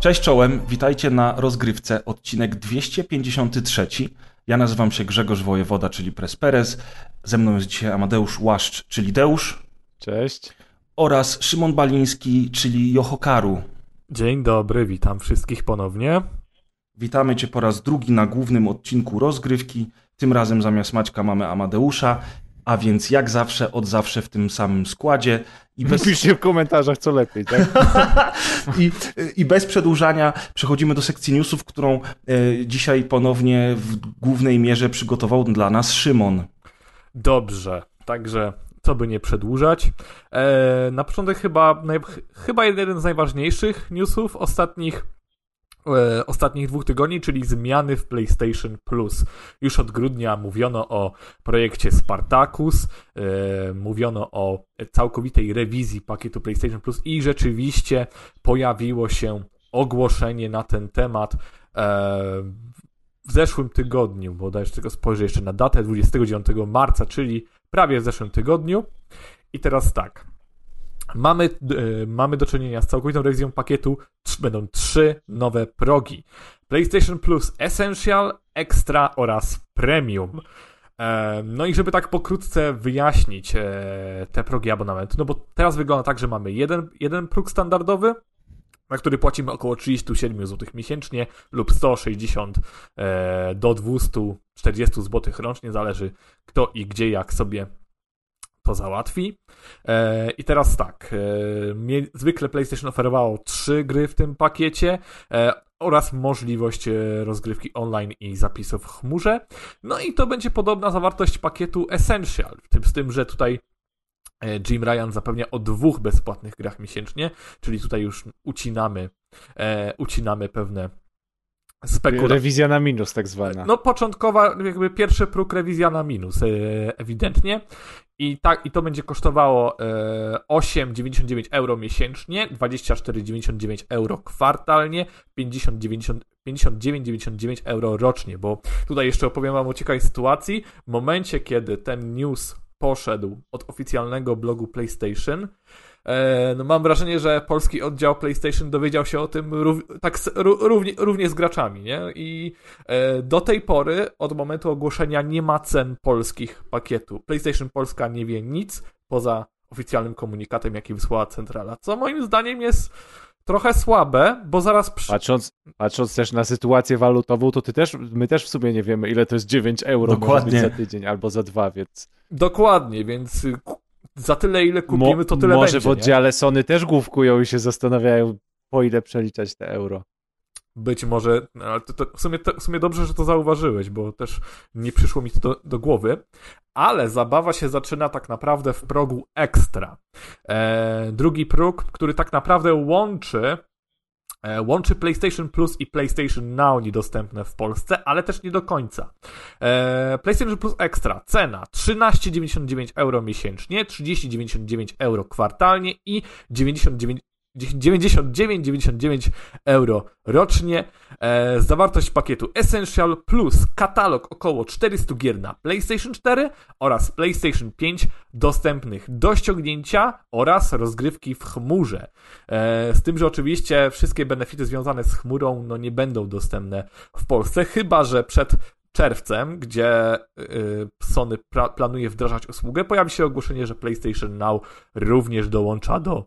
Cześć czołem, witajcie na rozgrywce, odcinek 253. Ja nazywam się Grzegorz Wojewoda, czyli Presperez. Ze mną jest dzisiaj Amadeusz Łaszcz, czyli Deusz. Cześć. Oraz Szymon Baliński, czyli Johokaru. Dzień dobry, witam wszystkich ponownie. Witamy Cię po raz drugi na głównym odcinku rozgrywki. Tym razem zamiast Maćka mamy Amadeusza, a więc jak zawsze, od zawsze w tym samym składzie. Piszcie w komentarzach, co lepiej, tak? I bez przedłużania przechodzimy do sekcji newsów, którą dzisiaj ponownie w głównej mierze przygotował dla nas Szymon. Dobrze, także co by nie przedłużać. Na początek chyba jeden z najważniejszych newsów ostatnich 2 tygodni, czyli zmiany w PlayStation Plus. Już od grudnia mówiono o projekcie Spartacus, mówiono o całkowitej rewizji pakietu PlayStation Plus i rzeczywiście pojawiło się ogłoszenie na ten temat w zeszłym tygodniu, bo dajesz tylko spojrzę jeszcze na datę, 29 marca, czyli prawie w zeszłym tygodniu. I teraz tak. Mamy do czynienia z całkowitą rewizją pakietu. Będą 3 nowe progi. PlayStation Plus Essential, Extra oraz Premium. No i żeby tak pokrótce wyjaśnić te progi abonamentu, no bo teraz wygląda tak, że mamy jeden próg standardowy, na który płacimy około 37 zł miesięcznie lub 160 do 240 zł rocznie, zależy kto i gdzie, jak sobie to załatwi. I teraz tak, zwykle PlayStation oferowało 3 gry w tym pakiecie oraz możliwość rozgrywki online i zapisu w chmurze. No i to będzie podobna zawartość pakietu Essential, z tym, że tutaj Jim Ryan zapewnia o 2 bezpłatnych grach miesięcznie, czyli tutaj już ucinamy pewne Rewizja na minus tak zwana. No początkowa, jakby pierwszy próg rewizja na minus, ewidentnie. I to będzie kosztowało 8,99 euro miesięcznie, 24,99 euro kwartalnie, 59,99 euro rocznie, bo tutaj jeszcze opowiem wam o ciekawej sytuacji. W momencie, kiedy ten news poszedł od oficjalnego blogu PlayStation, no mam wrażenie, że polski oddział PlayStation dowiedział się o tym równie z graczami, nie? I do tej pory, od momentu ogłoszenia, nie ma cen polskich pakietu. PlayStation Polska nie wie nic poza oficjalnym komunikatem, jaki wysłała centrala, co moim zdaniem jest trochę słabe, bo zaraz... Patrząc też na sytuację walutową, to my też w sumie nie wiemy, ile to jest 9 euro Dokładnie. może być za tydzień albo za 2, więc... Dokładnie, więc za tyle, ile kupimy, to tyle może będzie. Może w oddziale Sony też główkują i się zastanawiają, po ile przeliczać te euro. Być może, ale w sumie dobrze, że to zauważyłeś, bo też nie przyszło mi to do głowy. Ale zabawa się zaczyna tak naprawdę w progu Extra. Drugi próg, który tak naprawdę łączy PlayStation Plus i PlayStation Now niedostępne w Polsce, ale też nie do końca. PlayStation Plus Extra, cena 13,99 euro miesięcznie, 30,99 euro kwartalnie i 99,99 euro rocznie. Zawartość pakietu Essential plus katalog około 400 gier na PlayStation 4 oraz PlayStation 5 dostępnych do ściągnięcia oraz rozgrywki w chmurze. Z tym, że oczywiście wszystkie benefity związane z chmurą nie będą dostępne w Polsce, chyba że przed czerwcem, gdzie Sony planuje wdrażać usługę, pojawi się ogłoszenie, że PlayStation Now również dołącza do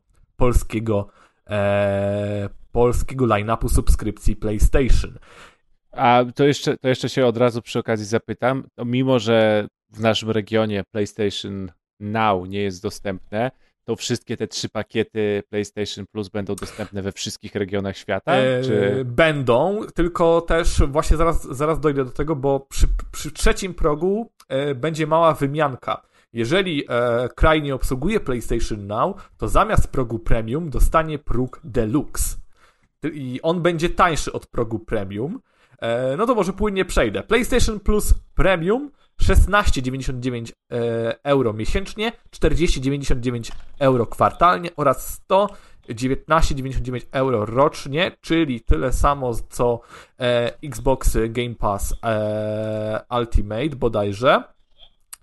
polskiego line-upu subskrypcji PlayStation. A to jeszcze się od razu przy okazji zapytam, mimo że w naszym regionie PlayStation Now nie jest dostępne, to wszystkie te 3 pakiety PlayStation Plus będą dostępne we wszystkich regionach świata? Czy... Będą, tylko też właśnie zaraz dojdę do tego, bo przy trzecim progu będzie mała wymianka. Jeżeli kraj nie obsługuje PlayStation Now, to zamiast progu Premium dostanie próg Deluxe. I on będzie tańszy od progu Premium. No to może płynnie przejdę. PlayStation Plus Premium 16,99 euro miesięcznie, 40,99 euro kwartalnie oraz 119,99 euro rocznie, czyli tyle samo co Xbox Game Pass Ultimate bodajże.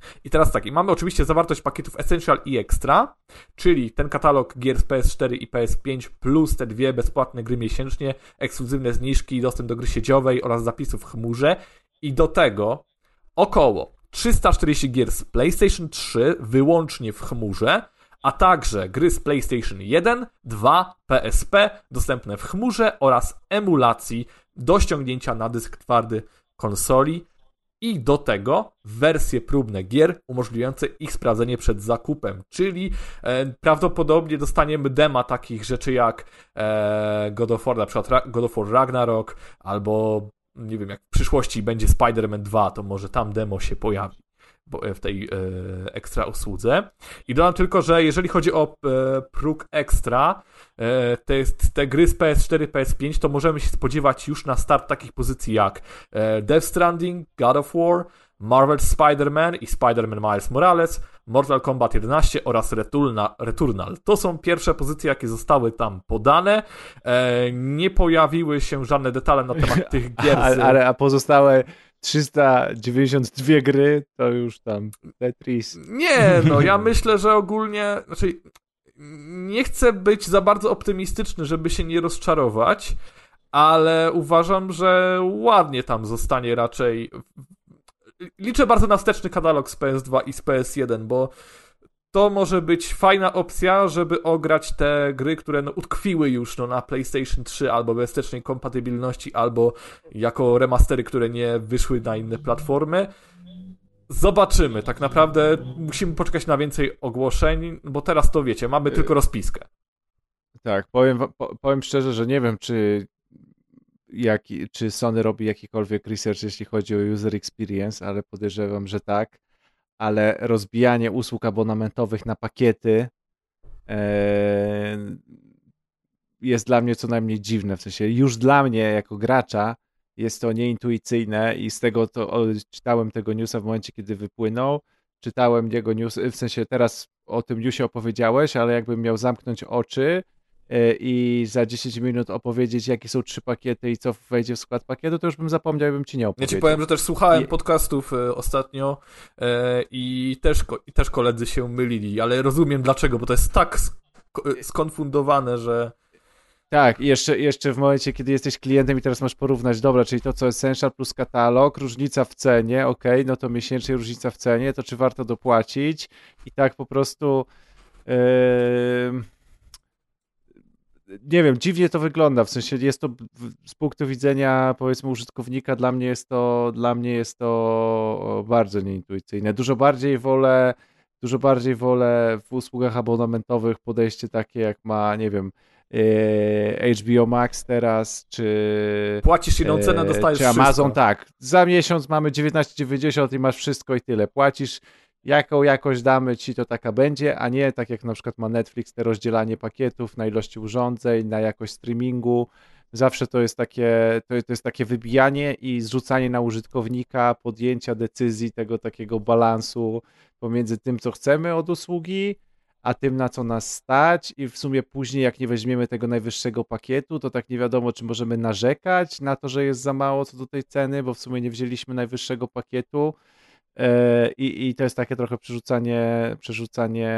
I teraz tak, i mamy oczywiście zawartość pakietów Essential i Extra, czyli ten katalog gier z PS4 i PS5 plus te 2 bezpłatne gry miesięcznie, ekskluzywne zniżki, dostęp do gry sieciowej oraz zapisów w chmurze i do tego około 340 gier z PlayStation 3 wyłącznie w chmurze, a także gry z PlayStation 1, 2, PSP dostępne w chmurze oraz emulacji do ściągnięcia na dysk twardy konsoli i do tego wersje próbne gier umożliwiające ich sprawdzenie przed zakupem, czyli prawdopodobnie dostaniemy dema takich rzeczy jak God of War, na przykład God of War Ragnarok, albo nie wiem, jak w przyszłości będzie Spider-Man 2, to może tam demo się pojawi w tej ekstra usłudze. I dodam tylko, że jeżeli chodzi o próg ekstra, te gry z PS4, PS5, to możemy się spodziewać już na start takich pozycji jak Death Stranding, God of War, Marvel's Spider-Man i Spider-Man Miles Morales, Mortal Kombat 11 oraz Returnal. To są pierwsze pozycje, jakie zostały tam podane. Nie pojawiły się żadne detale na temat tych gier. A pozostałe 392 gry to już tam Tetris. Nie, no ja myślę, że ogólnie, znaczy nie chcę być za bardzo optymistyczny, żeby się nie rozczarować, ale uważam, że ładnie tam zostanie raczej. Liczę bardzo na wsteczny katalog z PS2 i z PS1, bo to może być fajna opcja, żeby ograć te gry, które utkwiły już na PlayStation 3 albo bez wstecznej kompatybilności, albo jako remastery, które nie wyszły na inne platformy. Zobaczymy. Tak naprawdę musimy poczekać na więcej ogłoszeń, bo teraz to wiecie, mamy tylko rozpiskę. Tak, powiem szczerze, że nie wiem, czy Sony robi jakikolwiek research, jeśli chodzi o user experience, ale podejrzewam, że tak. Ale rozbijanie usług abonamentowych na pakiety jest dla mnie co najmniej dziwne. W sensie już dla mnie jako gracza jest to nieintuicyjne i z tego to czytałem tego newsa w momencie, kiedy wypłynął. Czytałem jego news, w sensie teraz o tym newsie opowiedziałeś, ale jakbym miał zamknąć oczy i za 10 minut opowiedzieć, jakie są 3 pakiety i co wejdzie w skład pakietu, to już bym zapomniał, bym ci nie opowiedział. Ja ci powiem, że też słuchałem podcastów ostatnio i też koledzy się mylili, ale rozumiem dlaczego, bo to jest tak skonfundowane, że... Tak, i jeszcze w momencie, kiedy jesteś klientem i teraz masz porównać, dobra, czyli to co Essential plus katalog, różnica w cenie, okej, no to miesięcznie różnica w cenie, to czy warto dopłacić? I tak po prostu... nie wiem, dziwnie to wygląda, w sensie jest to z punktu widzenia powiedzmy użytkownika, dla mnie jest to bardzo nieintuicyjne. Dużo bardziej wolę w usługach abonamentowych podejście takie jak ma, nie wiem, HBO Max teraz, czy płacisz jedną cenę, dostajesz czy Amazon, wszystko. tak. Za miesiąc mamy 19,90 i masz wszystko i tyle. Płacisz, jaką jakość damy ci, to taka będzie, a nie tak jak na przykład ma Netflix, te rozdzielanie pakietów na ilości urządzeń, na jakość streamingu. Zawsze to jest takie wybijanie i zrzucanie na użytkownika podjęcia decyzji, tego takiego balansu pomiędzy tym, co chcemy od usługi, a tym, na co nas stać, i w sumie później, jak nie weźmiemy tego najwyższego pakietu, to tak nie wiadomo, czy możemy narzekać na to, że jest za mało co do tej ceny, bo w sumie nie wzięliśmy najwyższego pakietu. I to jest takie trochę przerzucanie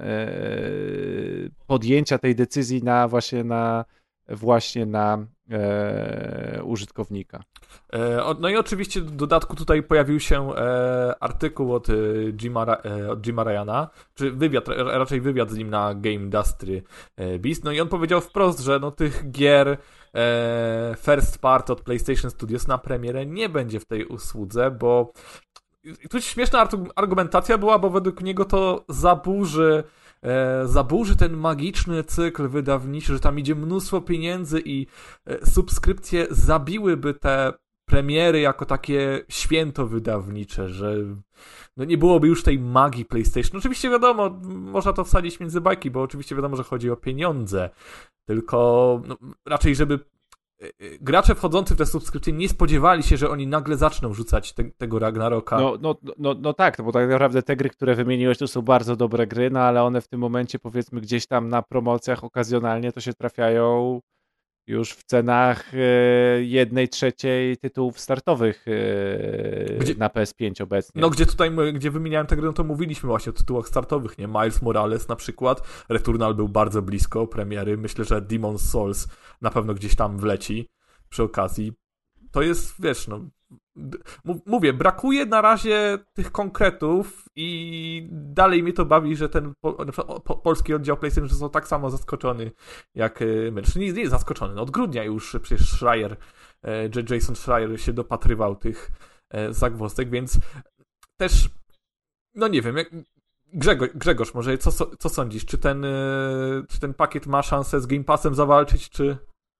podjęcia tej decyzji właśnie na użytkownika. No i oczywiście w dodatku tutaj pojawił się artykuł od Jima Ryana, czy raczej wywiad z nim na Game Industry Beast, no i on powiedział wprost, że no tych gier first part od PlayStation Studios na premierę nie będzie w tej usłudze, bo tu śmieszna argumentacja była, bo według niego to zaburzy ten magiczny cykl wydawniczy, że tam idzie mnóstwo pieniędzy i subskrypcje zabiłyby te premiery jako takie święto wydawnicze, że no nie byłoby już tej magii PlayStation. Oczywiście wiadomo, można to wsadzić między bajki, bo oczywiście wiadomo, że chodzi o pieniądze, tylko no, raczej żeby gracze wchodzący w te subskrypcje nie spodziewali się, że oni nagle zaczną rzucać tego Ragnaroka. No tak, bo tak naprawdę te gry, które wymieniłeś, to są bardzo dobre gry, no ale one w tym momencie powiedzmy gdzieś tam na promocjach okazjonalnie to się trafiają już w cenach 1/3 tytułów startowych na PS5 obecnie. No gdzie wymieniałem te gry, no to mówiliśmy właśnie o tytułach startowych, nie? Miles Morales na przykład, Returnal był bardzo blisko premiery, myślę, że Demon's Souls na pewno gdzieś tam wleci przy okazji. To jest, wiesz, no mówię, brakuje na razie tych konkretów i dalej mnie to bawi, że ten polski oddział PlayStation został tak samo zaskoczony jak my. Znaczy nie jest zaskoczony, no od grudnia już przecież Jason Schreier się dopatrywał tych zagwozdek, więc też no nie wiem, Grzegorz, może co sądzisz? Czy ten pakiet ma szansę z Game Passem zawalczyć, czy...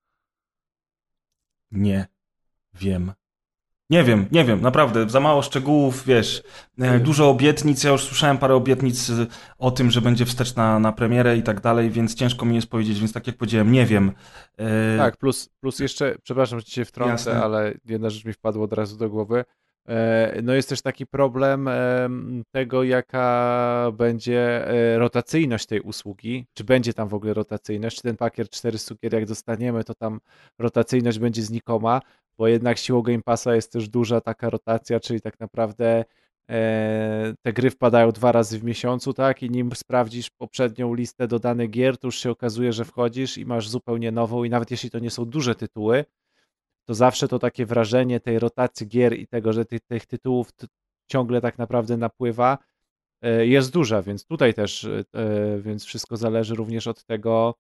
Nie wiem. Nie wiem, naprawdę, za mało szczegółów, wiesz, dużo obietnic, ja już słyszałem parę obietnic o tym, że będzie wsteczna na premierę i tak dalej, więc ciężko mi jest powiedzieć, więc tak jak powiedziałem, nie wiem. Tak, plus jeszcze, przepraszam, że ci się wtrącę, Jasne. ale jedna rzecz mi wpadła od razu do głowy. No jest też taki problem tego, jaka będzie rotacyjność tej usługi, czy będzie tam w ogóle rotacyjność, czy ten pakiet 400 gier jak dostaniemy, to tam rotacyjność będzie znikoma, bo jednak siłą Game Passa jest też duża taka rotacja, czyli tak naprawdę te gry wpadają 2 razy w miesiącu, tak, i nim sprawdzisz poprzednią listę dodanych gier, to już się okazuje, że wchodzisz i masz zupełnie nową i nawet jeśli to nie są duże tytuły, to zawsze to takie wrażenie tej rotacji gier i tego, że tych tytułów ciągle tak naprawdę napływa, jest duża, więc tutaj też, więc wszystko zależy również od tego,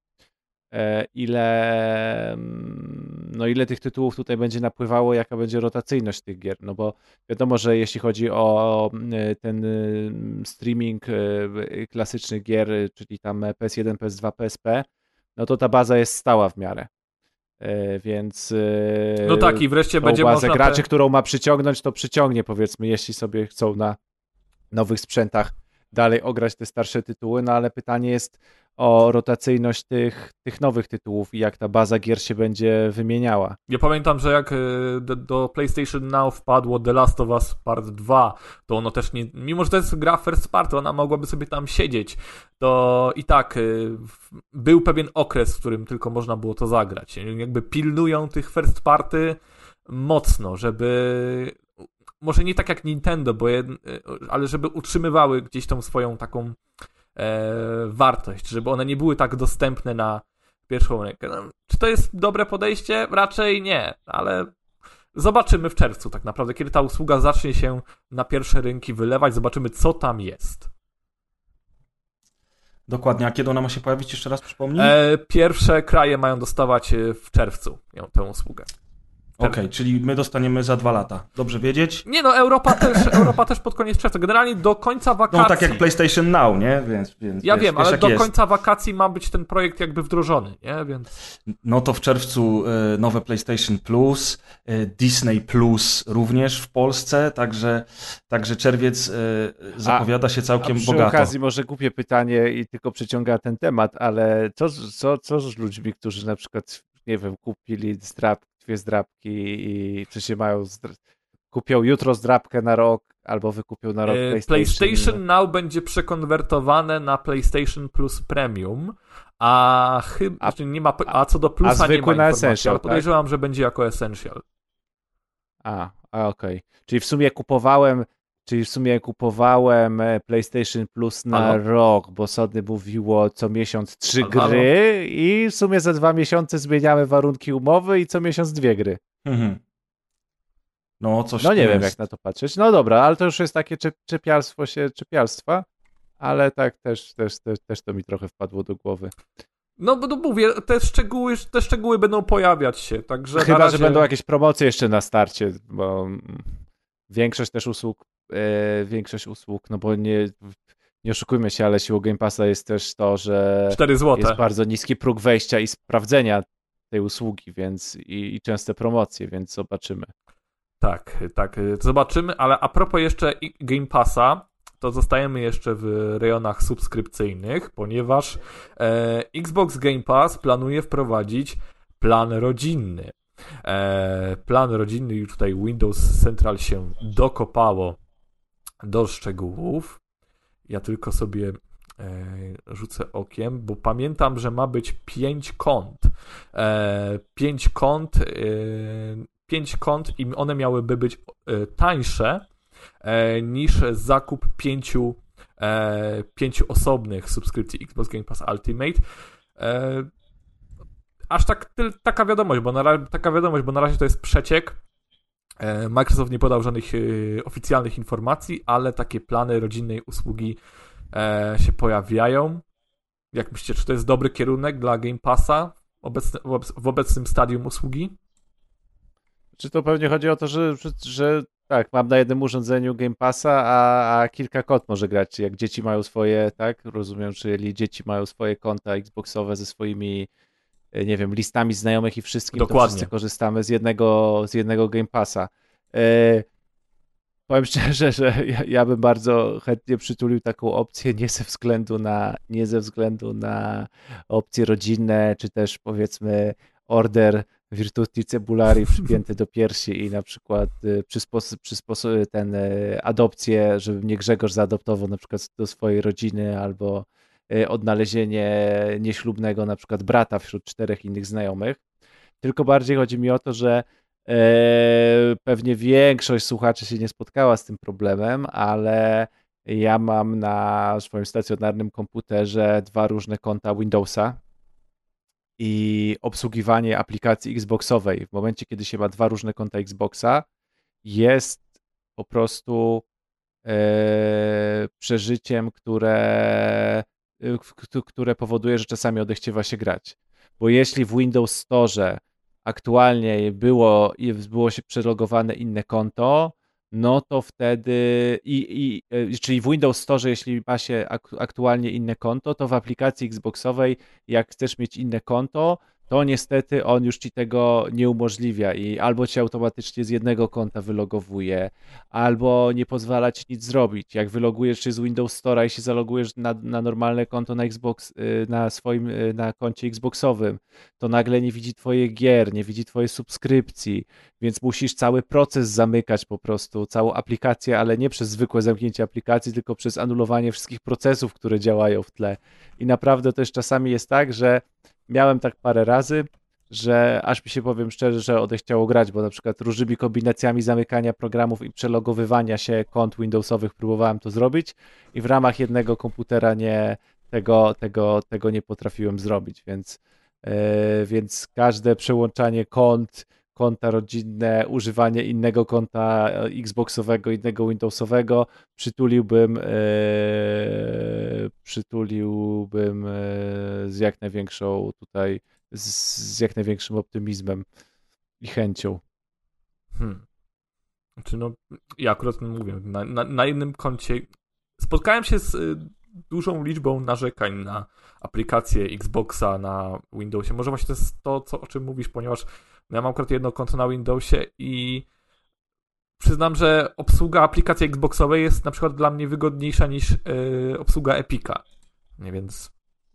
ile tych tytułów tutaj będzie napływało, jaka będzie rotacyjność tych gier, no bo wiadomo, że jeśli chodzi o ten streaming klasycznych gier, czyli tam PS1, PS2, PSP, no to ta baza jest stała w miarę. Więc no tak, i wreszcie będzie bazę można graczy, którą ma przyciągnąć, to przyciągnie, powiedzmy, jeśli sobie chcą na nowych sprzętach dalej ograć te starsze tytuły, no ale pytanie jest o rotacyjność tych nowych tytułów i jak ta baza gier się będzie wymieniała. Ja pamiętam, że jak do PlayStation Now wpadło The Last of Us Part 2, to ono też nie, mimo że to jest gra first party, ona mogłaby sobie tam siedzieć, to i tak był pewien okres, w którym tylko można było to zagrać. Jakby pilnują tych first party mocno, żeby może nie tak jak Nintendo, ale żeby utrzymywały gdzieś tą swoją taką wartość, żeby one nie były tak dostępne na pierwszą rękę. No, czy to jest dobre podejście? Raczej nie, ale zobaczymy w czerwcu tak naprawdę, kiedy ta usługa zacznie się na pierwsze rynki wylewać, zobaczymy co tam jest. Dokładnie, a kiedy ona ma się pojawić? Jeszcze raz przypomnij? Pierwsze kraje mają dostawać w czerwcu tę usługę. Okej, czyli my dostaniemy za 2 lata. Dobrze wiedzieć? Nie no, Europa też pod koniec czerwca. Generalnie do końca wakacji. No tak jak PlayStation Now, nie? Więc ja wiesz, wiem, ale jak do jest. końca wakacji ma być ten projekt jakby wdrożony, nie? Więc... No to w czerwcu nowe PlayStation Plus, Disney Plus również w Polsce, także czerwiec zapowiada się całkiem przy bogato. Przy okazji może głupie pytanie i tylko przeciąga ten temat, ale co z ludźmi, którzy na przykład, nie wiem, kupili 2 zdrabki i czy się mają... Kupią jutro zdrabkę na rok, albo wykupią na rok PlayStation Now będzie przekonwertowane na PlayStation Plus Premium, a nie ma, a co do Plusa nie ma informacji, Essential, ale podejrzewam, że będzie jako Essential. Okej. Czyli w sumie kupowałem PlayStation Plus na rok, bo Sony mówiło co miesiąc 3 gry i w sumie za 2 miesiące zmieniamy warunki umowy i co miesiąc 2 gry. Mhm. No nie wiem jak na to patrzeć. No dobra, ale to już jest takie czepialstwa, ale tak też to mi trochę wpadło do głowy. No bo mówię, te szczegóły będą pojawiać się, także chyba, że będą jakieś promocje jeszcze na starcie, bo większość usług, no bo nie oszukujmy się, ale siłą Game Passa jest też to, że 4 zł. Jest bardzo niski próg wejścia i sprawdzenia tej usługi, więc i częste promocje, więc zobaczymy. Tak, zobaczymy, ale a propos jeszcze Game Passa, to zostajemy jeszcze w rejonach subskrypcyjnych, ponieważ Xbox Game Pass planuje wprowadzić plan rodzinny. Plan rodzinny już tutaj Windows Central się dokopało do szczegółów. Ja tylko sobie rzucę okiem, bo pamiętam, że ma być 5 kont. 5 kont, 5 kont i one miałyby być tańsze niż zakup 5 osobnych subskrypcji Xbox Game Pass Ultimate. Aż taka wiadomość, bo na razie to jest przeciek. Microsoft nie podał żadnych oficjalnych informacji, ale takie plany rodzinnej usługi się pojawiają. Jak myślicie, czy to jest dobry kierunek dla Game Passa w obecnym stadium usługi? Czy to pewnie chodzi o to, że tak, mam na jednym urządzeniu Game Passa, a kilka kont może grać. Czy jak dzieci mają swoje, tak, rozumiem, czyli dzieci mają swoje konta Xboxowe ze swoimi, nie wiem, listami znajomych i wszystkim, Dokładnie. to wszyscy korzystamy z jednego Game Passa. Powiem szczerze, że ja bym bardzo chętnie przytulił taką opcję, nie ze względu na opcje rodzinne, czy też powiedzmy order Virtuti Cebulari przypięty do piersi i na przykład adopcję, żeby mnie Grzegorz zaadoptował na przykład do swojej rodziny, albo odnalezienie nieślubnego na przykład brata wśród 4 innych znajomych. Tylko bardziej chodzi mi o to, że pewnie większość słuchaczy się nie spotkała z tym problemem, ale ja mam na swoim stacjonarnym komputerze 2 różne konta Windowsa i obsługiwanie aplikacji Xboxowej w momencie, kiedy się ma 2 różne konta Xboxa, jest po prostu przeżyciem, które powoduje, że czasami odechciewa się grać. Bo jeśli w Windows Store aktualnie było się przelogowane inne konto, no to wtedy czyli w Windows Store, jeśli ma się aktualnie inne konto, to w aplikacji Xboxowej, jak chcesz mieć inne konto, to niestety on już ci tego nie umożliwia i albo cię automatycznie z jednego konta wylogowuje, albo nie pozwala ci nic zrobić. Jak wylogujesz się z Windows Store'a i się zalogujesz na normalne konto na Xbox, na koncie Xboxowym, to nagle nie widzi twoich gier, nie widzi twojej subskrypcji, więc musisz cały proces zamykać po prostu, całą aplikację, ale nie przez zwykłe zamknięcie aplikacji, tylko przez anulowanie wszystkich procesów, które działają w tle. I naprawdę też czasami jest tak, że miałem tak parę razy, że aż mi się, powiem szczerze, że odechciało grać, bo na przykład różnymi kombinacjami zamykania programów i przelogowywania się kont Windowsowych próbowałem to zrobić i w ramach jednego komputera tego nie potrafiłem zrobić, więc każde przełączanie konta rodzinne, używanie innego konta Xboxowego, innego Windowsowego, przytuliłbym z jak największą tutaj, z jak największym optymizmem i chęcią. Znaczy ja akurat mówię, na jednym koncie spotkałem się z dużą liczbą narzekań na aplikację Xboxa na Windowsie. Może właśnie to jest to, o czym mówisz, ponieważ ja mam akurat jedno konto na Windowsie i przyznam, że obsługa aplikacji Xboxowej jest na przykład dla mnie wygodniejsza niż obsługa Epica. Nie, więc...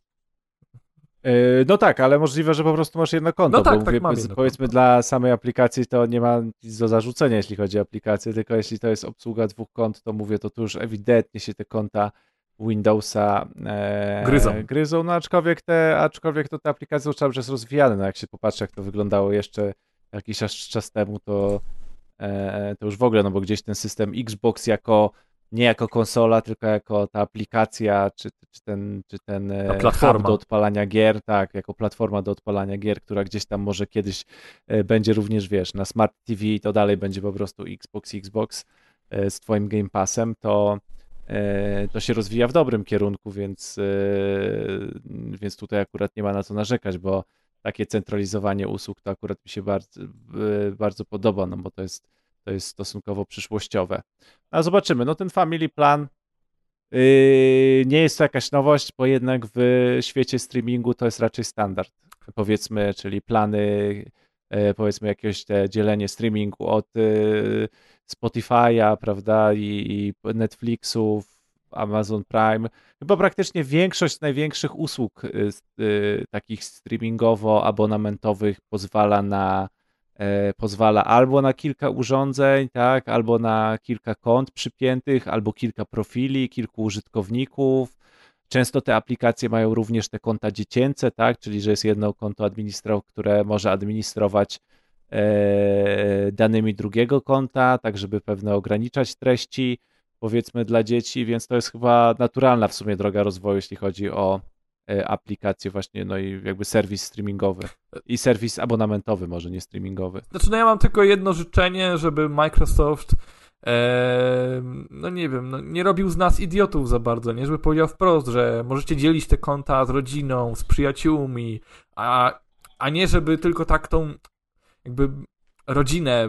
No tak, ale możliwe, że po prostu masz jedno konto, no tak, bo mówię, mam jedno powiedzmy konto. Dla samej aplikacji to nie ma nic do zarzucenia, jeśli chodzi o aplikację, tylko jeśli to jest obsługa 2 kont, to mówię, to tu już ewidentnie się te konta Windowsa gryzą. No aczkolwiek te aplikacje są cały czas rozwijane, no jak się popatrzy, jak to wyglądało jeszcze jakiś czas temu, to już w ogóle, no bo gdzieś ten system Xbox nie jako konsola, tylko jako ta aplikacja, czy ten hub do odpalania gier, tak, jako platforma do odpalania gier, która gdzieś tam może kiedyś będzie również, wiesz, na Smart TV, to dalej będzie po prostu Xbox z twoim Game Passem, to się rozwija w dobrym kierunku, więc tutaj akurat nie ma na co narzekać, bo takie centralizowanie usług to akurat mi się bardzo, bardzo podoba, no bo to jest stosunkowo przyszłościowe. A zobaczymy, no ten Family Plan nie jest to jakaś nowość, bo jednak w świecie streamingu to jest raczej standard, powiedzmy, czyli plany, powiedzmy jakieś dzielenie streamingu od Spotify'a, prawda, i Netflixów, Amazon Prime. Chyba praktycznie większość największych usług takich streamingowo-abonamentowych pozwala albo na kilka urządzeń, tak, albo na kilka kont przypiętych, albo kilka profili, kilku użytkowników, Często te aplikacje mają również te konta dziecięce, tak? Czyli że jest jedno konto które może administrować danymi drugiego konta, tak żeby pewne ograniczać treści, powiedzmy dla dzieci, więc to jest chyba naturalna w sumie droga rozwoju, jeśli chodzi o aplikacje właśnie, no i jakby serwis streamingowy i serwis abonamentowy, może nie streamingowy. Znaczy, no ja mam tylko jedno życzenie, żeby Microsoft no nie wiem, no nie robił z nas idiotów za bardzo, nie? Żeby powiedział wprost, że możecie dzielić te konta z rodziną, z przyjaciółmi, a nie żeby tylko tak tą jakby rodzinę,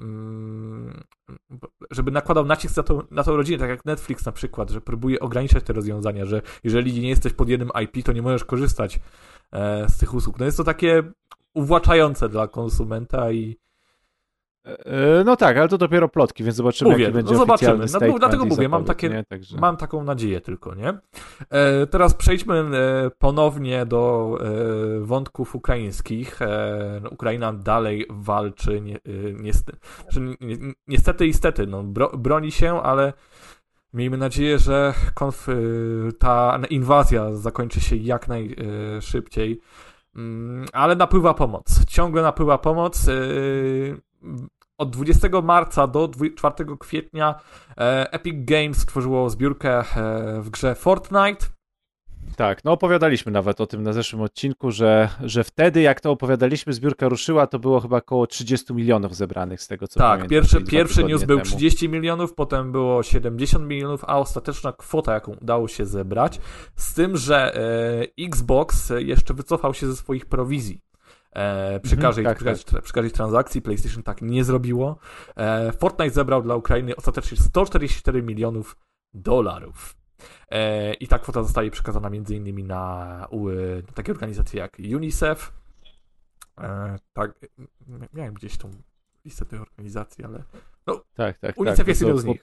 żeby nakładał nacisk na tą rodzinę, tak jak Netflix na przykład, że próbuje ograniczać te rozwiązania, że jeżeli nie jesteś pod jednym IP, to nie możesz korzystać z tych usług. No jest to takie uwłaczające dla konsumenta i no tak, ale to dopiero plotki, więc zobaczymy, jaki będzie oficjalny statement. Dlatego mówię, mam taką nadzieję tylko, nie? Teraz przejdźmy ponownie do wątków ukraińskich. Ukraina dalej walczy, niestety i stety, no, broni się, ale miejmy nadzieję, że ta inwazja zakończy się jak najszybciej. Ale napływa pomoc. Ciągle napływa pomoc. Od 20 marca do 4 kwietnia Epic Games stworzyło zbiórkę w grze Fortnite. Tak, no opowiadaliśmy nawet o tym na zeszłym odcinku, że wtedy jak to opowiadaliśmy, zbiórka ruszyła, to było chyba około 30 milionów zebranych z tego, co pamiętam. Tak, pierwszy news był 30 milionów, potem było 70 milionów, a ostateczna kwota, jaką udało się zebrać, z tym, że Xbox jeszcze wycofał się ze swoich prowizji. Przy każdej transakcji PlayStation tak nie zrobiło. Fortnite zebrał dla Ukrainy ostatecznie 144 milionów dolarów. I ta kwota zostaje przekazana m.in. na takie organizacje jak UNICEF. Tak, miałem gdzieś tą listę tych organizacji, ale no, UNICEF jest jedną z nich.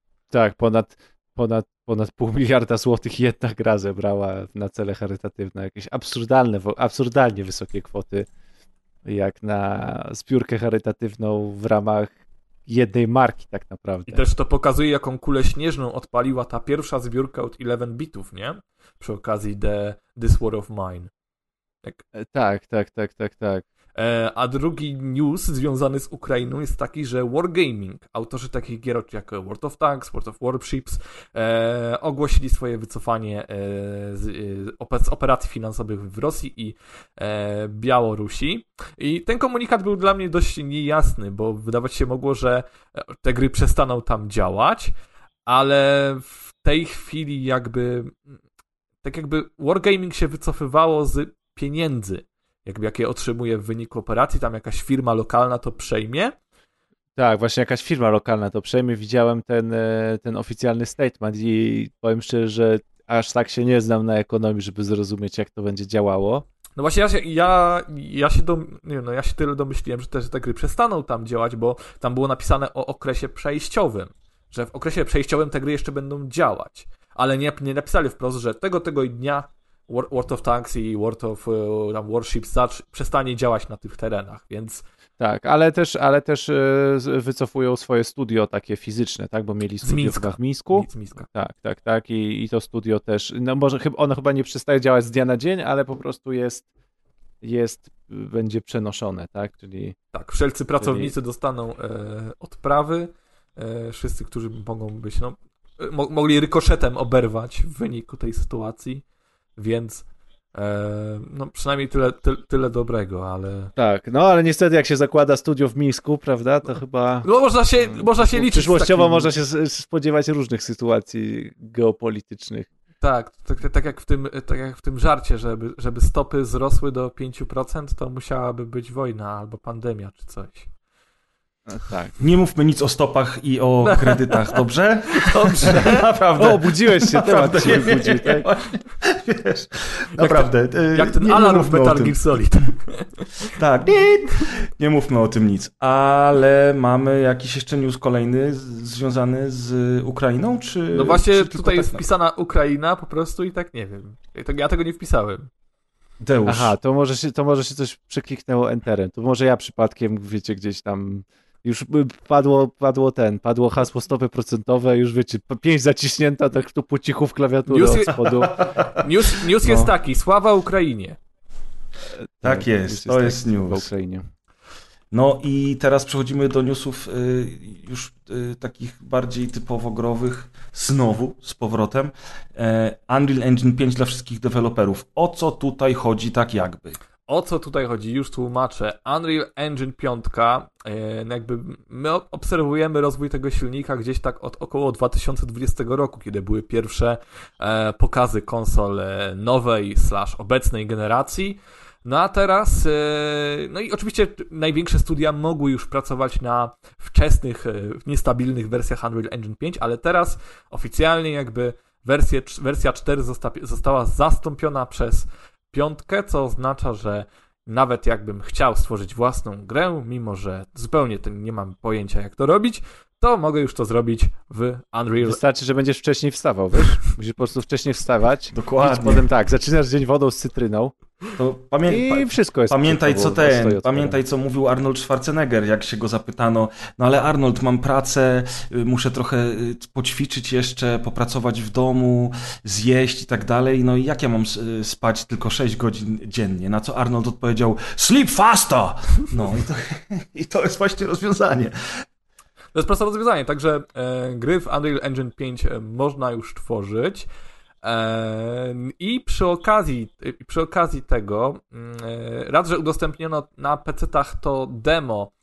Ponad $500 miliarda złotych jedna gra zebrała na cele charytatywne. Jakieś absurdalnie wysokie kwoty, jak na zbiórkę charytatywną w ramach jednej marki tak naprawdę. I też to pokazuje, jaką kulę śnieżną odpaliła ta pierwsza zbiórka od 11 bitów, nie? Przy okazji This War of Mine. Tak. A drugi news związany z Ukrainą jest taki, że Wargaming, autorzy takich gier jak World of Tanks, World of Warships, ogłosili swoje wycofanie z operacji finansowych w Rosji i Białorusi. I ten komunikat był dla mnie dość niejasny, bo wydawać się mogło, że te gry przestaną tam działać, ale w tej chwili jakby Wargaming się wycofywało z pieniędzy, jakie otrzymuje w wyniku operacji, tam jakaś firma lokalna to przejmie. Tak, właśnie jakaś firma lokalna to przejmie. Widziałem ten oficjalny statement i powiem szczerze, że aż tak się nie znam na ekonomii, żeby zrozumieć, jak to będzie działało. No właśnie ja się tyle domyśliłem, że te gry przestaną tam działać, bo tam było napisane o okresie przejściowym, że w okresie przejściowym te gry jeszcze będą działać, ale nie napisali wprost, że tego dnia World of Tanks i World of Warships przestanie działać na tych terenach, więc... Tak, ale też wycofują swoje studio takie fizyczne, tak, bo mieli studio w Mińsku. Z Mińska. Tak. I to studio też, no może ono chyba nie przestaje działać z dnia na dzień, ale po prostu będzie przenoszone, tak, czyli... Tak, wszelcy pracownicy dostaną odprawy, wszyscy, którzy mogą być, mogli rykoszetem oberwać w wyniku tej sytuacji. Więc przynajmniej tyle dobrego, ale... Tak, ale niestety jak się zakłada studio w Mińsku, prawda, to chyba... No można się liczyć. Przyszłościowo można się spodziewać różnych sytuacji geopolitycznych. Tak jak w tym żarcie, żeby stopy wzrosły do 5%, to musiałaby być wojna albo pandemia czy coś. Tak. Nie mówmy nic o stopach i o kredytach, dobrze? Dobrze. Naprawdę. O, obudziłeś się, temat się wybudził, tak? Wiesz, naprawdę. Jak ten alarm w Metal Gear Solid. Tak, nie mówmy o tym nic. Ale mamy jakiś jeszcze news kolejny związany z Ukrainą, czy... No właśnie czy tutaj jest wpisana Ukraina po prostu i tak nie wiem. Ja tego nie wpisałem. Deusz. Aha, to może się coś przekliknęło enterem. To może ja przypadkiem, wiecie, gdzieś tam Już padło hasło stopy procentowe, już wiecie, 5 zaciśnięta, tak tu po cichu w klawiaturę od spodu. News jest taki, sława Ukrainie. Tak jest, to jest news. W Ukrainie. No i teraz przechodzimy do newsów już takich bardziej typowo growych, znowu, z powrotem. Unreal Engine 5 dla wszystkich deweloperów. O co tutaj chodzi tak jakby? O co tutaj chodzi? Już tłumaczę. Unreal Engine 5, jakby my obserwujemy rozwój tego silnika gdzieś tak od około 2020 roku, kiedy były pierwsze pokazy konsol nowej / obecnej generacji. No a teraz, no i oczywiście największe studia mogły już pracować na wczesnych, niestabilnych wersjach Unreal Engine 5, ale teraz oficjalnie jakby wersja 4 została zastąpiona przez 5, co oznacza, że nawet jakbym chciał stworzyć własną grę, mimo że zupełnie nie mam pojęcia jak to robić, to mogę już to zrobić w Unreal. Wystarczy, że będziesz wcześniej wstawał, wiesz? Musisz po prostu wcześniej wstawać. Dokładnie. I potem tak, zaczynasz dzień wodą z cytryną. To I wszystko jest. Pamiętaj, co mówił Arnold Schwarzenegger, jak się go zapytano, no ale Arnold, mam pracę, muszę trochę poćwiczyć jeszcze, popracować w domu, zjeść i tak dalej, no i jak ja mam spać tylko 6 godzin dziennie? Na co Arnold odpowiedział, sleep faster! No i to jest właśnie rozwiązanie. To jest proste rozwiązanie, także gry w Unreal Engine 5 można już tworzyć. I przy okazji tego, raz, że udostępniono na PC-tach to demo,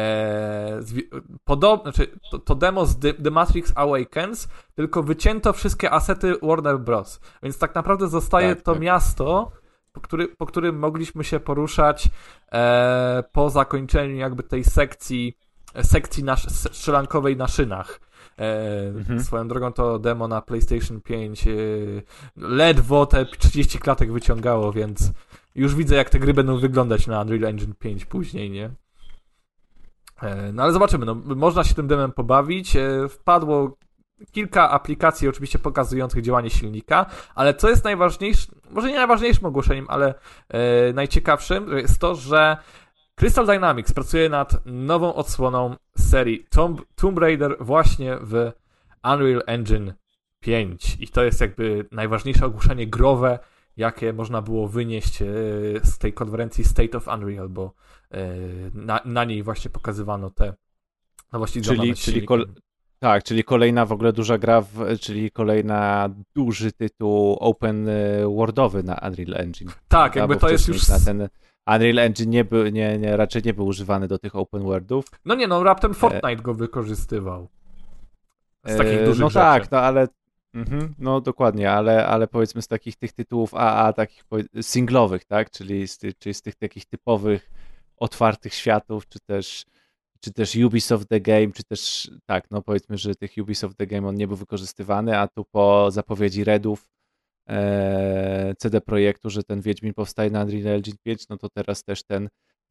to demo z The Matrix Awakens, tylko wycięto wszystkie asety Warner Bros. Więc tak naprawdę zostaje to miasto, po którym mogliśmy się poruszać po zakończeniu jakby tej sekcji strzelankowej na szynach. Swoją drogą to demo na PlayStation 5 ledwo te 30 klatek wyciągało, więc już widzę, jak te gry będą wyglądać na Unreal Engine 5 później, nie? No ale zobaczymy, no, można się tym demem pobawić. Wpadło kilka aplikacji oczywiście pokazujących działanie silnika, ale co jest najważniejsze, może nie najważniejszym ogłoszeniem, ale najciekawszym jest to, że Crystal Dynamics pracuje nad nową odsłoną serii Tomb Raider właśnie w Unreal Engine 5 i to jest jakby najważniejsze ogłoszenie growe, jakie można było wynieść z tej konferencji State of Unreal, bo na niej właśnie pokazywano te nowości związane z silnikiem. Czyli kolejna w ogóle duża gra, czyli kolejna duży tytuł open worldowy na Unreal Engine. Tak, jakby to jest już... Ten Unreal Engine raczej nie był używany do tych open worldów. No nie, no raptem Fortnite go wykorzystywał. Z takich dużych rzeczy. Tak, no ale... no dokładnie, ale powiedzmy z takich tych tytułów AA, takich singlowych, tak? Czyli z tych takich typowych otwartych światów, czy też Ubisoft The Game, czy też tak, no powiedzmy, że tych Ubisoft The Game on nie był wykorzystywany, a tu po zapowiedzi Redów CD Projektu, że ten Wiedźmin powstaje na Unreal Engine 5, no to teraz też ten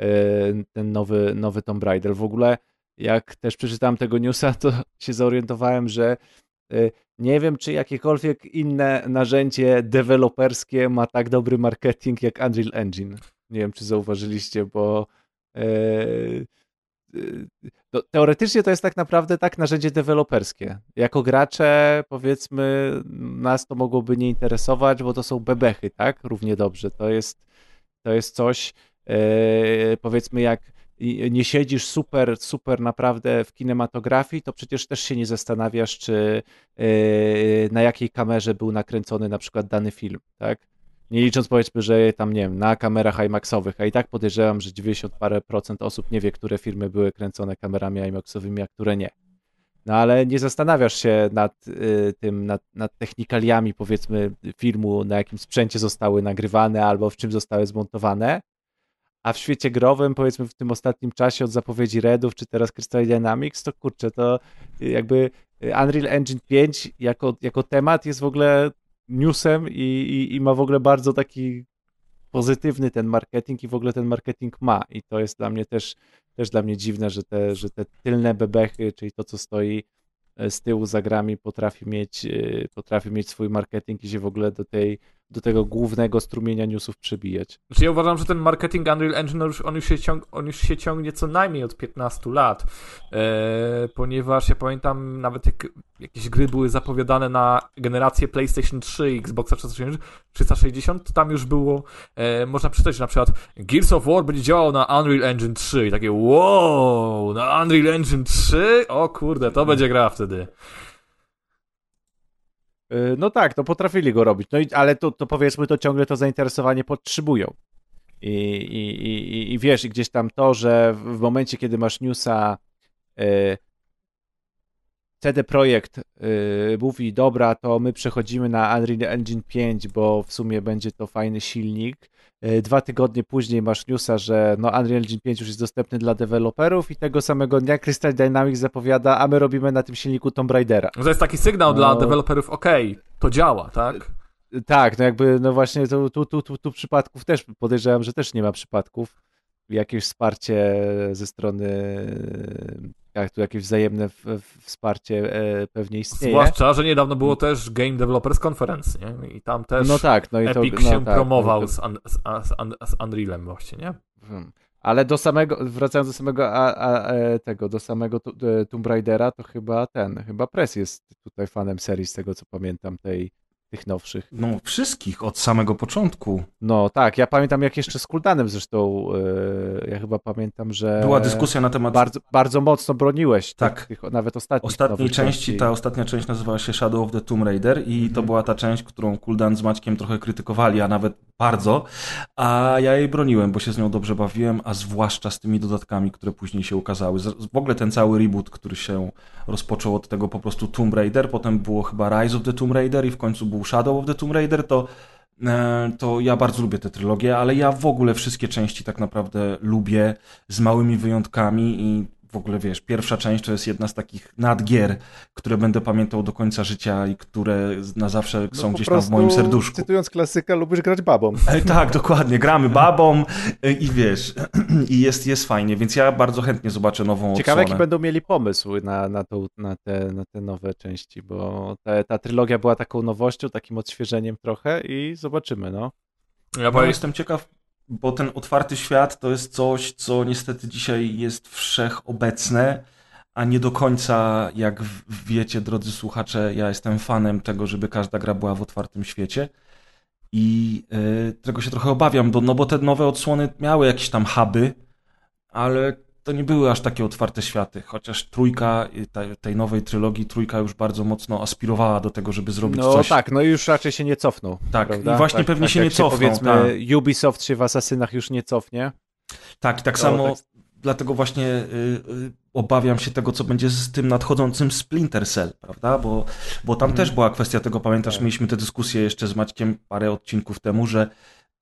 nowy Tomb Raider. W ogóle jak też przeczytałem tego newsa, to się zorientowałem, że nie wiem, czy jakiekolwiek inne narzędzie deweloperskie ma tak dobry marketing jak Unreal Engine. Nie wiem, czy zauważyliście, bo teoretycznie to jest tak naprawdę tak narzędzie deweloperskie. Jako gracze, powiedzmy, nas to mogłoby nie interesować, bo to są bebechy, tak? Równie dobrze. To jest coś, powiedzmy, jak nie siedzisz super naprawdę w kinematografii, to przecież też się nie zastanawiasz, czy na jakiej kamerze był nakręcony na przykład dany film, tak? Nie licząc, powiedzmy, że tam, nie wiem, na kamerach IMAX-owych, a i tak podejrzewam, że 90 parę procent osób nie wie, które filmy były kręcone kamerami IMAX-owymi, a które nie. No ale nie zastanawiasz się nad technikaliami, powiedzmy, filmu, na jakim sprzęcie zostały nagrywane albo w czym zostały zmontowane, a w świecie growym, powiedzmy, w tym ostatnim czasie od zapowiedzi Redów, czy teraz Crystal Dynamics, to kurczę, to jakby Unreal Engine 5 jako temat jest w ogóle newsem i ma w ogóle bardzo taki pozytywny ten marketing i w ogóle ten marketing ma i to jest dla mnie też dla mnie dziwne, że te tylne bebechy, czyli to, co stoi z tyłu za grami, potrafi mieć swój marketing i się w ogóle do tej do tego głównego strumienia newsów przebijać. Znaczy ja uważam, że ten marketing Unreal Engine on już się ciągnie co najmniej od 15 lat, ponieważ ja pamiętam nawet jak jakieś gry były zapowiadane na generację PlayStation 3, Xboxa 360, to tam już było, można przeczytać, że na przykład Gears of War będzie działał na Unreal Engine 3 i takie wow, na Unreal Engine 3? O kurde, to będzie gra wtedy. No tak, no potrafili go robić, no ale to powiedzmy, to ciągle to zainteresowanie podtrzymują. I wiesz, i gdzieś tam to, że w momencie, kiedy masz newsa, CD Projekt mówi, dobra, to my przechodzimy na Unreal Engine 5, bo w sumie będzie to fajny silnik. 2 tygodnie później masz newsa, że no Unreal Engine 5 już jest dostępny dla deweloperów i tego samego dnia Crystal Dynamics zapowiada, a my robimy na tym silniku Tomb Raidera. To jest taki sygnał dla deweloperów, okej, to działa, tak? Tak, no jakby, no właśnie tu przypadków też, podejrzewam, że też nie ma przypadków. Jakieś wsparcie ze strony, jak tu jakieś wzajemne wsparcie pewnie istnieje. Zwłaszcza, że niedawno było też Game Developers Conference, nie? I tam też no tak, no i Epic to, no się tak, promował no z Unrealem właśnie, nie? Ale wracając do samego do samego Tomb Raidera, to chyba Press jest tutaj fanem serii, z tego co pamiętam, tych nowszych. No wszystkich, od samego początku. No tak, ja pamiętam jak jeszcze z Kuldanem zresztą, ja chyba pamiętam, że była dyskusja na temat... Bardzo mocno broniłeś tych nawet ostatniej części. Ta ostatnia część nazywała się Shadow of the Tomb Raider i to była ta część, którą Kuldan z Maćkiem trochę krytykowali, a nawet bardzo, a ja jej broniłem, bo się z nią dobrze bawiłem, a zwłaszcza z tymi dodatkami, które później się ukazały. W ogóle ten cały reboot, który się rozpoczął od tego po prostu Tomb Raider, potem było chyba Rise of the Tomb Raider i w końcu był Shadow of the Tomb Raider, to ja bardzo lubię tę trylogię, ale ja w ogóle wszystkie części tak naprawdę lubię, z małymi wyjątkami i w ogóle wiesz, pierwsza część to jest jedna z takich nadgier, które będę pamiętał do końca życia i które na zawsze są gdzieś tam w moim serduszku. Cytując klasyka, lubisz grać babą. Tak, dokładnie, gramy babą i wiesz, i jest fajnie, więc ja bardzo chętnie zobaczę nową Ciekawe, odsłonę. jaki będą mieli pomysł na te nowe części, bo ta trylogia była taką nowością, takim odświeżeniem trochę i zobaczymy, no. Ja jestem ciekaw, bo ten otwarty świat to jest coś, co niestety dzisiaj jest wszechobecne, a nie do końca, jak wiecie, drodzy słuchacze, ja jestem fanem tego, żeby każda gra była w otwartym świecie i tego się trochę obawiam, bo te nowe odsłony miały jakieś tam huby, ale to nie były aż takie otwarte światy, chociaż trójka tej nowej trylogii, już bardzo mocno aspirowała do tego, żeby zrobić coś. No tak, no i już raczej się nie cofnął. Tak, prawda? i właśnie pewnie się nie cofną. Powiedzmy, Ubisoft się w Asasynach już nie cofnie. Tak, i tak samo dlatego właśnie obawiam się tego, co będzie z tym nadchodzącym Splinter Cell, prawda? Bo tam też była kwestia tego, pamiętasz, mieliśmy tę dyskusję jeszcze z Maćkiem parę odcinków temu, że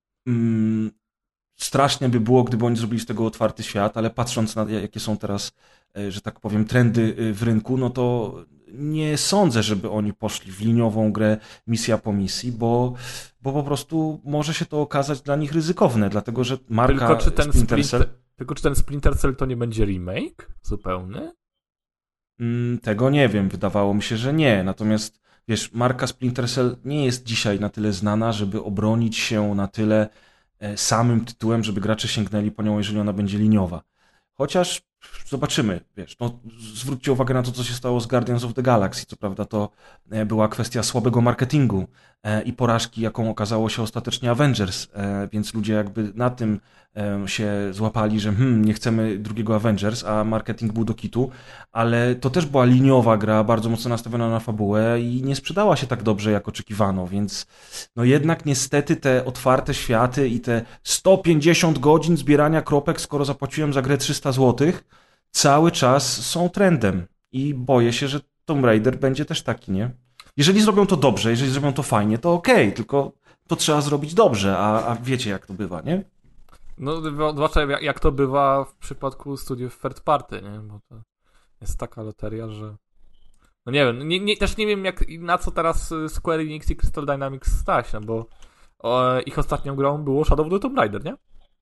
strasznie by było, gdyby oni zrobili z tego otwarty świat, ale patrząc na jakie są teraz, że tak powiem, trendy w rynku, no to nie sądzę, żeby oni poszli w liniową grę misja po misji, bo po prostu może się to okazać dla nich ryzykowne, dlatego że marka Tylko czy ten Splinter Cell to nie będzie remake zupełny? Tego nie wiem, wydawało mi się, że nie, natomiast wiesz, marka Splinter Cell nie jest dzisiaj na tyle znana, żeby obronić się na tyle samym tytułem, żeby gracze sięgnęli po nią, jeżeli ona będzie liniowa. Chociaż zobaczymy, wiesz, no, zwróćcie uwagę na to, co się stało z Guardians of the Galaxy. Co prawda to była kwestia słabego marketingu i porażki, jaką okazało się ostatecznie Avengers, więc ludzie jakby na tym się złapali, że nie chcemy drugiego Avengers, a marketing był do kitu, ale to też była liniowa gra, bardzo mocno nastawiona na fabułę i nie sprzedała się tak dobrze, jak oczekiwano, więc no jednak niestety te otwarte światy i te 150 godzin zbierania kropek, skoro zapłaciłem za grę 300 zł, cały czas są trendem i boję się, że Tomb Raider będzie też taki, nie? Jeżeli zrobią to dobrze, jeżeli zrobią to fajnie, to okej, tylko to trzeba zrobić dobrze, a wiecie jak to bywa, nie? No, zwłaszcza jak to bywa w przypadku studiów third party, nie? Bo to jest taka loteria, że... No nie wiem, też nie wiem na co teraz Square Enix i Crystal Dynamics stać, no bo ich ostatnią grą było Shadow of the Tomb Raider, nie?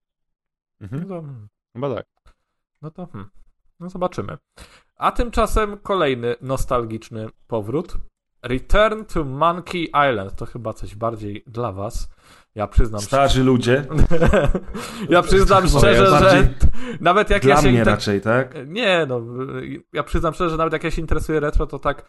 Chyba tak. No zobaczymy. A tymczasem kolejny nostalgiczny powrót. Return to Monkey Island. To chyba coś bardziej dla was. Ja przyznam Starzy ludzie. Ja przyznam szczerze, że nawet jak dla ja się mnie raczej, tak? Nie, no, ja przyznam szczerze, że nawet jak ja się interesuję retro, to tak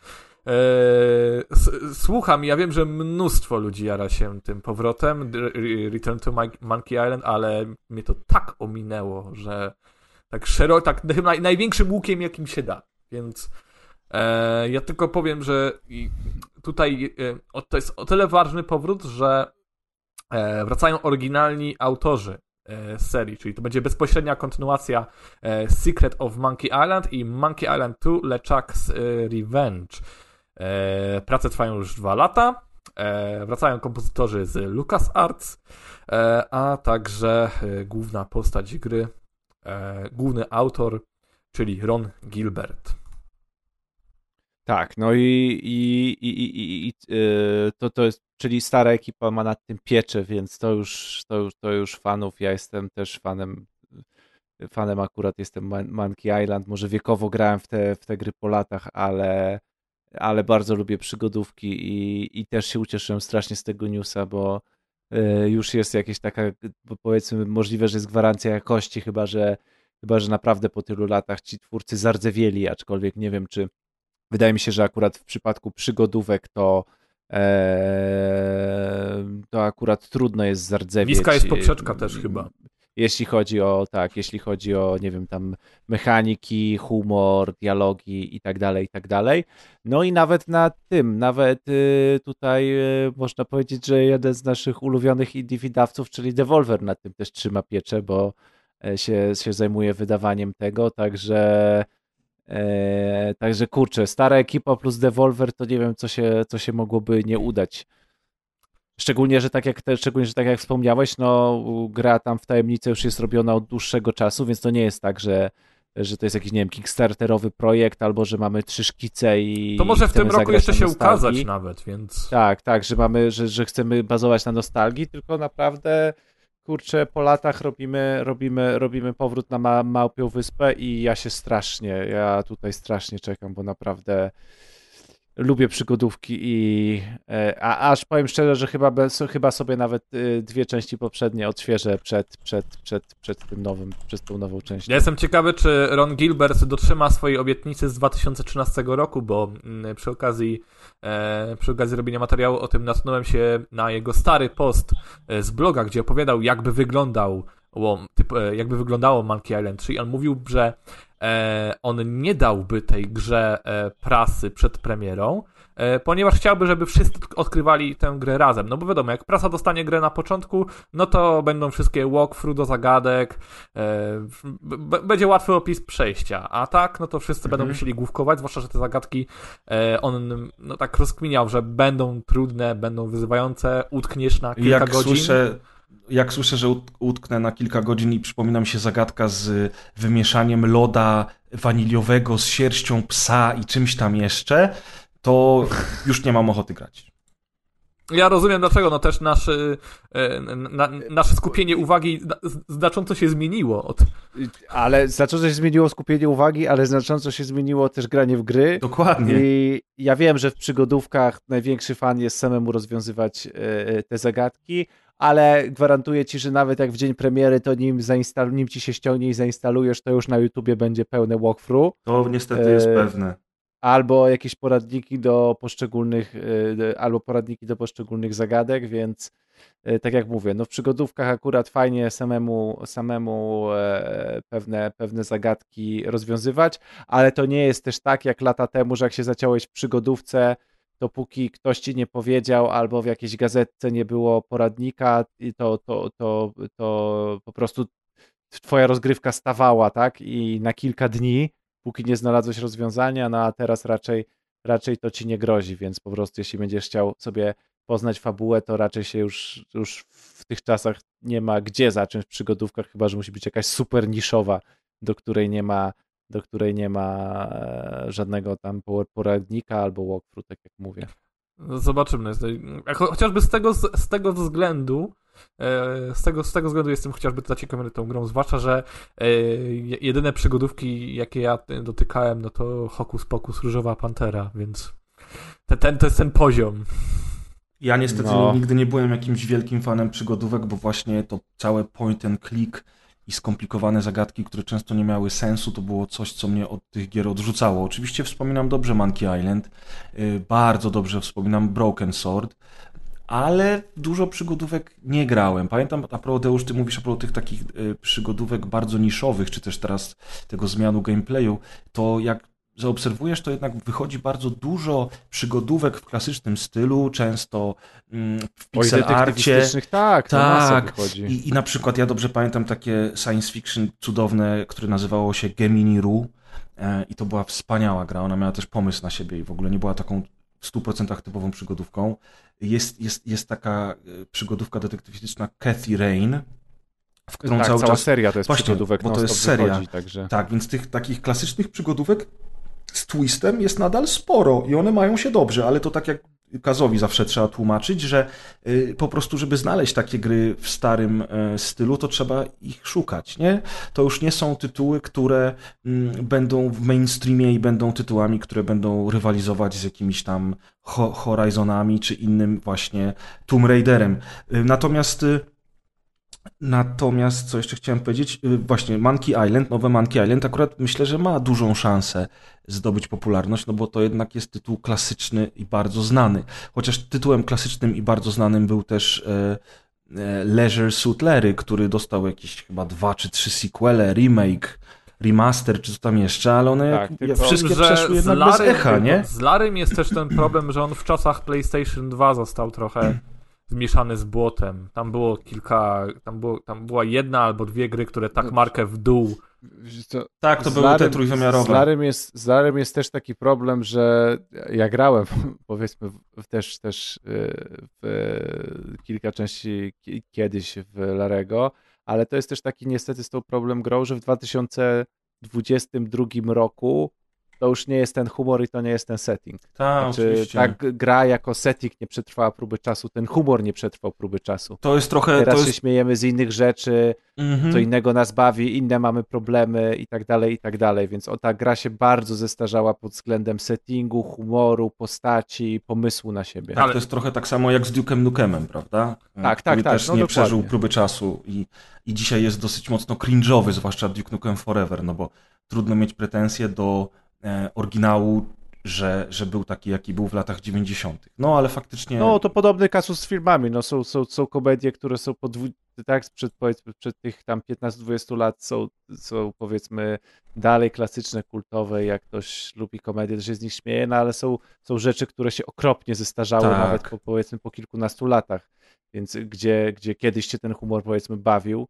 słucham i ja wiem, że mnóstwo ludzi jara się tym powrotem Return to Monkey Island, ale mnie to tak ominęło, że tak szeroko, tak największym łukiem, jakim się da. Więc ja tylko powiem, że tutaj to jest o tyle ważny powrót, że wracają oryginalni autorzy serii, czyli to będzie bezpośrednia kontynuacja Secret of Monkey Island i Monkey Island 2 LeChuck's Revenge. Prace trwają już 2 lata, wracają kompozytorzy z LucasArts, a także główna postać gry, główny autor, czyli Ron Gilbert. Tak, no to jest, czyli stara ekipa ma nad tym pieczę, więc to już fanów. Ja jestem też fanem akurat jestem Monkey Island. Może wiekowo grałem w te gry po latach, ale bardzo lubię przygodówki i też się ucieszyłem strasznie z tego newsa, bo już jest jakieś taka, powiedzmy, możliwe, że jest gwarancja jakości, chyba że naprawdę po tylu latach ci twórcy zardzewieli, aczkolwiek nie wiem, czy wydaje mi się, że akurat w przypadku przygodówek to akurat trudno jest zardzewieć. Niska jest poprzeczka też chyba. Jeśli chodzi o, nie wiem, tam mechaniki, humor, dialogi i tak dalej. No i nawet tutaj można powiedzieć, że jeden z naszych ulubionych indie wydawców, czyli Devolver, nad tym też trzyma pieczę, bo się zajmuje wydawaniem tego, także kurczę, stara ekipa plus Devolver, to nie wiem, co się mogłoby nie udać. Szczególnie, że tak jak wspomniałeś, no gra tam w tajemnicę już jest robiona od dłuższego czasu, więc to nie jest tak, że to jest jakiś, nie wiem, kickstarterowy projekt, albo że mamy 3 szkice i to może w tym roku jeszcze się nostalgii. ukazać nawet, więc... Tak, że chcemy bazować na nostalgii, tylko naprawdę, kurczę, po latach robimy powrót na Małpią Wyspę i ja tutaj strasznie czekam, bo naprawdę lubię przygodówki a aż powiem szczerze, że chyba sobie nawet 2 części poprzednie odświeżę przed tą nową częścią. Ja jestem ciekawy, czy Ron Gilbert dotrzyma swojej obietnicy z 2013 roku, bo przy okazji robienia materiału o tym natknąłem się na jego stary post z bloga, gdzie opowiadał, jakby wyglądało Monkey Island 3. On mówił, że on nie dałby tej grze prasy przed premierą, ponieważ chciałby, żeby wszyscy odkrywali tę grę razem. No bo wiadomo, jak prasa dostanie grę na początku, no to będą wszystkie walkthrough do zagadek, będzie łatwy opis przejścia, a tak, no to wszyscy będą musieli główkować, zwłaszcza, że te zagadki on no tak rozkminiał, że będą trudne, będą wyzywające, utkniesz na kilka godzin. Jak słyszę, że utknę na kilka godzin i przypomina mi się zagadka z wymieszaniem loda waniliowego z sierścią psa i czymś tam jeszcze, to już nie mam ochoty grać. Ja rozumiem dlaczego, no też nasze skupienie uwagi znacząco się zmieniło. Ale znacząco się zmieniło skupienie uwagi, ale znacząco się zmieniło też granie w gry. Dokładnie. I ja wiem, że w przygodówkach największy fan jest samemu rozwiązywać te zagadki, ale gwarantuję ci, że nawet jak w dzień premiery, to nim ci się ściągnie i zainstalujesz, to już na YouTubie będzie pełne walkthrough. To niestety jest pewne. Albo jakieś poradniki do poszczególnych zagadek, więc tak jak mówię, no w przygodówkach akurat fajnie samemu pewne zagadki rozwiązywać, ale to nie jest też tak jak lata temu, że jak się zaciąłeś w przygodówce, to póki ktoś ci nie powiedział albo w jakiejś gazetce nie było poradnika, to po prostu twoja rozgrywka stawała, tak? I na kilka dni, póki nie znalazłeś rozwiązania, no a teraz raczej to ci nie grozi, więc po prostu jeśli będziesz chciał sobie poznać fabułę, to raczej się już w tych czasach nie ma gdzie zacząć w przygodówkach, chyba że musi być jakaś super niszowa, do której nie ma żadnego tam poradnika albo walkthrough, tak jak mówię. No zobaczymy. Chociażby z tego względu jestem chociażby zaciekawiony tą grą, zwłaszcza, że jedyne przygodówki, jakie ja dotykałem, no to Hokus Pokus, Różowa Pantera, więc To jest ten poziom. Ja niestety nigdy nie byłem jakimś wielkim fanem przygodówek, bo właśnie to całe point and click i skomplikowane zagadki, które często nie miały sensu, to było coś, co mnie od tych gier odrzucało. Oczywiście wspominam dobrze Monkey Island, bardzo dobrze wspominam Broken Sword, ale dużo przygodówek nie grałem. Pamiętam, a propos Deusz, ty mówisz a propos tych takich przygodówek bardzo niszowych, czy też teraz tego zmianu gameplayu, to jak zaobserwujesz, to jednak wychodzi bardzo dużo przygodówek w klasycznym stylu, często w pixel arcie. Tak, I na przykład ja dobrze pamiętam takie science fiction cudowne, które nazywało się Gemini-Ru i to była wspaniała gra. Ona miała też pomysł na siebie i w ogóle nie była taką w 100% typową przygodówką. Jest taka przygodówka detektywistyczna Cathy Rain, w którą cały cała czas... seria to jest Właśnie, przygodówek, bo to jest seria. Wychodzi, także... Tak, więc tych takich klasycznych przygodówek z twistem jest nadal sporo i one mają się dobrze, ale to tak jak Kazowi zawsze trzeba tłumaczyć, że po prostu, żeby znaleźć takie gry w starym stylu, to trzeba ich szukać, nie? To już nie są tytuły, które będą w mainstreamie i będą tytułami, które będą rywalizować z jakimiś tam Horizonami czy innym właśnie Tomb Raiderem. Natomiast, co jeszcze chciałem powiedzieć, właśnie nowe Monkey Island akurat myślę, że ma dużą szansę zdobyć popularność, no bo to jednak jest tytuł klasyczny i bardzo znany. Chociaż tytułem klasycznym i bardzo znanym był też Leisure Suit Larry, który dostał jakieś chyba 2 czy 3 sequele, remake, remaster, czy co tam jeszcze, ale one wszystkie przeszły jednak bez echa, nie? Z Larrym jest też ten problem, że on w czasach PlayStation 2 został trochę zmieszany z błotem. Tam było tam była jedna albo dwie gry, które tak markę w dół. Tak, to były te trójwymiarowe. Z Larrym jest też taki problem, że ja grałem, powiedzmy, też w kilka części kiedyś w Larego, ale to jest też taki niestety z tą problem grą, że w 2022 roku to już nie jest ten humor i to nie jest ten setting. Tak gra jako setting nie przetrwała próby czasu, ten humor nie przetrwał próby czasu. To jest trochę... Teraz się śmiejemy z innych rzeczy, co innego nas bawi, inne mamy problemy i tak dalej, więc ta gra się bardzo zestarzała pod względem settingu, humoru, postaci, pomysłu na siebie. Tak, to jest trochę tak samo jak z Duke'em Nukemem, prawda? Tak. Też nie przeżył próby czasu i dzisiaj jest dosyć mocno cringe'owy, zwłaszcza Duke Nukem Forever, no bo trudno mieć pretensje do oryginału, że był taki, jaki był w latach 90. No, ale faktycznie... No, to podobny kasus z filmami. No, są komedie, które są przed tych tam 15-20 lat są powiedzmy dalej klasyczne, kultowe. Jak ktoś lubi komedię, to się z nich śmieje, no ale są rzeczy, które się okropnie zestarzały nawet powiedzmy po kilkunastu latach. Więc gdzie kiedyś cię ten humor powiedzmy bawił,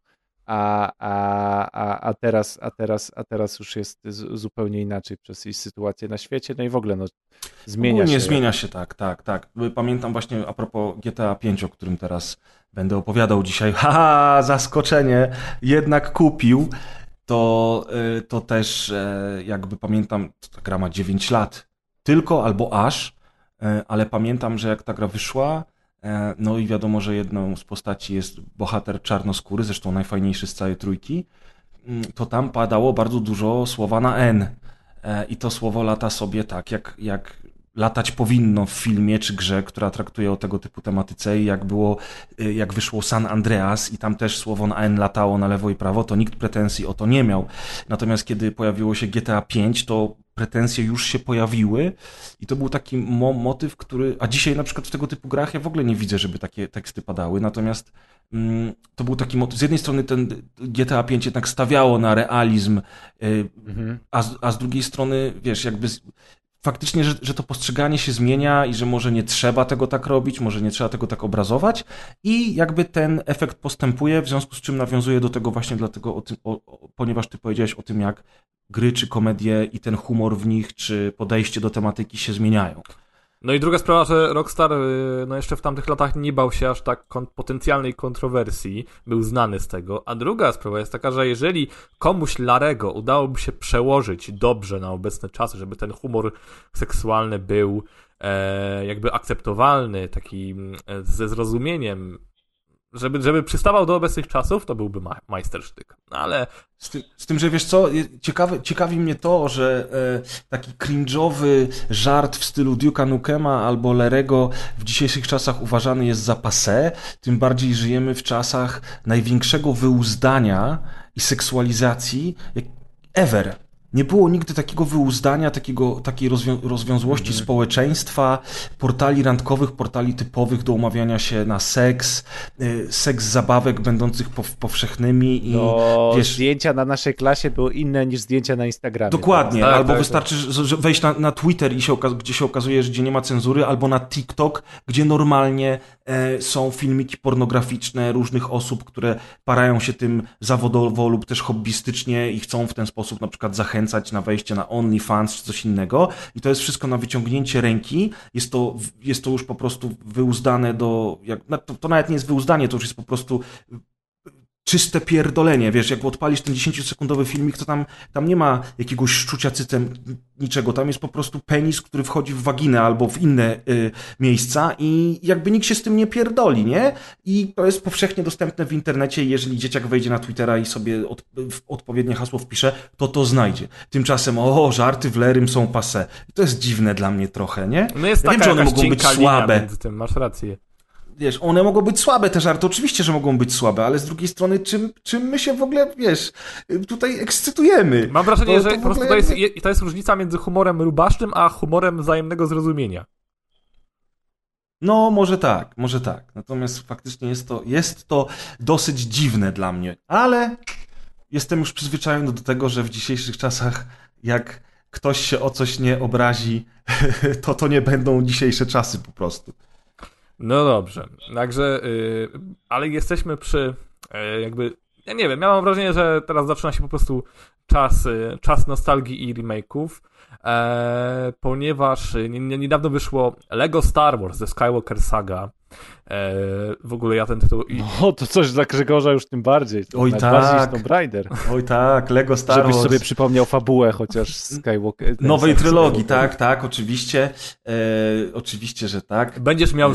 a teraz już jest zupełnie inaczej przez sytuację na świecie, no i w ogóle zmienia się. Zmienia się, tak. Pamiętam właśnie a propos GTA 5, o którym teraz będę opowiadał dzisiaj. Zaskoczenie, jednak kupił. To też jakby pamiętam, ta gra ma 9 lat tylko albo aż, ale pamiętam, że jak ta gra wyszła, no i wiadomo, że jedną z postaci jest bohater czarnoskóry, zresztą najfajniejszy z całej trójki, to tam padało bardzo dużo słowa na N. I to słowo lata sobie tak, jak latać powinno w filmie czy grze, która traktuje o tego typu tematyce i jak wyszło San Andreas i tam też słowo na N latało na lewo i prawo, to nikt pretensji o to nie miał. Natomiast kiedy pojawiło się GTA 5, to pretensje już się pojawiły i to był taki motyw, który... A dzisiaj na przykład w tego typu grach ja w ogóle nie widzę, żeby takie teksty padały, natomiast to był taki motyw. Z jednej strony ten GTA 5 jednak stawiało na realizm, a z drugiej strony, wiesz, jakby... Faktycznie, że to postrzeganie się zmienia i że może nie trzeba tego tak robić, może nie trzeba tego tak obrazować i jakby ten efekt postępuje, w związku z czym nawiązuje do tego właśnie dlatego, ponieważ ty powiedziałeś o tym, jak gry czy komedie i ten humor w nich, czy podejście do tematyki się zmieniają. No i druga sprawa, że Rockstar no jeszcze w tamtych latach nie bał się aż tak potencjalnej kontrowersji, był znany z tego, a druga sprawa jest taka, że jeżeli komuś Larego udałoby się przełożyć dobrze na obecne czasy, żeby ten humor seksualny był jakby akceptowalny, taki ze zrozumieniem żeby przystawał do obecnych czasów, to byłby majstersztyk. Ale... Z tym, że wiesz co, ciekawi mnie to, że taki cringe'owy żart w stylu Duke'a Nukema albo Lerego w dzisiejszych czasach uważany jest za passé, tym bardziej żyjemy w czasach największego wyuzdania i seksualizacji ever. Nie było nigdy takiego wyuzdania, takiej rozwiązłości społeczeństwa, portali randkowych, portali typowych do umawiania się na seks zabawek będących powszechnymi. I wiesz, zdjęcia na naszej klasie były inne niż zdjęcia na Instagramie. Dokładnie, tak, albo wystarczy wejść na Twitter, gdzie się okazuje, że gdzie nie ma cenzury, albo na TikTok, gdzie normalnie są filmiki pornograficzne różnych osób, które parają się tym zawodowo lub też hobbystycznie i chcą w ten sposób na przykład zachęcać na wejście na OnlyFans czy coś innego. I to jest wszystko na wyciągnięcie ręki. Jest to już po prostu wyuzdane to nawet nie jest wyuzdanie, to już jest po prostu czyste pierdolenie, wiesz, jak odpalisz ten 10-sekundowy filmik, to tam nie ma jakiegoś szczucia cycem, niczego, tam jest po prostu penis, który wchodzi w waginę albo w inne miejsca i jakby nikt się z tym nie pierdoli, nie? I to jest powszechnie dostępne w internecie i jeżeli dzieciak wejdzie na Twittera i sobie odpowiednie hasło wpisze, to znajdzie. Tymczasem, żarty w Lerym są passé. I to jest dziwne dla mnie trochę, nie? No jest wiem, że one mogą być słabe. Między tym, masz rację. Wiesz, one mogą być słabe, te żarty, oczywiście, że mogą być słabe, ale z drugiej strony, czym my się w ogóle, wiesz, tutaj ekscytujemy? Mam wrażenie, że po prostu to jest różnica między humorem rubasznym, a humorem wzajemnego zrozumienia. No, może tak. Natomiast faktycznie jest to dosyć dziwne dla mnie, ale jestem już przyzwyczajony do tego, że w dzisiejszych czasach, jak ktoś się o coś nie obrazi, to nie będą dzisiejsze czasy po prostu. No dobrze, także, ale jesteśmy przy jakby, ja nie wiem, ja mam wrażenie, że teraz zaczyna się po prostu czas nostalgii i remake'ów, ponieważ niedawno wyszło Lego Star Wars The Skywalker Saga. W ogóle ja ten tytuł... No, to coś dla Grzegorza już tym bardziej. Oj tak. Bardziej niż Tomb Raider. Oj tak, Lego Star Wars. Żebyś sobie przypomniał fabułę chociaż Skywalker. Nowej trylogii, tak, oczywiście. Oczywiście, że tak. Będziesz miał...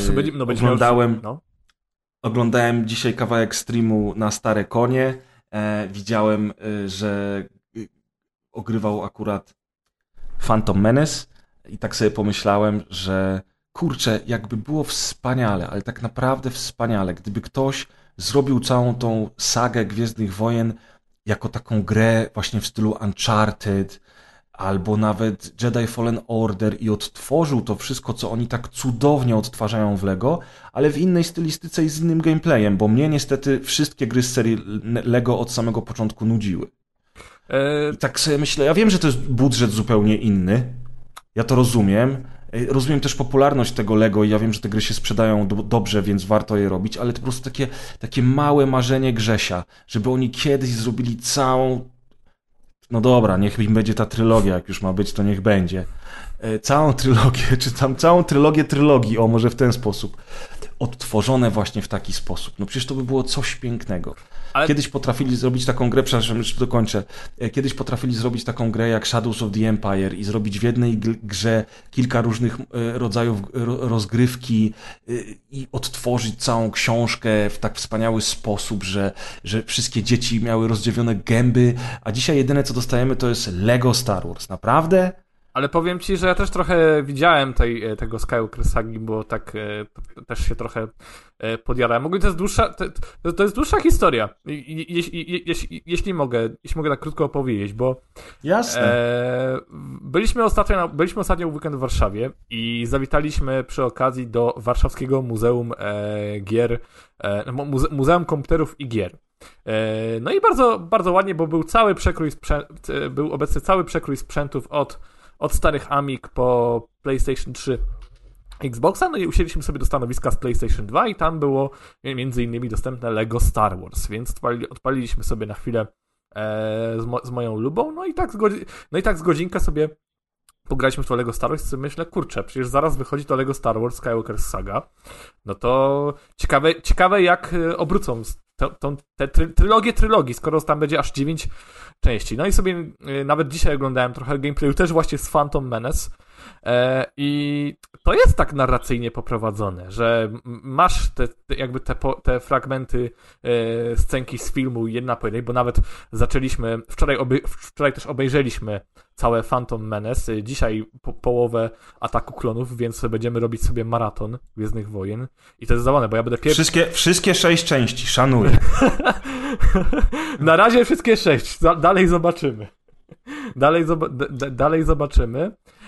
Oglądałem dzisiaj kawałek streamu na Stare Konie. Widziałem, że ogrywał akurat Phantom Menace i tak sobie pomyślałem, że kurczę, jakby było wspaniale, ale tak naprawdę wspaniale, gdyby ktoś zrobił całą tą sagę Gwiezdnych Wojen jako taką grę właśnie w stylu Uncharted albo nawet Jedi Fallen Order i odtworzył to wszystko, co oni tak cudownie odtwarzają w Lego, ale w innej stylistyce i z innym gameplayem, bo mnie niestety wszystkie gry z serii Lego od samego początku nudziły. I tak sobie myślę, ja wiem, że to jest budżet zupełnie inny, ja to rozumiem. Rozumiem też popularność tego Lego i ja wiem, że te gry się sprzedają dobrze, więc warto je robić, ale to po prostu takie małe marzenie Grzesia, żeby oni kiedyś zrobili całą... No dobra, niech im będzie ta trylogia, jak już ma być, to niech będzie. Całą trylogię, czy tam całą trylogię trylogii, może w ten sposób. Odtworzone właśnie w taki sposób. No przecież to by było coś pięknego. Ale... Kiedyś potrafili zrobić taką grę, przepraszam, już dokończę. Kiedyś potrafili zrobić taką grę jak Shadows of the Empire i zrobić w jednej grze kilka różnych rodzajów rozgrywki i odtworzyć całą książkę w tak wspaniały sposób, że wszystkie dzieci miały rozdziawione gęby, a dzisiaj jedyne co dostajemy to jest Lego Star Wars. Naprawdę? Ale powiem ci, że ja też trochę widziałem tego Skywalker Sagi, bo tak też się trochę podjarałem. Ogólnie to jest dłuższa historia, jeśli mogę tak krótko opowiedzieć, bo jasne. Byliśmy ostatnio w weekend w Warszawie i zawitaliśmy przy okazji do Warszawskiego Muzeum Gier, Muzeum Komputerów i Gier. No i bardzo, bardzo ładnie, bo był obecny cały przekrój sprzętów od starych Amig po PlayStation 3 Xboxa, no i usiedliśmy sobie do stanowiska z PlayStation 2 i tam było między innymi dostępne Lego Star Wars, więc odpaliliśmy sobie na chwilę z moją lubą, no i tak z godzinkę sobie pograliśmy w to Lego Star Wars i sobie myślę, kurczę, przecież zaraz wychodzi to Lego Star Wars Skywalker Saga, no to ciekawe jak obrócą te trylogii, skoro tam będzie aż 9 części. No i sobie nawet dzisiaj oglądałem trochę gameplayu też właśnie z Phantom Menace I to jest tak narracyjnie poprowadzone, że masz te fragmenty scenki z filmu jedna po jednej, bo nawet zaczęliśmy, wczoraj też obejrzeliśmy całe Phantom Menace, dzisiaj połowę Ataku Klonów, więc będziemy robić sobie maraton Gwiezdnych Wojen i to jest zabawne, bo ja będę pierwszy... Wszystkie 6 części, szanuję. Na razie wszystkie 6, dalej zobaczymy. Dalej zobaczymy,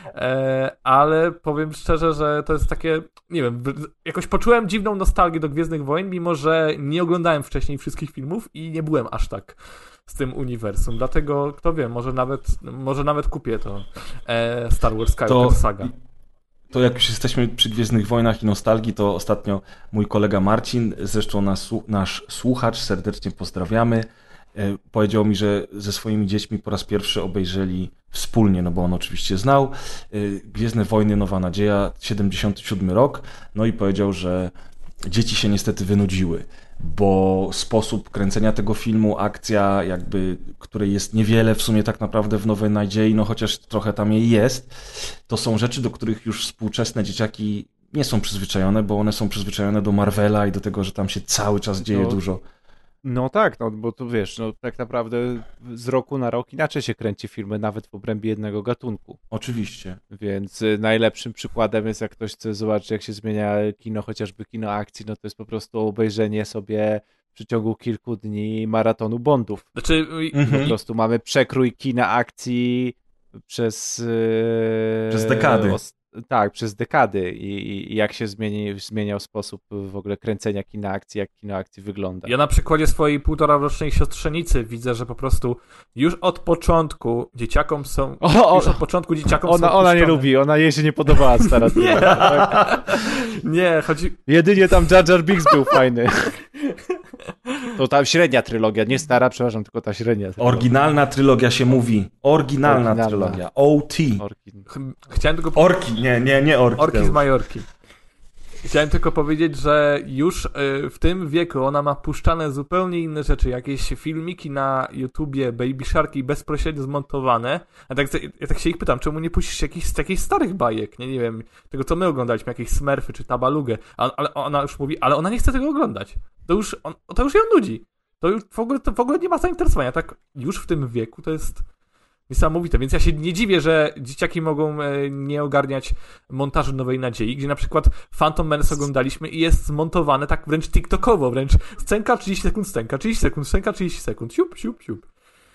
ale powiem szczerze, że to jest takie, nie wiem, jakoś poczułem dziwną nostalgię do Gwiezdnych Wojen, mimo że nie oglądałem wcześniej wszystkich filmów i nie byłem aż tak z tym uniwersum, dlatego kto wie, może nawet kupię to Star Wars Skywalker Saga. To jak już jesteśmy przy Gwiezdnych Wojnach i nostalgii, to ostatnio mój kolega Marcin, zresztą nasz słuchacz, serdecznie pozdrawiamy, powiedział mi, że ze swoimi dziećmi po raz pierwszy obejrzeli wspólnie, no bo on oczywiście znał Gwiezdne Wojny, Nowa Nadzieja, 77 rok, no i powiedział, że dzieci się niestety wynudziły, bo sposób kręcenia tego filmu, akcja jakby, której jest niewiele w sumie tak naprawdę w Nowej Nadziei, no chociaż trochę tam jej jest, to są rzeczy, do których już współczesne dzieciaki nie są przyzwyczajone, bo one są przyzwyczajone do Marvela i do tego, że tam się cały czas dzieje dużo. No tak, no bo tu wiesz, no tak naprawdę z roku na rok inaczej się kręci filmy, nawet w obrębie jednego gatunku. Oczywiście. Więc najlepszym przykładem jest, jak ktoś chce zobaczyć, jak się zmienia kino, chociażby kino akcji, no to jest po prostu obejrzenie sobie w przeciągu kilku dni maratonu Bondów. Znaczy... Po prostu mamy przekrój kina akcji przez dekady. Tak, przez dekady i jak się zmieniał sposób w ogóle kręcenia kina akcji, jak kino akcji wygląda. Ja na przykładzie swojej 1,5-rocznej siostrzenicy widzę, że po prostu już od początku dzieciakom są... Ona nie lubi, jej się nie podobała stara trylogia. Nie, chodzi... Jedynie tam Jar Jar Binks był fajny. To ta średnia trylogia, nie stara, przepraszam, tylko ta średnia trylogia. Oryginalna trylogia się mówi. Oryginalna trylogia. OT. Chciałem tylko... Orki, nie orki. Orki z Majorki. Chciałem tylko powiedzieć, że już w tym wieku ona ma puszczane zupełnie inne rzeczy, jakieś filmiki na YouTubie, Baby Sharki bezpośrednio zmontowane. Ja tak się ich pytam, czemu nie puścisz jakichś starych bajek, nie wiem, tego co my oglądaliśmy, jakieś Smurfy czy Tabalugę, ale ona już mówi, ale ona nie chce tego oglądać. To już ją nudzi. To już w ogóle nie ma zainteresowania, tak już w tym wieku to jest... niesamowite, więc ja się nie dziwię, że dzieciaki mogą nie ogarniać montażu Nowej Nadziei, gdzie na przykład Phantom Menace oglądaliśmy i jest zmontowane tak wręcz tiktokowo, wręcz scenka 30 sekund, scenka 30 sekund, scenka 30 sekund, siup, siup, siup.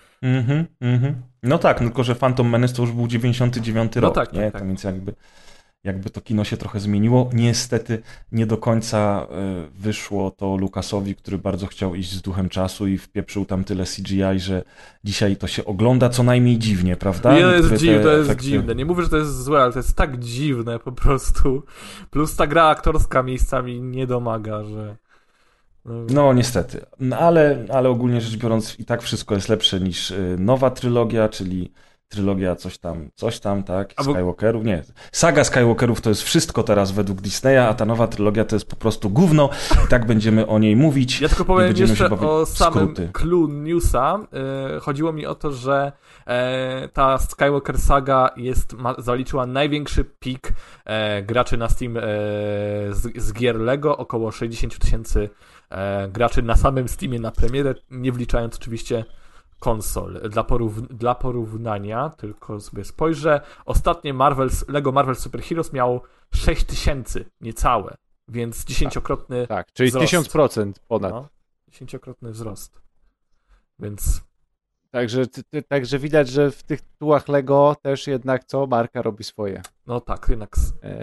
No tak, tylko że Phantom Menace to już był 99 rok, tak, nie? Tak. To więc jakby to kino się trochę zmieniło. Niestety nie do końca wyszło to Lucasowi, który bardzo chciał iść z duchem czasu i wpieprzył tam tyle CGI, że dzisiaj to się ogląda co najmniej dziwnie, prawda? To jest dziwne. Nie mówię, że to jest złe, ale to jest tak dziwne po prostu. Plus ta gra aktorska miejscami nie domaga, że... No niestety. Ale ogólnie rzecz biorąc i tak wszystko jest lepsze niż nowa trylogia, czyli trylogia coś tam, tak? Skywalkerów. Nie. Saga Skywalkerów to jest wszystko teraz według Disneya, a ta nowa trylogia to jest po prostu gówno i tak będziemy o niej mówić. Ja tylko powiem jeszcze o samym skróty. clue newsa. Chodziło mi o to, że ta Skywalker Saga zaliczyła największy pik graczy na Steam z gier LEGO, około 60 000 graczy na samym Steamie na premierę, nie wliczając oczywiście konsol. Dla porównania, tylko sobie spojrzę, ostatnie LEGO Marvel Super Heroes miało 6000 niecałe, więc 10-krotny tak, czyli wzrost. 1000% ponad. No, 10-krotny wzrost. Więc... Także widać, że w tych tytułach LEGO też jednak marka robi swoje. No tak, jednak.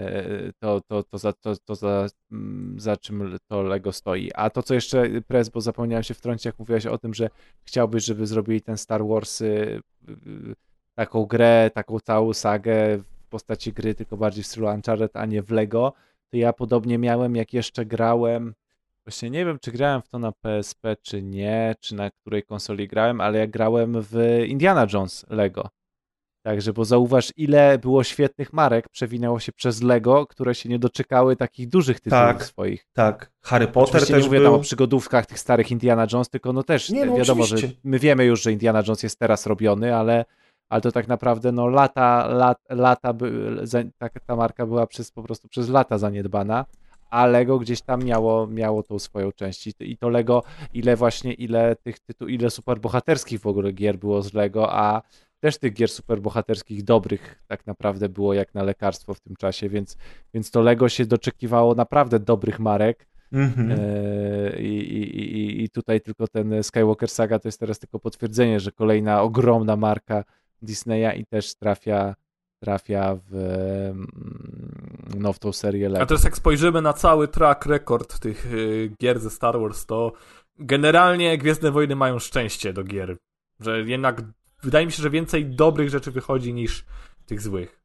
Za czym to LEGO stoi. A to, co jeszcze, Prez, bo zapomniałem się wtrącić, jak mówiłeś o tym, że chciałbyś, żeby zrobili ten Star Wars, taką grę, taką całą sagę w postaci gry, tylko bardziej w stylu Uncharted, a nie w LEGO, to ja podobnie miałem, jak jeszcze grałem. Właśnie nie wiem, czy grałem w to na PSP, czy nie, czy na której konsoli grałem, ale jak grałem w Indiana Jones Lego. Także, bo zauważ, ile było świetnych marek przewinęło się przez Lego, które się nie doczekały takich dużych tytułów swoich. Tak, Harry Potter oczywiście też nie mówię był. tam o przygodówkach tych starych Indiana Jones, tylko też wiadomo, oczywiście. że my wiemy już, że Indiana Jones jest teraz robiony, ale ale to tak naprawdę no lata ta marka była po prostu przez lata zaniedbana, a Lego gdzieś tam miało tą swoją część i to Lego, ile superbohaterskich w ogóle gier było z Lego, a też tych gier superbohaterskich dobrych tak naprawdę było jak na lekarstwo w tym czasie, więc to Lego się doczekiwało naprawdę dobrych marek. I tutaj tylko ten Skywalker Saga to jest teraz tylko potwierdzenie, że kolejna ogromna marka Disneya i też trafia w tą serię Lego. A teraz jak spojrzymy na cały track record tych gier ze Star Wars, to generalnie Gwiezdne Wojny mają szczęście do gier, że jednak wydaje mi się, że więcej dobrych rzeczy wychodzi niż tych złych.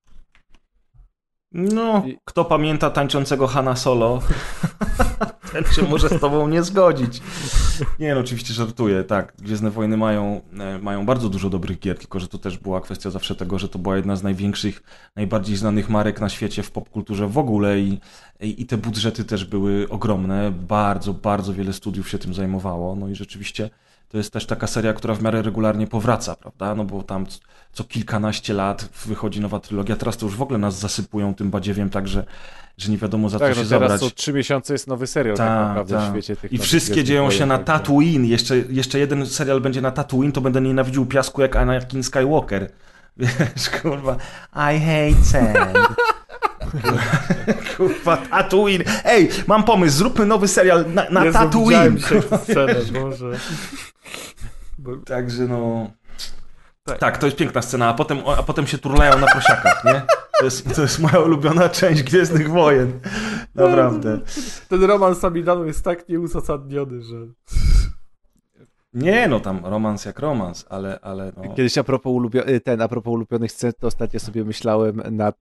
No, kto pamięta tańczącego Hana Solo, ten się może z tobą nie zgodzić. Nie, no oczywiście żartuję, tak. Gwiezdne Wojny mają bardzo dużo dobrych gier, tylko że to też była kwestia zawsze tego, że to była jedna z największych, najbardziej znanych marek na świecie w popkulturze w ogóle i te budżety też były ogromne. Bardzo, bardzo wiele studiów się tym zajmowało. No i rzeczywiście to jest też taka seria, która w miarę regularnie powraca, prawda? No bo tam co kilkanaście lat wychodzi nowa trylogia. Teraz to już w ogóle nas zasypują tym badziewiem, tak, że nie wiadomo za co się teraz zabrać. co 3 miesiące jest nowy serial tak naprawdę w świecie tych. I wszystkie dzieją się na Tatooine. Jeszcze jeden serial będzie na Tatooine, to będę nienawidził piasku jak Anakin Skywalker. Wiesz, kurwa, I hate sand. Kurwa, Tatooine. Ej, mam pomysł, zróbmy nowy serial na Tatooine. Scenę, Boże. Także no... Tak, to jest piękna scena, a potem się turlają na prosiakach, nie? To jest moja ulubiona część Gwiezdnych Wojen. Naprawdę. Ten romans z Amidaną jest tak nieuzasadniony, że... Nie, no tam romans jak romans, ale no... Kiedyś a propos ulubionych scen, to ostatnio sobie myślałem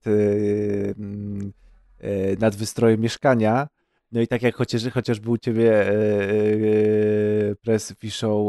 nad wystrojem mieszkania. No i tak jak chociażby u ciebie press wiszą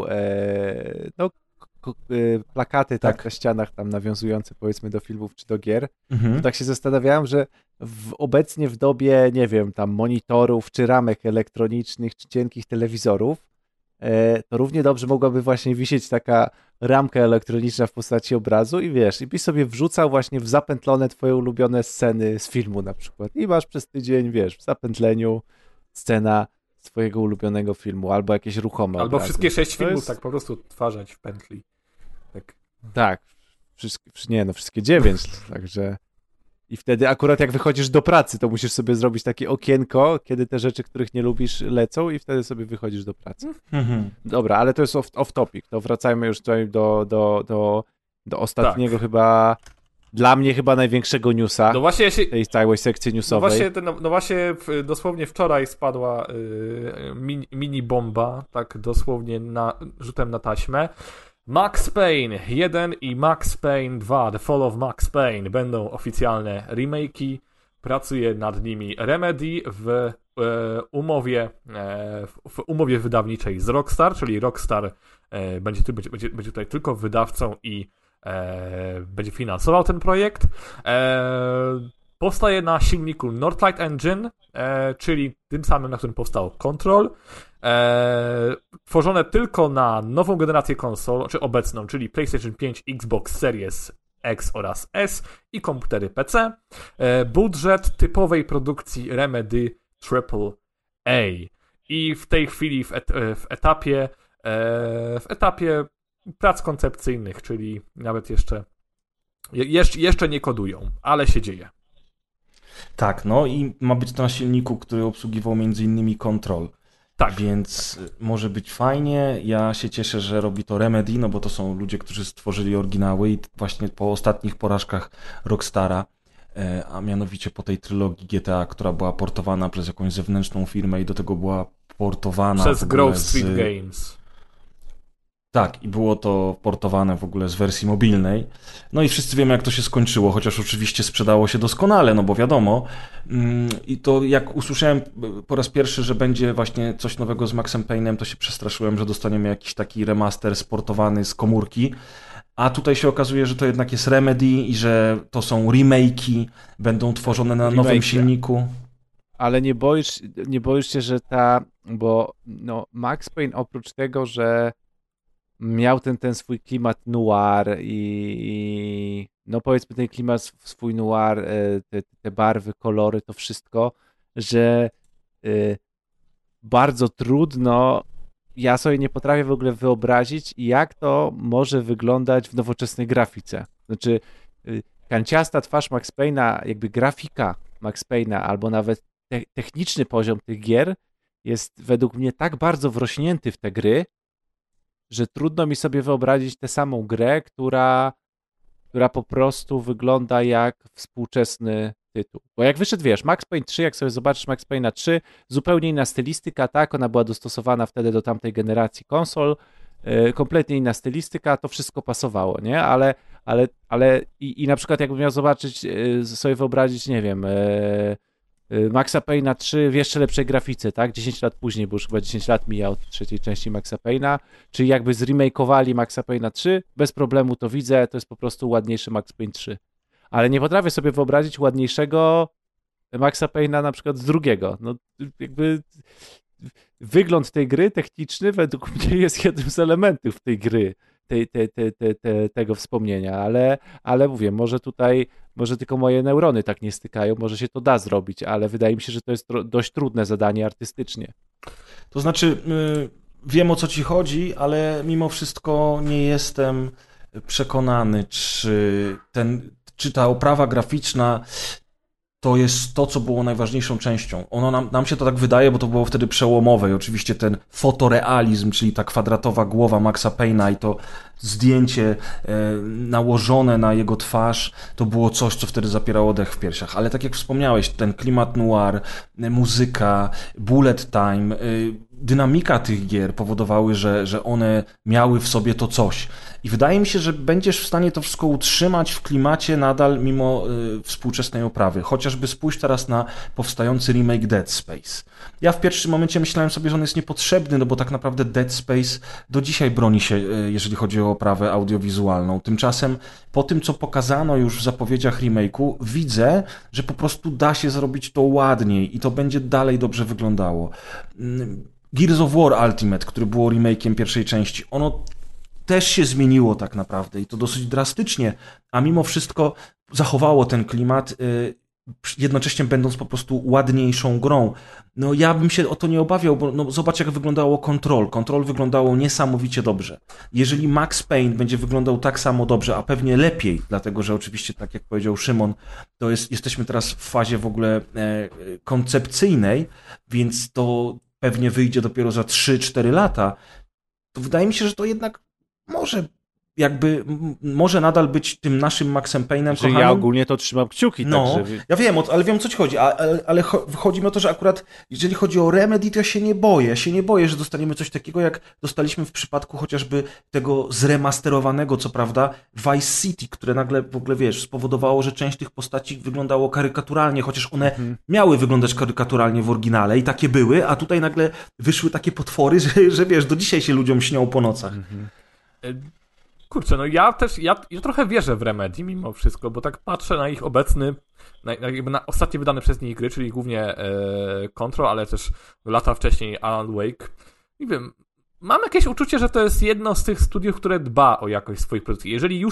plakaty tak na ścianach tam nawiązujące powiedzmy do filmów czy do gier, to tak się zastanawiałem, że obecnie w dobie, nie wiem, tam monitorów czy ramek elektronicznych czy cienkich telewizorów, to równie dobrze mogłaby właśnie wisieć taka ramka elektroniczna w postaci obrazu i wiesz, i byś sobie wrzucał właśnie w zapętlone twoje ulubione sceny z filmu na przykład i masz przez tydzień, wiesz, w zapętleniu scena swojego ulubionego filmu, albo jakieś ruchome albo obrazy. Wszystkie 6 filmów tak po prostu odtwarzać w pętli. Tak. Wszystkie 9, także i wtedy akurat jak wychodzisz do pracy, to musisz sobie zrobić takie okienko, kiedy te rzeczy, których nie lubisz, lecą i wtedy sobie wychodzisz do pracy. Dobra, ale to jest off topic, to wracajmy już tutaj do ostatniego chyba, dla mnie chyba największego newsa tej całej sekcji newsowej. No właśnie dosłownie wczoraj spadła mini bomba, tak dosłownie rzutem na taśmę. Max Payne 1 i Max Payne 2, The Fall of Max Payne będą oficjalne remake'i. Pracuje nad nimi Remedy w umowie wydawniczej z Rockstar, czyli Rockstar będzie tutaj tylko wydawcą i będzie finansował ten projekt. Powstaje na silniku Northlight Engine, czyli tym samym, na którym powstał Control. Tworzone tylko na nową generację konsol, czy obecną, czyli PlayStation 5, Xbox Series X oraz S i komputery PC. Budżet typowej produkcji Remedy AAA. I w tej chwili w etapie prac koncepcyjnych, czyli nawet jeszcze nie kodują, ale się dzieje. Tak, no i ma być to na silniku, który obsługiwał m.in. Control. Tak. Więc może być fajnie. Ja się cieszę, że robi to Remedy, no bo to są ludzie, którzy stworzyli oryginały i właśnie po ostatnich porażkach Rockstara, a mianowicie po tej trylogii GTA, która była portowana przez jakąś zewnętrzną firmę i do tego była portowana przez Grove Street Games. Tak, i było to portowane w ogóle z wersji mobilnej. No i wszyscy wiemy, jak to się skończyło, chociaż oczywiście sprzedało się doskonale, no bo wiadomo. I to jak usłyszałem po raz pierwszy, że będzie właśnie coś nowego z Maxem Payne'em, to się przestraszyłem, że dostaniemy jakiś taki remaster sportowany z komórki. A tutaj się okazuje, że to jednak jest Remedy i że to są remake'i, będą tworzone na nowym silniku. Ale nie boisz się, że bo no, Max Payne oprócz tego, że miał ten swój klimat noir i no powiedzmy ten klimat swój noir, te barwy, kolory, to wszystko, że bardzo trudno, ja sobie nie potrafię w ogóle wyobrazić, jak to może wyglądać w nowoczesnej grafice. Znaczy kanciasta twarz Max Payne'a, jakby grafika Max Payne'a, albo nawet techniczny poziom tych gier jest według mnie tak bardzo wrośnięty w te gry, że trudno mi sobie wyobrazić tę samą grę, która po prostu wygląda jak współczesny tytuł. Bo jak wyszedł, wiesz, Max Payne 3, jak sobie zobaczysz Max Payne'a 3, zupełnie inna stylistyka, tak, ona była dostosowana wtedy do tamtej generacji konsol, kompletnie inna stylistyka, to wszystko pasowało, nie? Ale na przykład jakbym miał zobaczyć, sobie wyobrazić, nie wiem, Maxa Payne'a 3 w jeszcze lepszej grafice, tak? 10 lat później, bo już chyba 10 lat mija od trzeciej części Maxa Payne'a, czyli jakby zremakeowali Maxa Payne'a 3, bez problemu to widzę, to jest po prostu ładniejszy Max Payne 3. Ale nie potrafię sobie wyobrazić ładniejszego Maxa Payne'a na przykład z drugiego. No jakby wygląd tej gry techniczny według mnie jest jednym z elementów tej gry, tego wspomnienia, ale mówię, może tylko moje neurony tak nie stykają, może się to da zrobić, ale wydaje mi się, że to jest dość trudne zadanie artystycznie. To znaczy, wiem o co ci chodzi, ale mimo wszystko nie jestem przekonany, czy ta oprawa graficzna to jest to, co było najważniejszą częścią. Nam się to tak wydaje, bo to było wtedy przełomowe i oczywiście ten fotorealizm, czyli ta kwadratowa głowa Maxa Payne'a i to zdjęcie nałożone na jego twarz, to było coś, co wtedy zapierało dech w piersiach. Ale tak jak wspomniałeś, ten klimat noir, muzyka, bullet time, dynamika tych gier powodowały, że one miały w sobie to coś. I wydaje mi się, że będziesz w stanie to wszystko utrzymać w klimacie nadal mimo współczesnej oprawy. Chociażby spójrz teraz na powstający remake Dead Space. Ja w pierwszym momencie myślałem sobie, że on jest niepotrzebny, no bo tak naprawdę Dead Space do dzisiaj broni się, jeżeli chodzi o oprawę audiowizualną. Tymczasem po tym, co pokazano już w zapowiedziach remake'u, widzę, że po prostu da się zrobić to ładniej i to będzie dalej dobrze wyglądało. Gears of War Ultimate, który było remake'iem pierwszej części, ono też się zmieniło tak naprawdę i to dosyć drastycznie, a mimo wszystko zachowało ten klimat, jednocześnie będąc po prostu ładniejszą grą. No ja bym się o to nie obawiał, bo no, zobacz jak wyglądało Control. Control wyglądało niesamowicie dobrze. Jeżeli Max Payne będzie wyglądał tak samo dobrze, a pewnie lepiej, dlatego że oczywiście, tak jak powiedział Szymon, to jesteśmy teraz w fazie w ogóle koncepcyjnej, więc to pewnie wyjdzie dopiero za 3-4 lata, to wydaje mi się, że to jednak może nadal być tym naszym Maxem Payne'em kochanym. Ja ogólnie to trzymam kciuki. No, także... ja wiem, ale wiem o co ci chodzi, ale chodzi mi o to, że akurat jeżeli chodzi o Remedy, to ja się nie boję. Ja się nie boję, że dostaniemy coś takiego, jak dostaliśmy w przypadku chociażby tego zremasterowanego, co prawda, Vice City, które nagle w ogóle, wiesz, spowodowało, że część tych postaci wyglądało karykaturalnie, chociaż one miały wyglądać karykaturalnie w oryginale i takie były, a tutaj nagle wyszły takie potwory, że wiesz, do dzisiaj się ludziom śnią po nocach. Kurczę, no ja trochę wierzę w Remedy mimo wszystko, bo tak patrzę na ich obecny, na ostatnie wydane przez nich gry, czyli głównie Control, ale też lata wcześniej Alan Wake. Nie wiem, mam jakieś uczucie, że to jest jedno z tych studiów, które dba o jakość swoich produkcji.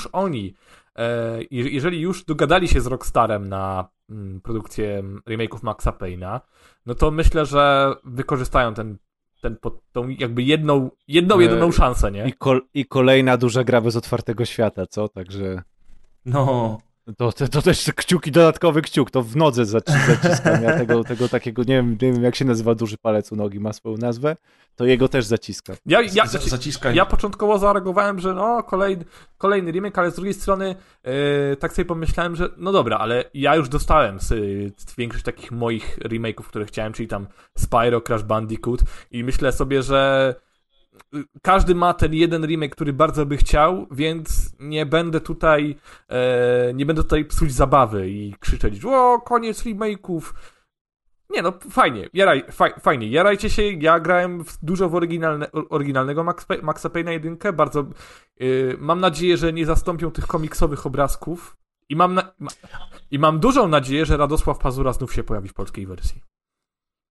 Jeżeli już dogadali się z Rockstarem na produkcję remake'ów Maxa Payne'a, no to myślę, że wykorzystają tą jakby jedyną szansę, nie? I kolejna duża gra bez otwartego świata, co? Także... No... To też dodatkowy kciuk, to w nodze zaciskam. Ja tego takiego, nie wiem jak się nazywa duży palec u nogi, ma swoją nazwę, to jego też zaciskam. Ja początkowo zareagowałem, że no kolejny remake, ale z drugiej strony tak sobie pomyślałem, że no dobra, ale ja już dostałem większość takich moich remake'ów, które chciałem, czyli tam Spyro, Crash Bandicoot i myślę sobie, że każdy ma ten jeden remake, który bardzo by chciał, więc nie będę tutaj psuć zabawy i krzyczeć, o, koniec remake'ów. Nie no, fajnie, fajnie, jarajcie się, ja grałem dużo w oryginalnego Maxa Payne'a 1, bardzo mam nadzieję, że nie zastąpią tych komiksowych obrazków i mam dużą nadzieję, że Radosław Pazura znów się pojawi w polskiej wersji.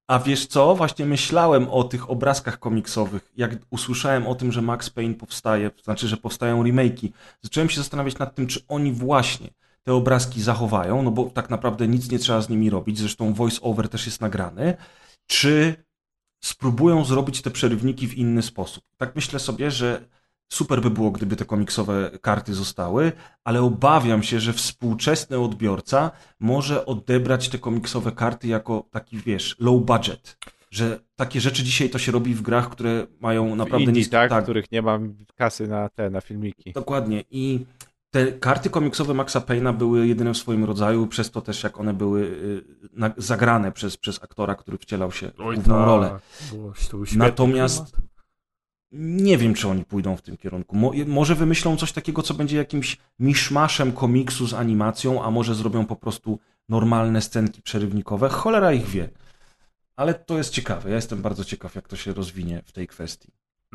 A wiesz co? Właśnie myślałem o tych obrazkach komiksowych, jak usłyszałem o tym, że Max Payne powstaje, to znaczy, że powstają remake'i. Zacząłem się zastanawiać nad tym, czy oni właśnie te obrazki zachowają, no bo tak naprawdę nic nie trzeba z nimi robić, zresztą voice-over też jest nagrany, czy spróbują zrobić te przerywniki w inny sposób. Tak myślę sobie, że super by było, gdyby te komiksowe karty zostały, ale obawiam się, że współczesny odbiorca może odebrać te komiksowe karty jako taki, wiesz, low budget. Że takie rzeczy dzisiaj to się robi w grach, które mają naprawdę indie, niskie... tak? W których nie mam kasy na filmiki. Dokładnie. I te karty komiksowe Maxa Payne'a były jedyne w swoim rodzaju, przez to też jak one były zagrane przez aktora, który wcielał się w główną rolę. Natomiast nie wiem, czy oni pójdą w tym kierunku. Może wymyślą coś takiego, co będzie jakimś miszmaszem komiksu z animacją, a może zrobią po prostu normalne scenki przerywnikowe. Cholera ich wie. Ale to jest ciekawe. Ja jestem bardzo ciekaw, jak to się rozwinie w tej kwestii.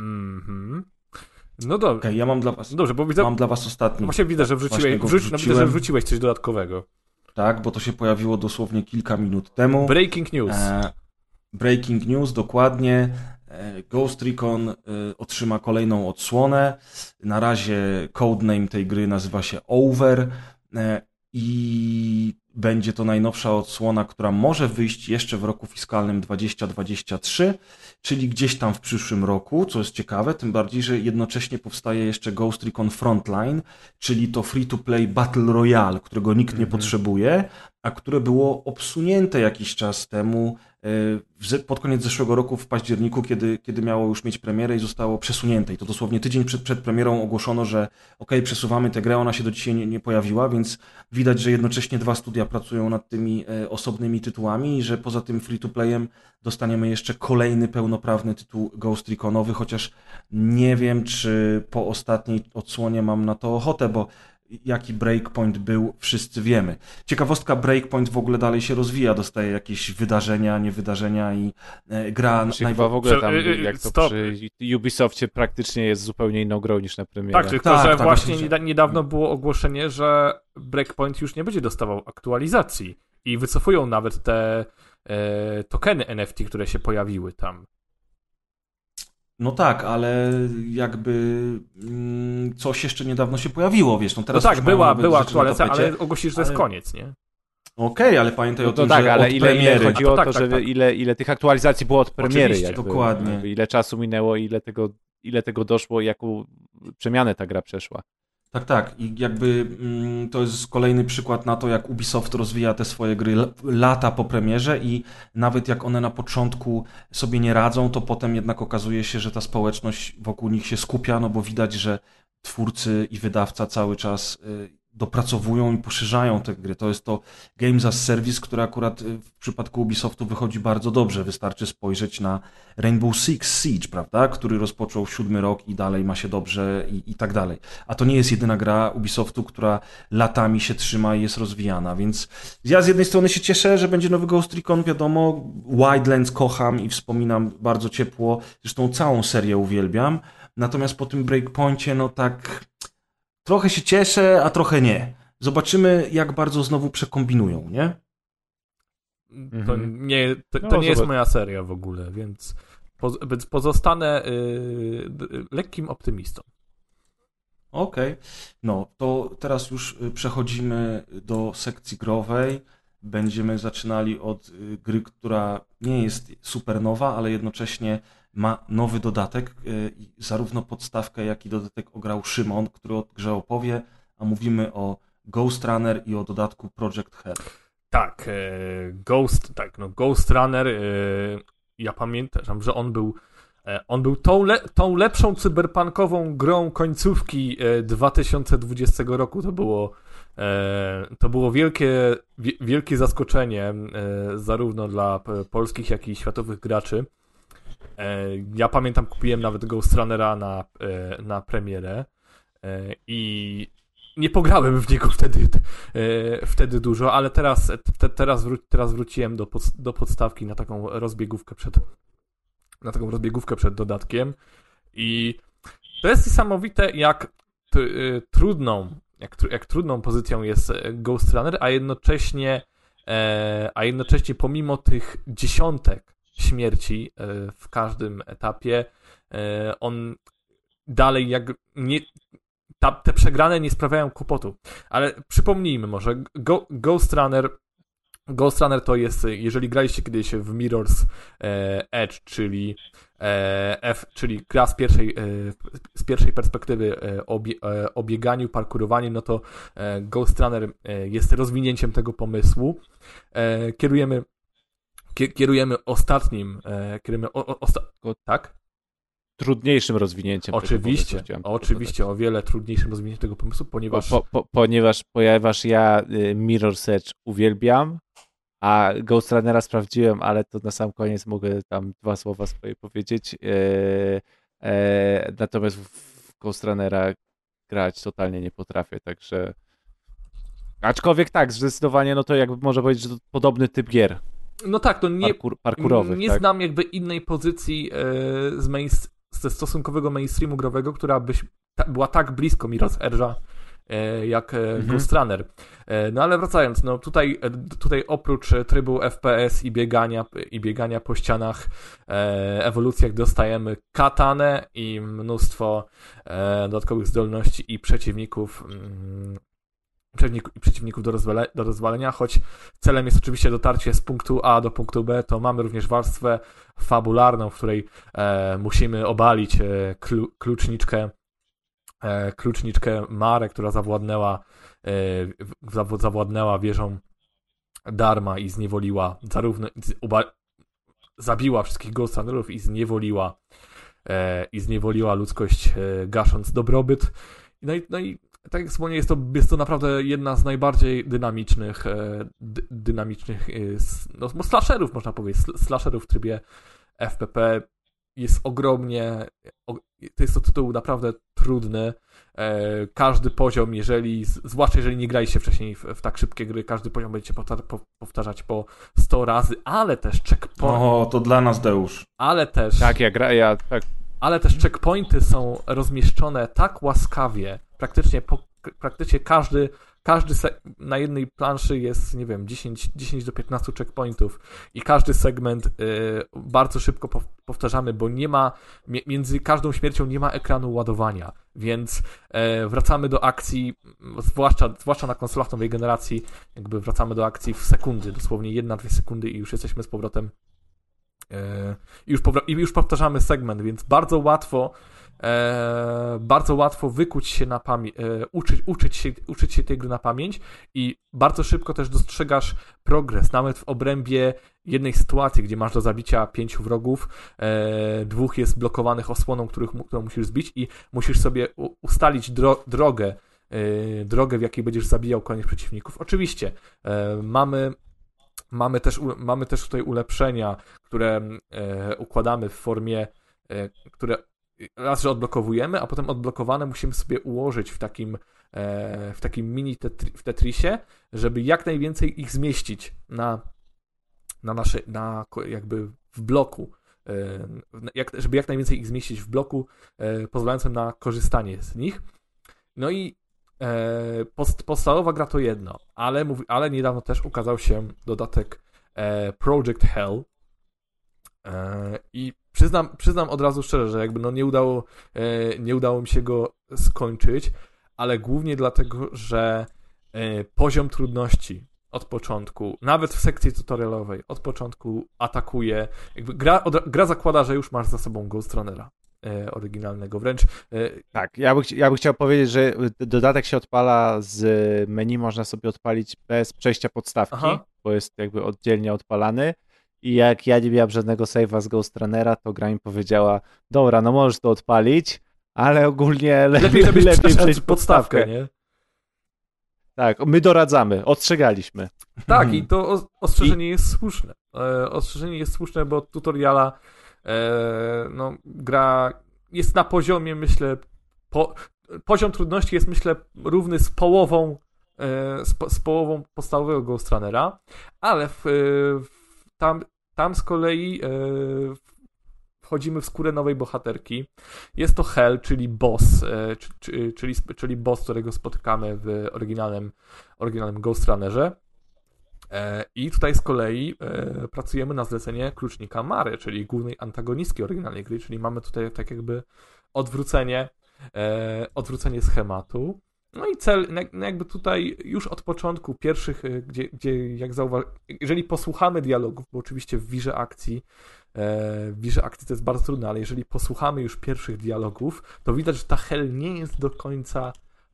No dobrze. Okay, ja mam dla was, dobrze, bo widzę, mam dla was ostatni. Właśnie widzę, że wrzuciłeś coś dodatkowego. Tak, bo to się pojawiło dosłownie kilka minut temu. Breaking news. Breaking news, dokładnie. Ghost Recon otrzyma kolejną odsłonę. Na razie codename tej gry nazywa się Over i będzie to najnowsza odsłona, która może wyjść jeszcze w roku fiskalnym 2023, czyli gdzieś tam w przyszłym roku, co jest ciekawe, tym bardziej, że jednocześnie powstaje jeszcze Ghost Recon Frontline, czyli to free-to-play Battle Royale, którego nikt nie potrzebuje, a które było obsunięte jakiś czas temu, pod koniec zeszłego roku w październiku, kiedy miało już mieć premierę i zostało przesunięte. I to dosłownie tydzień przed premierą ogłoszono, że przesuwamy tę grę, ona się do dzisiaj nie pojawiła, więc widać, że jednocześnie dwa studia pracują nad tymi osobnymi tytułami i że poza tym free-to-playem dostaniemy jeszcze kolejny pełnoprawny tytuł Ghost Reconowy, chociaż nie wiem, czy po ostatniej odsłonie mam na to ochotę, bo jaki Breakpoint był, wszyscy wiemy. Ciekawostka, Breakpoint w ogóle dalej się rozwija, dostaje jakieś wydarzenia, niewydarzenia i gra... Chyba w ogóle tam, jak to przy Ubisoftie praktycznie jest zupełnie inną grą niż na premierze. Tak, tylko że właśnie niedawno było ogłoszenie, że Breakpoint już nie będzie dostawał aktualizacji i wycofują nawet te tokeny NFT, które się pojawiły tam. No tak, ale jakby coś jeszcze niedawno się pojawiło, wiesz. Teraz no tak, była aktualizacja, ale ogłosili, że to jest koniec, nie? Okej, ale pamiętaj o tym, tak, że ale od premiery... Chodziło o to, że ile tych aktualizacji było od premiery. Jakby, dokładnie. Ile czasu minęło, ile tego doszło i jaką przemianę ta gra przeszła. Tak. I jakby to jest kolejny przykład na to, jak Ubisoft rozwija te swoje gry lata po premierze i nawet jak one na początku sobie nie radzą, to potem jednak okazuje się, że ta społeczność wokół nich się skupia, no bo widać, że twórcy i wydawca cały czas dopracowują i poszerzają te gry. To jest to Games as Service, które akurat w przypadku Ubisoftu wychodzi bardzo dobrze. Wystarczy spojrzeć na Rainbow Six Siege, prawda, który rozpoczął 7 rok i dalej ma się dobrze i tak dalej. A to nie jest jedyna gra Ubisoftu, która latami się trzyma i jest rozwijana, więc ja z jednej strony się cieszę, że będzie nowy Ghost Recon, wiadomo, Wildlands kocham i wspominam bardzo ciepło, zresztą całą serię uwielbiam, natomiast po tym Breakpoincie, no tak... Trochę się cieszę, a trochę nie. Zobaczymy, jak bardzo znowu przekombinują, nie? To nie jest moja seria w ogóle, więc pozostanę lekkim optymistą. Okej. No, to teraz już przechodzimy do sekcji growej. Będziemy zaczynali od gry, która nie jest super nowa, ale jednocześnie ma nowy dodatek. Zarówno podstawkę, jak i dodatek ograł Szymon, który o grze opowie, a mówimy o Ghost Runner i o dodatku Project Hell. Tak, Ghost Runner, ja pamiętam, że on był tą lepszą cyberpunkową grą końcówki 2020 roku. To było wielkie zaskoczenie zarówno dla polskich, jak i światowych graczy. Ja pamiętam, kupiłem nawet Ghost Runnera na premierę i nie pograłem w niego wtedy dużo, ale teraz wróciłem do podstawki na taką rozbiegówkę przed dodatkiem i to jest niesamowite, jak trudną pozycją jest Ghost Runner, a jednocześnie pomimo tych dziesiątek śmierci w każdym etapie. On dalej te przegrane nie sprawiają kłopotu. Ale przypomnijmy może, Ghost Runner to jest, jeżeli graliście kiedyś w Mirror's Edge, czyli gra z pierwszej perspektywy o bieganiu, parkurowaniu, no to Ghost Runner jest rozwinięciem tego pomysłu. Kierujemy ostatnim, tak? Trudniejszym rozwinięciem Oczywiście, tego pomysłu. Oczywiście, o wiele trudniejszym rozwinięciem tego pomysłu, ponieważ ja Mirror's Edge uwielbiam, a Ghost Runnera sprawdziłem, ale to na sam koniec mogę tam 2 słowa swoje powiedzieć. Natomiast w Ghost Runnera grać totalnie nie potrafię, także aczkolwiek tak, zdecydowanie, no to jakby można powiedzieć, że to podobny typ gier. No tak, to parkurowych, nie tak? znam jakby innej pozycji ze stosunkowego mainstreamu growego, która była tak blisko Mirror's Edge'a jak Ghost Runner. No ale wracając, no tutaj oprócz trybu FPS i biegania po ścianach, ewolucjach dostajemy katanę i mnóstwo dodatkowych zdolności i przeciwników do rozwalenia, choć celem jest oczywiście dotarcie z punktu A do punktu B, to mamy również warstwę fabularną, w której musimy obalić kluczniczkę Marę, która zawładnęła wieżą Dharma i zniewoliła zabiła wszystkich Ghost Runnerów i zniewoliła ludzkość, gasząc dobrobyt. No i tak jak wspomniałem, jest to naprawdę jedna z najbardziej dynamicznych slasherów, można powiedzieć, slasherów w trybie FPP. Jest ogromnie, to jest to tytuł naprawdę trudny. Każdy poziom, zwłaszcza jeżeli nie graliście wcześniej w tak szybkie gry, każdy poziom będziecie powtarzać po 100 razy, ale też checkpointy. O, to dla nas, Deusz. Ale też... Tak, tak. Ale też checkpointy są rozmieszczone tak łaskawie, praktycznie każdy na jednej planszy jest, nie wiem, 10 do 15 checkpointów i każdy segment bardzo szybko powtarzamy, bo nie ma, między każdą śmiercią nie ma ekranu ładowania, więc wracamy do akcji, zwłaszcza na konsolach nowej generacji, jakby wracamy do akcji w sekundy, dosłownie 1-2 sekundy i już jesteśmy z powrotem i już powtarzamy segment, więc bardzo łatwo wykuć się na pamięć, uczyć się tej gry na pamięć i bardzo szybko też dostrzegasz progres, nawet w obrębie jednej sytuacji, gdzie masz do zabicia 5 wrogów, 2 jest blokowanych osłoną, którą musisz zbić i musisz sobie ustalić drogę, w jakiej będziesz zabijał kolejnych przeciwników. Oczywiście mamy też tutaj ulepszenia, które układamy w formie, które raz, że odblokowujemy, a potem odblokowane musimy sobie ułożyć w takim mini Tetrisie, żeby jak najwięcej ich zmieścić jakby w bloku, żeby jak najwięcej ich zmieścić w bloku, pozwalającym na korzystanie z nich. No i podstawowa gra to jedno, ale niedawno też ukazał się dodatek Project Hell i przyznam od razu szczerze, że jakby nie udało mi się go skończyć, ale głównie dlatego, że poziom trudności od początku, nawet w sekcji tutorialowej, od początku atakuje. Jakby gra zakłada, że już masz za sobą Ghost Runnera oryginalnego, wręcz. Tak, ja bym chciał powiedzieć, że dodatek się odpala z menu, można sobie odpalić bez przejścia podstawki, bo jest jakby oddzielnie odpalany. I jak ja nie miałem żadnego save'a z Ghost Runnera, to gra mi powiedziała, dobra, no możesz to odpalić, ale ogólnie lepiej przejść podstawkę. Nie? Tak, my doradzamy, ostrzegaliśmy. Tak, i to ostrzeżenie jest słuszne. Ostrzeżenie jest słuszne, bo od tutoriala gra jest na poziomie, myślę, poziom trudności jest, myślę, równy z połową podstawowego Ghost Runnera, ale tam z kolei wchodzimy w skórę nowej bohaterki. Jest to Hell, czyli boss, czyli boss, którego spotykamy w oryginalnym Ghost Runnerze. I tutaj z kolei pracujemy na zlecenie klucznika Mary, czyli głównej antagonistki oryginalnej gry, czyli mamy tutaj tak jakby odwrócenie schematu. No i cel, jakby tutaj już od początku pierwszych, gdzie jak jeżeli posłuchamy dialogów, bo oczywiście w wirze akcji to jest bardzo trudne, ale jeżeli posłuchamy już pierwszych dialogów, to widać, że ta Hel nie jest do końca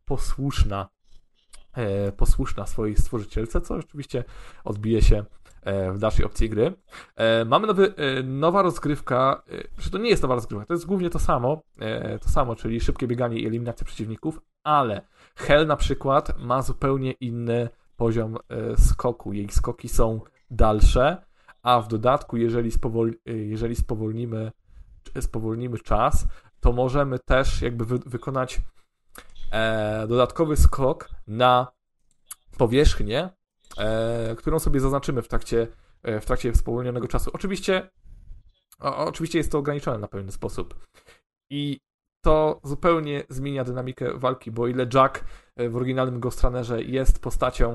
posłuszna swojej stworzycielce, co oczywiście odbije się w dalszej opcji gry. Mamy nowa rozgrywka, że to nie jest nowa rozgrywka, to jest głównie to samo, czyli szybkie bieganie i eliminacja przeciwników, ale Hel na przykład ma zupełnie inny poziom skoku. Jej skoki są dalsze, a w dodatku, jeżeli spowolnimy czas, to możemy też jakby wykonać dodatkowy skok na powierzchnię, którą sobie zaznaczymy w trakcie spowolnionego czasu. Oczywiście jest to ograniczone na pewien sposób. I to zupełnie zmienia dynamikę walki, bo o ile Jack w oryginalnym Ghost Runnerze jest postacią,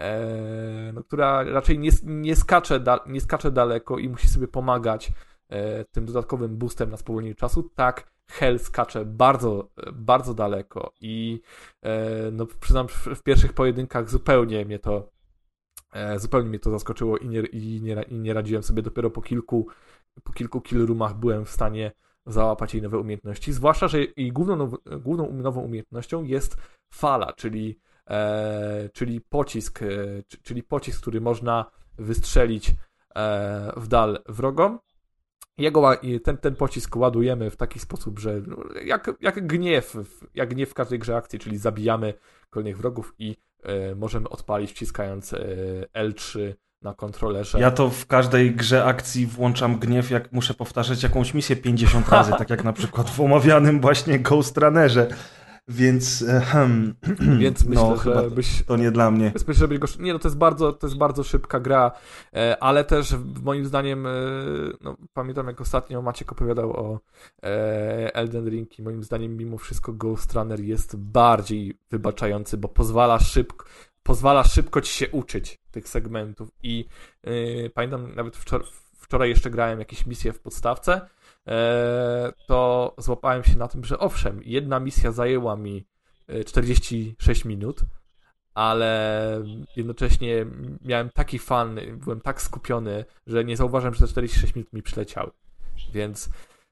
która raczej nie skacze daleko i musi sobie pomagać tym dodatkowym boostem na spowolnienie czasu, tak Hel skacze bardzo, bardzo daleko i no przyznam, w pierwszych pojedynkach zupełnie mnie to zaskoczyło i nie radziłem sobie. Dopiero po kilku kill roomach byłem w stanie załapać jej nowe umiejętności, zwłaszcza, że jej główną nową umiejętnością jest fala, czyli pocisk, który można wystrzelić w dal wrogom. Ten pocisk ładujemy w taki sposób, że jak gniew w każdej grze akcji, czyli zabijamy kolejnych wrogów i możemy odpalić wciskając L3 na kontrolerze. Ja to w każdej grze akcji włączam gniew, jak muszę powtarzać jakąś misję 50 razy, tak jak na przykład w omawianym właśnie Ghost Runnerze. Więc myślę, chyba że to nie dla mnie. To jest bardzo szybka gra, ale też moim zdaniem, pamiętam jak ostatnio Maciek opowiadał o Elden Ring i moim zdaniem mimo wszystko Ghost Runner jest bardziej wybaczający, bo pozwala szybko ci się uczyć tych segmentów i pamiętam nawet wczoraj jeszcze grałem jakieś misje w podstawce, to złapałem się na tym, że owszem, jedna misja zajęła mi 46 minut, ale jednocześnie miałem taki fan, byłem tak skupiony, że nie zauważyłem, że te 46 minut mi przyleciały. Więc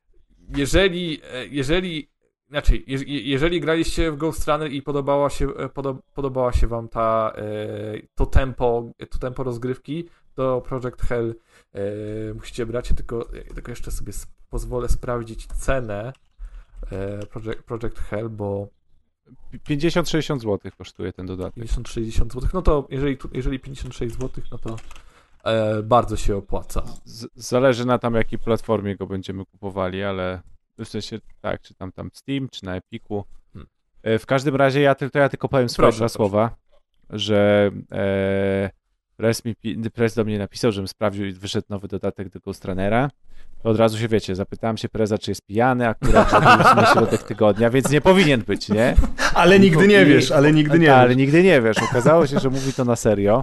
jeżeli graliście w Ghost Runner i podobała się wam to tempo rozgrywki, to Project Hell musicie brać, tylko jeszcze sobie pozwolę sprawdzić cenę Project Hell, bo 50-60 zł kosztuje ten dodatek. 50-60 zł, no to jeżeli 56 zł, no to bardzo się opłaca. Zależy na tam jakiej platformie go będziemy kupowali, ale w sensie tak, czy tam Steam, czy na Epiku. W każdym razie ja tylko powiem swoje dwa słowa, że Prez do mnie napisał, żebym sprawdził i wyszedł nowy dodatek do Ghost Runnera. To od razu się zapytałem się Preza, czy jest pijany, akurat na środek tygodnia, więc nie powinien być, nie? Ale nigdy nie wiesz. Ale nigdy nie wiesz. Okazało się, że mówi to na serio.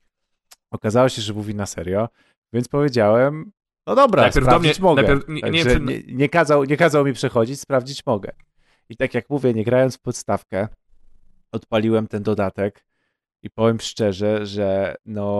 Więc powiedziałem, no dobra, sprawdzić mogę. Nie kazał mi przechodzić, sprawdzić mogę. I tak jak mówię, nie grając w podstawkę, odpaliłem ten dodatek i powiem szczerze, że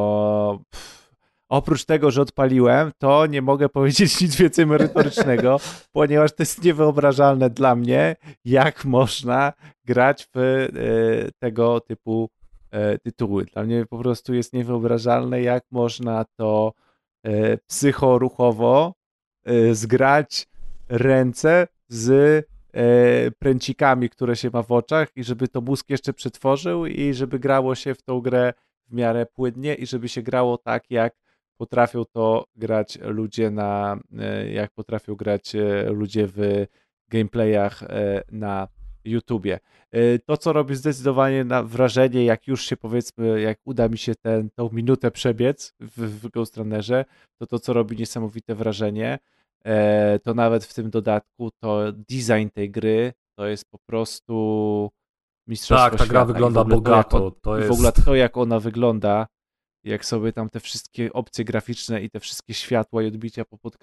oprócz tego, że odpaliłem, to nie mogę powiedzieć nic więcej merytorycznego, ponieważ to jest niewyobrażalne dla mnie, jak można grać w tego typu tytuły. Dla mnie po prostu jest niewyobrażalne, jak można to psychoruchowo zgrać ręce z pręcikami, które się ma w oczach i żeby to mózg jeszcze przetworzył i żeby grało się w tą grę w miarę płynnie i żeby się grało tak, jak potrafią to grać ludzie jak potrafią grać ludzie w gameplayach na YouTubie. To, co robi zdecydowanie wrażenie, jak już się powiedzmy, jak uda mi się tą minutę przebiec w Ghost Runnerze, to co robi niesamowite wrażenie, to nawet w tym dodatku to design tej gry to jest po prostu mistrzostwo świata. Tak, ta gra wygląda bogato. W ogóle to, jak ona wygląda, jak sobie tam te wszystkie opcje graficzne i te wszystkie światła i odbicia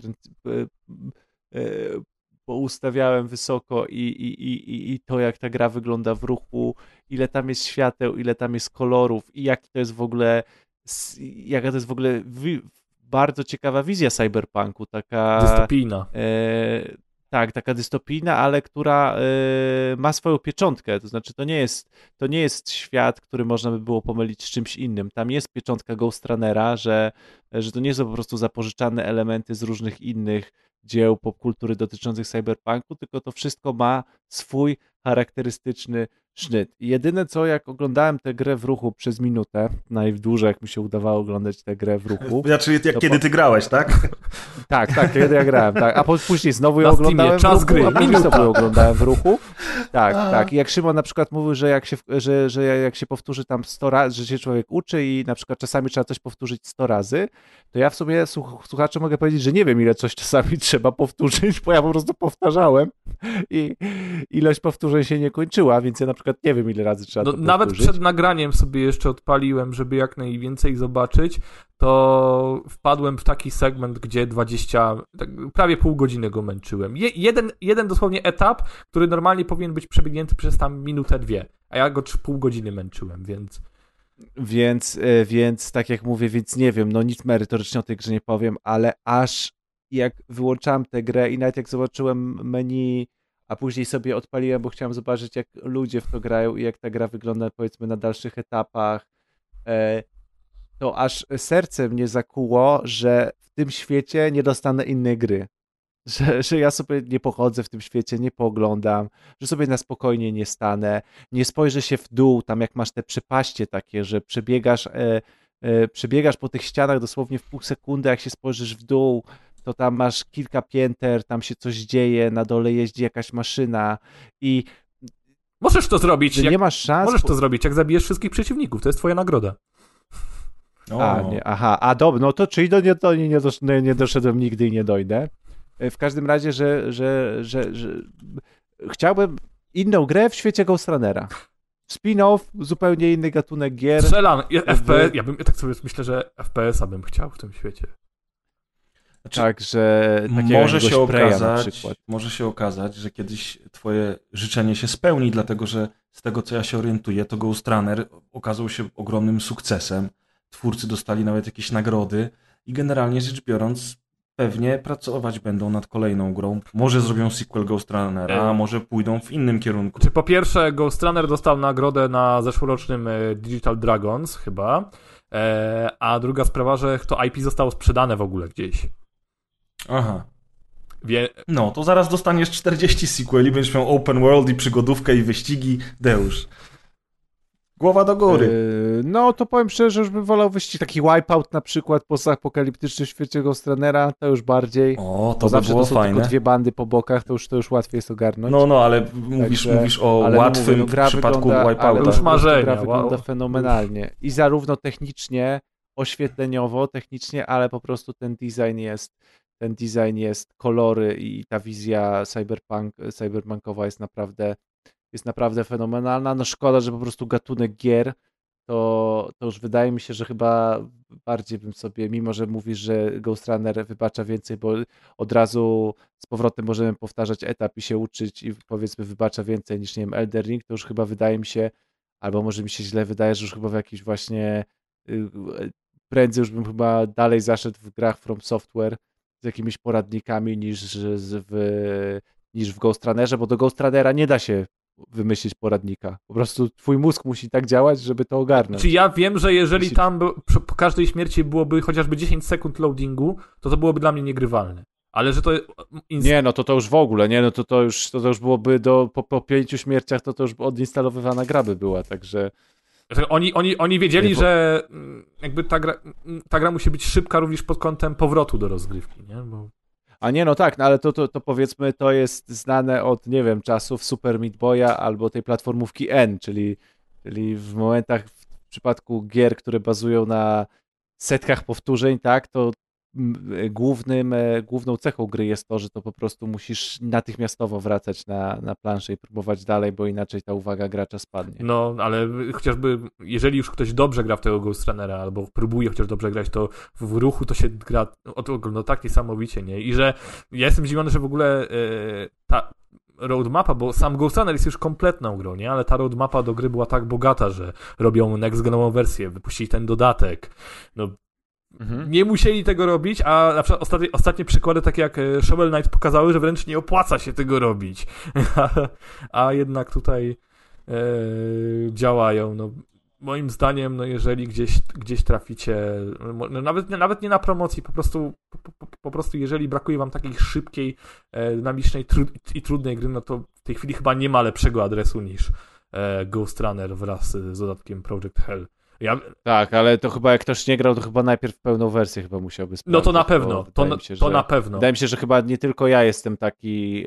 poustawiałem wysoko i to, jak ta gra wygląda w ruchu, ile tam jest świateł, ile tam jest kolorów i jaka to jest w ogóle bardzo ciekawa wizja cyberpunku, taka dystopijna. Tak, taka dystopijna, ale która ma swoją pieczątkę, to znaczy to nie jest świat, który można by było pomylić z czymś innym. Tam jest pieczątka Ghost Runnera, że to nie są po prostu zapożyczane elementy z różnych innych dzieł popkultury dotyczących cyberpunku, tylko to wszystko ma swój charakterystyczny sznyt. I jedyne co, jak oglądałem tę grę w ruchu przez minutę, najdłużej jak mi się udawało oglądać tę grę w ruchu. Znaczy, kiedy ty grałeś, tak? Tak, kiedy ja grałem, tak. A później znowu ją Na Steamie, oglądałem czas w ruchu, gry, a później znowu ją oglądałem w ruchu. Tak. I jak Szymon na przykład mówił, że jak się powtórzy tam 100 razy, że się człowiek uczy i na przykład czasami trzeba coś powtórzyć 100 razy, to ja w sumie słuchacze mogę powiedzieć, że nie wiem, ile coś czasami trzeba powtórzyć, bo ja po prostu powtarzałem i ilość powtórzeń się nie kończyła, więc ja na przykład nie wiem, ile razy trzeba to powtórzyć. Nawet przed nagraniem sobie jeszcze odpaliłem, żeby jak najwięcej zobaczyć, to wpadłem w taki segment, gdzie prawie pół godziny go męczyłem. Jeden dosłownie etap, który normalnie powinien być przebiegnięty przez tam minutę, dwie, a ja go pół godziny męczyłem, więc... Więc tak jak mówię, więc nie wiem, no nic merytorycznie o tej grze nie powiem, ale aż jak wyłączałem tę grę i nawet jak zobaczyłem menu, a później sobie odpaliłem, bo chciałem zobaczyć, jak ludzie w to grają i jak ta gra wygląda, powiedzmy, na dalszych etapach, to aż serce mnie zakuło, że w tym świecie nie dostanę innej gry. Że ja sobie nie pochodzę w tym świecie, nie pooglądam, że sobie na spokojnie nie stanę, nie spojrzę się w dół, tam jak masz te przepaście takie, że przebiegasz po tych ścianach dosłownie w pół sekundy, jak się spojrzysz w dół, to tam masz kilka pięter, tam się coś dzieje, na dole jeździ jakaś maszyna i... Możesz to zrobić, nie masz szans. Możesz to zrobić, jak zabijesz wszystkich przeciwników, to jest twoja nagroda. Dobra, no to czyli nie doszedłem nigdy i nie dojdę. W każdym razie, że chciałbym inną grę w świecie Ghost Runnera. Spin-off, zupełnie inny gatunek gier. Strzelam, FPS, ja tak sobie myślę, że FPS-a bym chciał w tym świecie. Także może się okazać, że kiedyś twoje życzenie się spełni, dlatego że z tego, co ja się orientuję, to Ghost Runner okazał się ogromnym sukcesem. Twórcy dostali nawet jakieś nagrody i generalnie rzecz biorąc pewnie pracować będą nad kolejną grą. Może zrobią sequel Ghost Runnera, a może pójdą w innym kierunku. Po pierwsze, Ghost Runner dostał nagrodę na zeszłorocznym Digital Dragons chyba, a druga sprawa, że to IP zostało sprzedane w ogóle gdzieś. Aha. No, to zaraz dostaniesz 40 sequeli, będziesz miał open world i przygodówkę i wyścigi. Deusz. Głowa do góry. No, to powiem szczerze, że już bym wolał wyścig. Taki Wipeout na przykład postapokaliptyczny w świecie Ghost Runnera, to już bardziej. O, to by było są fajne. Tylko dwie bandy po bokach, to już łatwiej jest ogarnąć. No, ale mówisz o łatwym przypadku Wipeouta. To już marzenia. Gra wygląda fenomenalnie. I zarówno technicznie, oświetleniowo, ale po prostu ten design jest, kolory i ta wizja cyberpunkowa jest naprawdę fenomenalna. No szkoda, że po prostu gatunek gier to już wydaje mi się, że chyba bardziej bym sobie, mimo że mówisz, że Ghost Runner wybacza więcej, bo od razu z powrotem możemy powtarzać etap i się uczyć i powiedzmy wybacza więcej niż, nie wiem, Elden Ring, to już chyba wydaje mi się, albo może mi się źle wydaje, że już chyba w jakiś właśnie prędzej już bym chyba dalej zaszedł w grach From Software z jakimiś poradnikami niż w Ghost Runnerze, bo do Ghost Runnera nie da się wymyślić poradnika. Po prostu twój mózg musi tak działać, żeby to ogarnąć. Czy ja wiem, że jeżeli tam po każdej śmierci byłoby chociażby 10 sekund loadingu, to byłoby dla mnie niegrywalne. Ale że to... Nie, no to już w ogóle, nie, no to już byłoby po 5 śmierciach, to już odinstalowywana gra by była, także... Oni wiedzieli, że jakby ta gra musi być szybka również pod kątem powrotu do rozgrywki, nie? A nie, no tak, no ale to powiedzmy to jest znane od, nie wiem, czasów Super Meat Boya albo tej platformówki N, czyli w momentach, w przypadku gier, które bazują na setkach powtórzeń, tak, to główną cechą gry jest to, że to po prostu musisz natychmiastowo wracać na planszę i próbować dalej, bo inaczej ta uwaga gracza spadnie. No, ale chociażby, jeżeli już ktoś dobrze gra w tego Ghost Runnera, albo próbuje chociaż dobrze grać, to w ruchu to się gra no tak niesamowicie, nie? I że ja jestem zdziwiony, że w ogóle ta roadmapa, bo sam Ghost Runner jest już kompletną grą, nie? Ale ta roadmapa do gry była tak bogata, że robią next-genową wersję, wypuścili ten dodatek. No, nie musieli tego robić, a na przykład ostatnie przykłady, takie jak Shovel Knight, pokazały, że wręcz nie opłaca się tego robić. A jednak tutaj działają. No, moim zdaniem, no jeżeli gdzieś traficie, no nawet nie na promocji, po prostu jeżeli brakuje wam takiej szybkiej, dynamicznej i trudnej gry, no to w tej chwili chyba nie ma lepszego adresu niż Ghost Runner wraz z dodatkiem Project Hell. Tak, ale to chyba jak ktoś nie grał, to chyba najpierw pełną wersję chyba musiałby sprawdzić. No to na pewno, to na pewno. Wydaje mi się, że chyba nie tylko ja jestem taki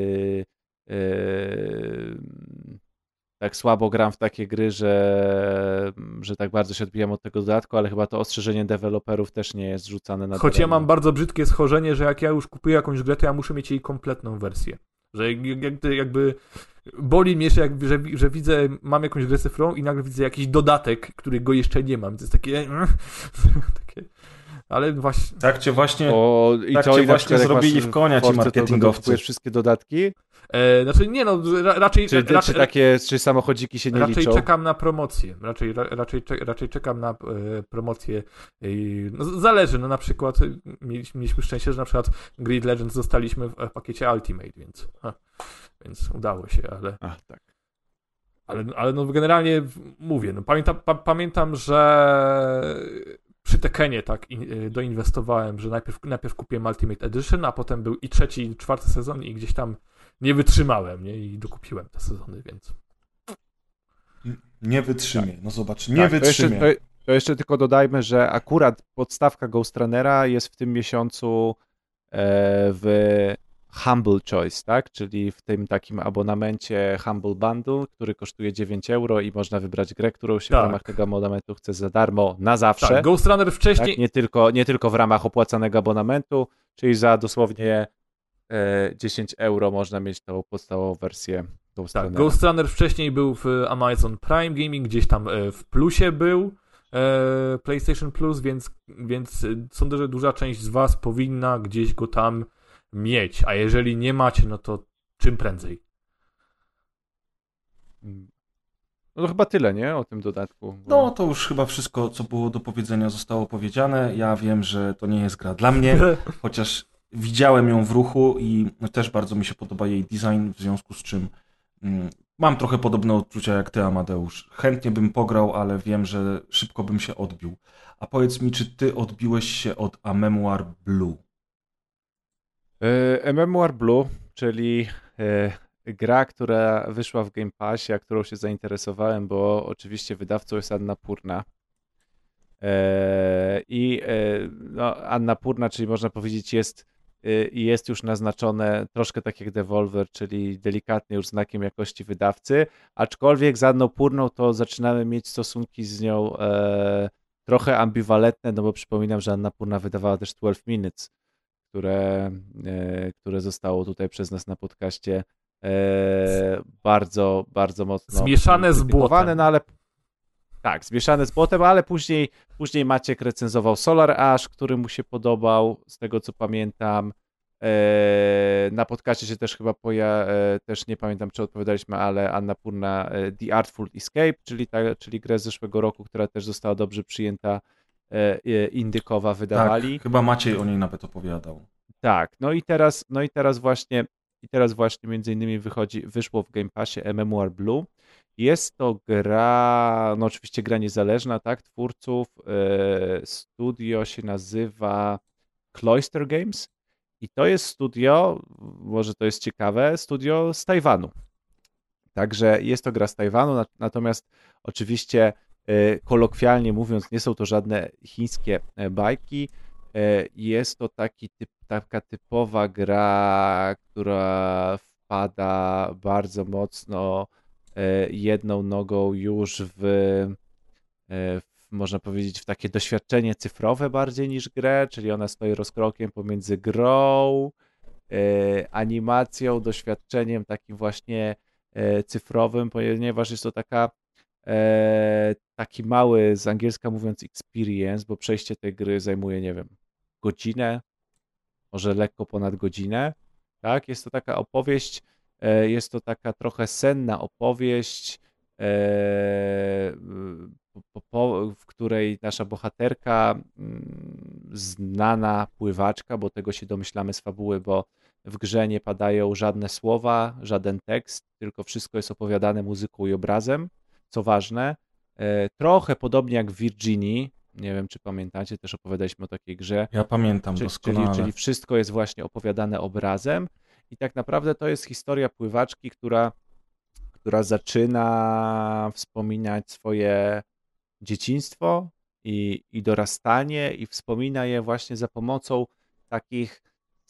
tak słabo gram w takie gry, że tak bardzo się odbijam od tego dodatku, ale chyba to ostrzeżenie deweloperów też nie jest rzucane na Choć ja mam bardzo brzydkie schorzenie, że jak ja już kupuję jakąś grę, to ja muszę mieć jej kompletną wersję. Że jakby boli mnie, że widzę, mam jakąś grę cyfrową i nagle widzę jakiś dodatek, którego jeszcze nie mam. To jest takie... Ale właśnie... Tak cię właśnie, właśnie zrobili w konia ci marketingowcy. Kupujesz wszystkie dodatki? Znaczy nie, no raczej... Czy samochodziki się nie raczej liczą? Czekam na promocję. Raczej czekam na promocję. No, zależy, no na przykład mieliśmy szczęście, że na przykład Grid Legends dostaliśmy w pakiecie Ultimate, więc udało się, ale... Ach, tak. Ale no generalnie mówię, no pamiętam, że przy Tekenie tak doinwestowałem, że najpierw kupiłem Ultimate Edition, a potem był i trzeci, i czwarty sezon i gdzieś tam nie wytrzymałem, nie? I dokupiłem te sezony, więc... Nie wytrzymie, no zobacz, nie wytrzymie. To jeszcze tylko dodajmy, że akurat podstawka Ghost Runnera jest w tym miesiącu w Humble Choice, tak? Czyli w tym takim abonamencie Humble Bundle, który kosztuje 9 euro i można wybrać grę, którą się w ramach tego abonamentu chce za darmo na zawsze. Tak, Ghost Runner wcześniej... Tak? Nie tylko w ramach opłacanego abonamentu, czyli za dosłownie 10 euro można mieć tą podstawową wersję Ghost Runnera. Ghost Runner wcześniej był w Amazon Prime Gaming, gdzieś tam w Plusie był, PlayStation Plus, więc sądzę, że duża część z was powinna gdzieś go tam mieć, a jeżeli nie macie, no to czym prędzej. No to chyba tyle, nie? O tym dodatku. No to już chyba wszystko, co było do powiedzenia, zostało powiedziane. Ja wiem, że to nie jest gra dla mnie, chociaż widziałem ją w ruchu i też bardzo mi się podoba jej design, w związku z czym mam trochę podobne odczucia jak ty, Amadeusz. Chętnie bym pograł, ale wiem, że szybko bym się odbił. A powiedz mi, czy ty odbiłeś się od A Memoir Blue? A Memoir Blue, czyli gra, która wyszła w Game Passie, a którą się zainteresowałem, bo oczywiście wydawcą jest Annapurna. No, Annapurna, czyli można powiedzieć jest już naznaczone troszkę tak jak Devolver, czyli delikatnie już znakiem jakości wydawcy, aczkolwiek z Annapurną to zaczynamy mieć stosunki z nią trochę ambiwalentne, no bo przypominam, że Annapurna wydawała też 12 Minutes, które zostało tutaj przez nas na podcaście bardzo, bardzo mocno zmieszane z błotem. No ale tak, zmieszane z błotem, ale później Maciek recenzował Solar Ash, który mu się podobał, z tego co pamiętam. Na podcaście się też chyba też nie pamiętam, czy odpowiadaliśmy, ale Annapurna The Artful Escape, czyli grę z zeszłego roku, która też została dobrze przyjęta, Indykowa wydawali. Tak, chyba Maciej o niej nawet opowiadał. Tak, no i teraz właśnie między innymi wyszło w Game Passie A Memoir Blue. Jest to gra, no oczywiście gra niezależna, tak, twórców, studio się nazywa Cloister Games i to jest studio, może to jest ciekawe, studio z Tajwanu. Także jest to gra z Tajwanu, natomiast oczywiście kolokwialnie mówiąc nie są to żadne chińskie bajki, jest to taka typowa gra, która wpada bardzo mocno jedną nogą już w można powiedzieć, w takie doświadczenie cyfrowe bardziej niż grę, czyli ona stoi rozkrokiem pomiędzy grą, animacją, doświadczeniem takim właśnie cyfrowym, ponieważ jest to taki mały, z angielska mówiąc, experience, bo przejście tej gry zajmuje, nie wiem, godzinę, może lekko ponad godzinę, tak? Jest to taka opowieść, jest to taka trochę senna opowieść, w której nasza bohaterka, znana pływaczka, bo tego się domyślamy z fabuły, bo w grze nie padają żadne słowa, żaden tekst, tylko wszystko jest opowiadane muzyką i obrazem, co ważne. Trochę podobnie jak w Virginii, nie wiem czy pamiętacie, też opowiadaliśmy o takiej grze. Ja pamiętam doskonale. Czyli wszystko jest właśnie opowiadane obrazem i tak naprawdę to jest historia pływaczki, która zaczyna wspominać swoje dzieciństwo i dorastanie i wspomina je właśnie za pomocą takich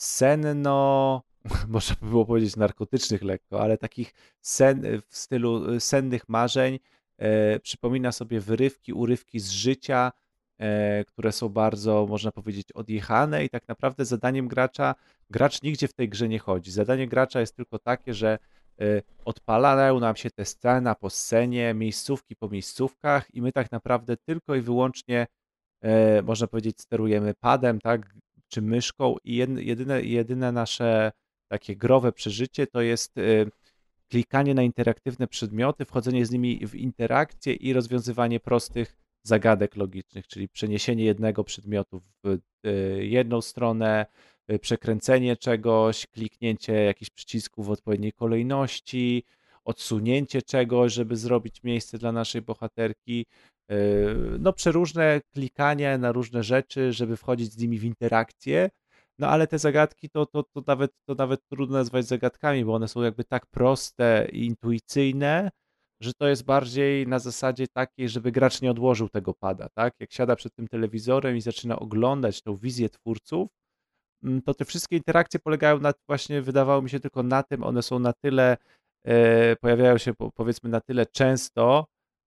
można by było powiedzieć narkotycznych lekko, ale takich w stylu sennych marzeń. Przypomina sobie urywki z życia, które są bardzo, można powiedzieć, odjechane i tak naprawdę zadaniem gracz nigdzie w tej grze nie chodzi. Zadanie gracza jest tylko takie, że odpalają nam się te scena po scenie, miejscówki po miejscówkach i my tak naprawdę tylko i wyłącznie, można powiedzieć, sterujemy padem, tak, czy myszką i jedyne nasze takie growe przeżycie to jest klikanie na interaktywne przedmioty, wchodzenie z nimi w interakcję i rozwiązywanie prostych zagadek logicznych, czyli przeniesienie jednego przedmiotu w jedną stronę, przekręcenie czegoś, kliknięcie jakichś przycisków w odpowiedniej kolejności, odsunięcie czegoś, żeby zrobić miejsce dla naszej bohaterki. No przeróżne klikanie na różne rzeczy, żeby wchodzić z nimi w interakcję. No ale te zagadki to nawet trudno nazwać zagadkami, bo one są jakby tak proste i intuicyjne, że to jest bardziej na zasadzie takiej, żeby gracz nie odłożył tego pada, tak? Jak siada przed tym telewizorem i zaczyna oglądać tą wizję twórców, to te wszystkie interakcje polegają właśnie, wydawało mi się, tylko na tym, one są na tyle, pojawiają się powiedzmy na tyle często,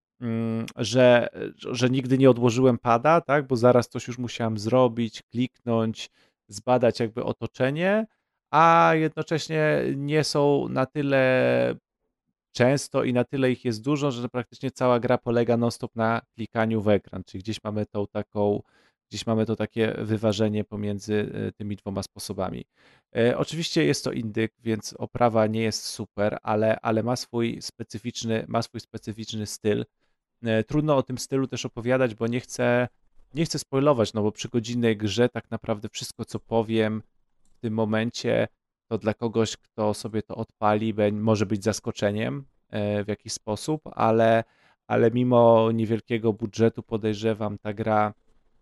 że nigdy nie odłożyłem pada, tak? Bo zaraz coś już musiałem zrobić, kliknąć, zbadać jakby otoczenie, a jednocześnie nie są na tyle często i na tyle ich jest dużo, że praktycznie cała gra polega non-stop na klikaniu w ekran, czyli gdzieś mamy to takie wyważenie pomiędzy tymi dwoma sposobami. Oczywiście jest to indyk, więc oprawa nie jest super, ale ma swój specyficzny styl. Trudno o tym stylu też opowiadać, bo nie chcę spoilować, no bo przy godzinnej grze tak naprawdę wszystko, co powiem w tym momencie, to dla kogoś, kto sobie to odpali, może być zaskoczeniem w jakiś sposób, ale mimo niewielkiego budżetu podejrzewam ta gra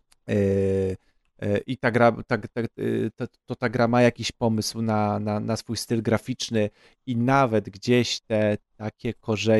i ta gra ma jakiś pomysł na swój styl graficzny i nawet gdzieś te takie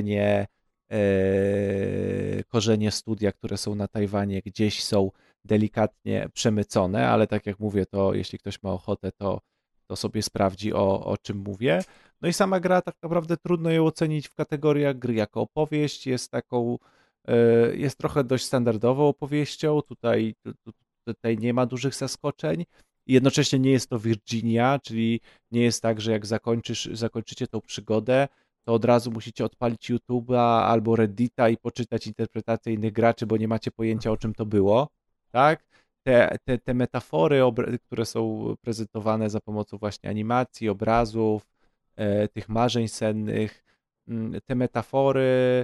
korzenie studia, które są na Tajwanie, gdzieś są delikatnie przemycone, ale tak jak mówię, to jeśli ktoś ma ochotę, to sobie sprawdzi, o czym mówię. No i sama gra tak naprawdę trudno ją ocenić w kategoriach gry jako opowieść, jest trochę dość standardową opowieścią, tutaj nie ma dużych zaskoczeń. Jednocześnie nie jest to Virginia, czyli nie jest tak, że jak zakończycie tą przygodę, to od razu musicie odpalić YouTube'a albo Reddita i poczytać interpretacje innych graczy, bo nie macie pojęcia, o czym to było, tak? Te metafory, które są prezentowane za pomocą właśnie animacji, obrazów, tych marzeń sennych, te metafory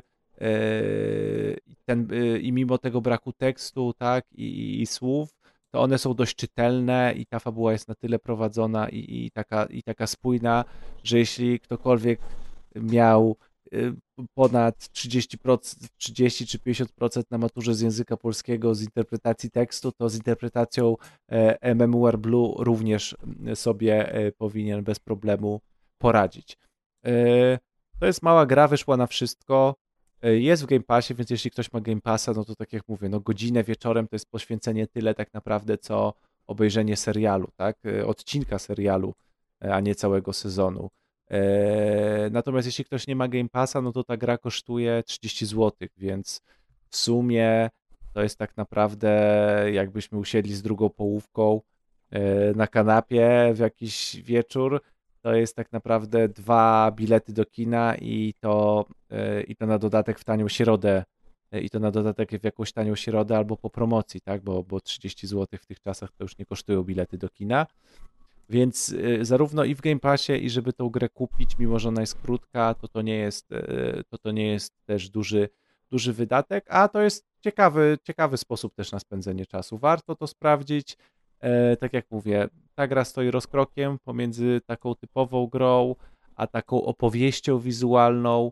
i mimo tego braku tekstu, tak, i słów, to one są dość czytelne i ta fabuła jest na tyle prowadzona i taka spójna, że jeśli ktokolwiek miał ponad 30 czy 50% na maturze z języka polskiego z interpretacji tekstu, to z interpretacją MMUR Blue również sobie powinien bez problemu poradzić. To jest mała gra, wyszła na wszystko, jest w Game Passie, więc jeśli ktoś ma Game Passa, no to tak jak mówię, no godzinę wieczorem to jest poświęcenie tyle tak naprawdę, co obejrzenie serialu, tak? Odcinka serialu, a nie całego sezonu. Natomiast jeśli ktoś nie ma Game Passa, no to ta gra kosztuje 30 zł, więc w sumie to jest tak naprawdę jakbyśmy usiedli z drugą połówką na kanapie w jakiś wieczór, to jest tak naprawdę 2 bilety do kina i to na dodatek w tanią środę, i to na dodatek w jakąś tanią środę albo po promocji, tak, bo 30 zł w tych czasach to już nie kosztują bilety do kina. Więc zarówno i w Game Passie, i żeby tą grę kupić, mimo że ona jest krótka, to nie jest też duży wydatek, a to jest ciekawy sposób też na spędzenie czasu. Warto to sprawdzić. Tak jak mówię, ta gra stoi rozkrokiem pomiędzy taką typową grą, a taką opowieścią wizualną,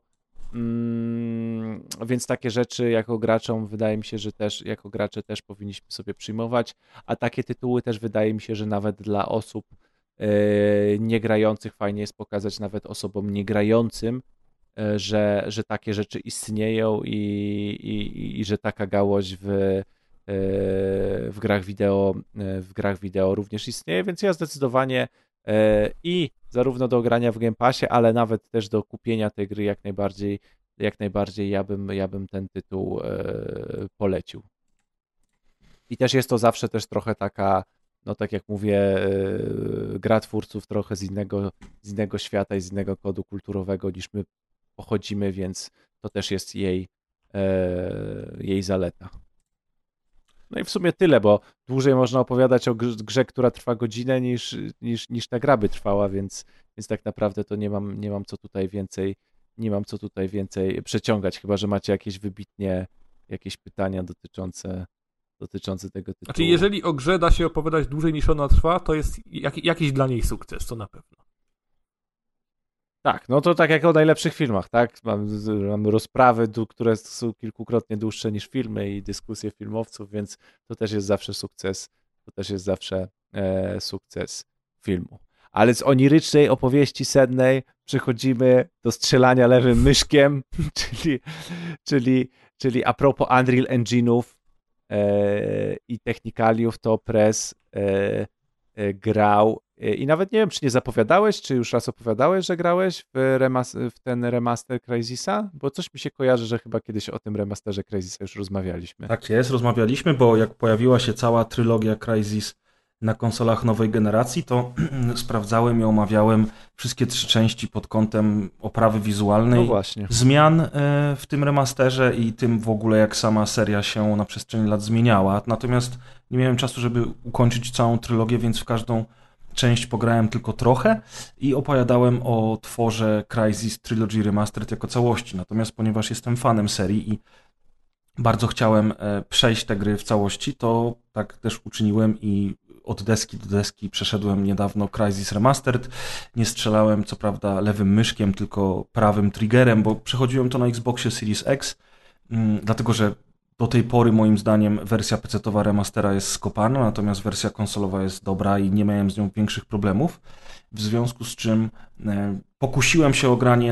więc takie rzeczy jako graczom wydaje mi się, że też jako gracze też powinniśmy sobie przyjmować, a takie tytuły też wydaje mi się, że nawet dla osób niegrających fajnie jest pokazać nawet osobom niegrającym, że takie rzeczy istnieją i że taka gałąź w grach wideo również istnieje, więc ja zdecydowanie i zarówno do grania w Game Passie, ale nawet też do kupienia tej gry jak najbardziej ja bym ten tytuł polecił. I też jest to zawsze też trochę taka, no tak jak mówię, gra twórców trochę z innego świata i z innego kodu kulturowego niż my pochodzimy, więc to też jest jej zaleta. No i w sumie tyle, bo dłużej można opowiadać o grze, która trwa godzinę niż ta gra by trwała, więc tak naprawdę to nie mam co tutaj więcej przeciągać, chyba że macie jakieś pytania dotyczące tego tytułu. Znaczy, jeżeli o grze da się opowiadać dłużej niż ona trwa, to jest jakiś dla niej sukces, to na pewno. Tak, no to tak jak o najlepszych filmach, tak? Mamy rozprawy, które są kilkukrotnie dłuższe niż filmy i dyskusje filmowców, więc to też jest zawsze sukces. To też jest zawsze sukces filmu. Ale z onirycznej opowieści sednej przechodzimy do strzelania lewym myszkiem, czyli a propos Unreal Engine'ów i technikaliów, to Press grał i nawet nie wiem, czy nie zapowiadałeś, czy już raz opowiadałeś, że grałeś w ten remaster Crysisa? Bo coś mi się kojarzy, że chyba kiedyś o tym remasterze Crysisa już rozmawialiśmy. Tak jest, rozmawialiśmy, bo jak pojawiła się cała trylogia Crysis na konsolach nowej generacji, to sprawdzałem i omawiałem wszystkie 3 części pod kątem oprawy wizualnej, no właśnie, zmian w tym remasterze i tym w ogóle, jak sama seria się na przestrzeni lat zmieniała. Natomiast nie miałem czasu, żeby ukończyć całą trylogię, więc w każdą część pograłem tylko trochę i opowiadałem o tworze Crysis Trilogy Remastered jako całości. Natomiast ponieważ jestem fanem serii i bardzo chciałem przejść te gry w całości, to tak też uczyniłem i od deski do deski przeszedłem niedawno Crysis Remastered. Nie strzelałem co prawda lewym myszkiem, tylko prawym triggerem, bo przechodziłem to na Xboxie Series X, dlatego że do tej pory moim zdaniem wersja PC-towa remastera jest skopana, natomiast wersja konsolowa jest dobra i nie miałem z nią większych problemów, w związku z czym pokusiłem się o granie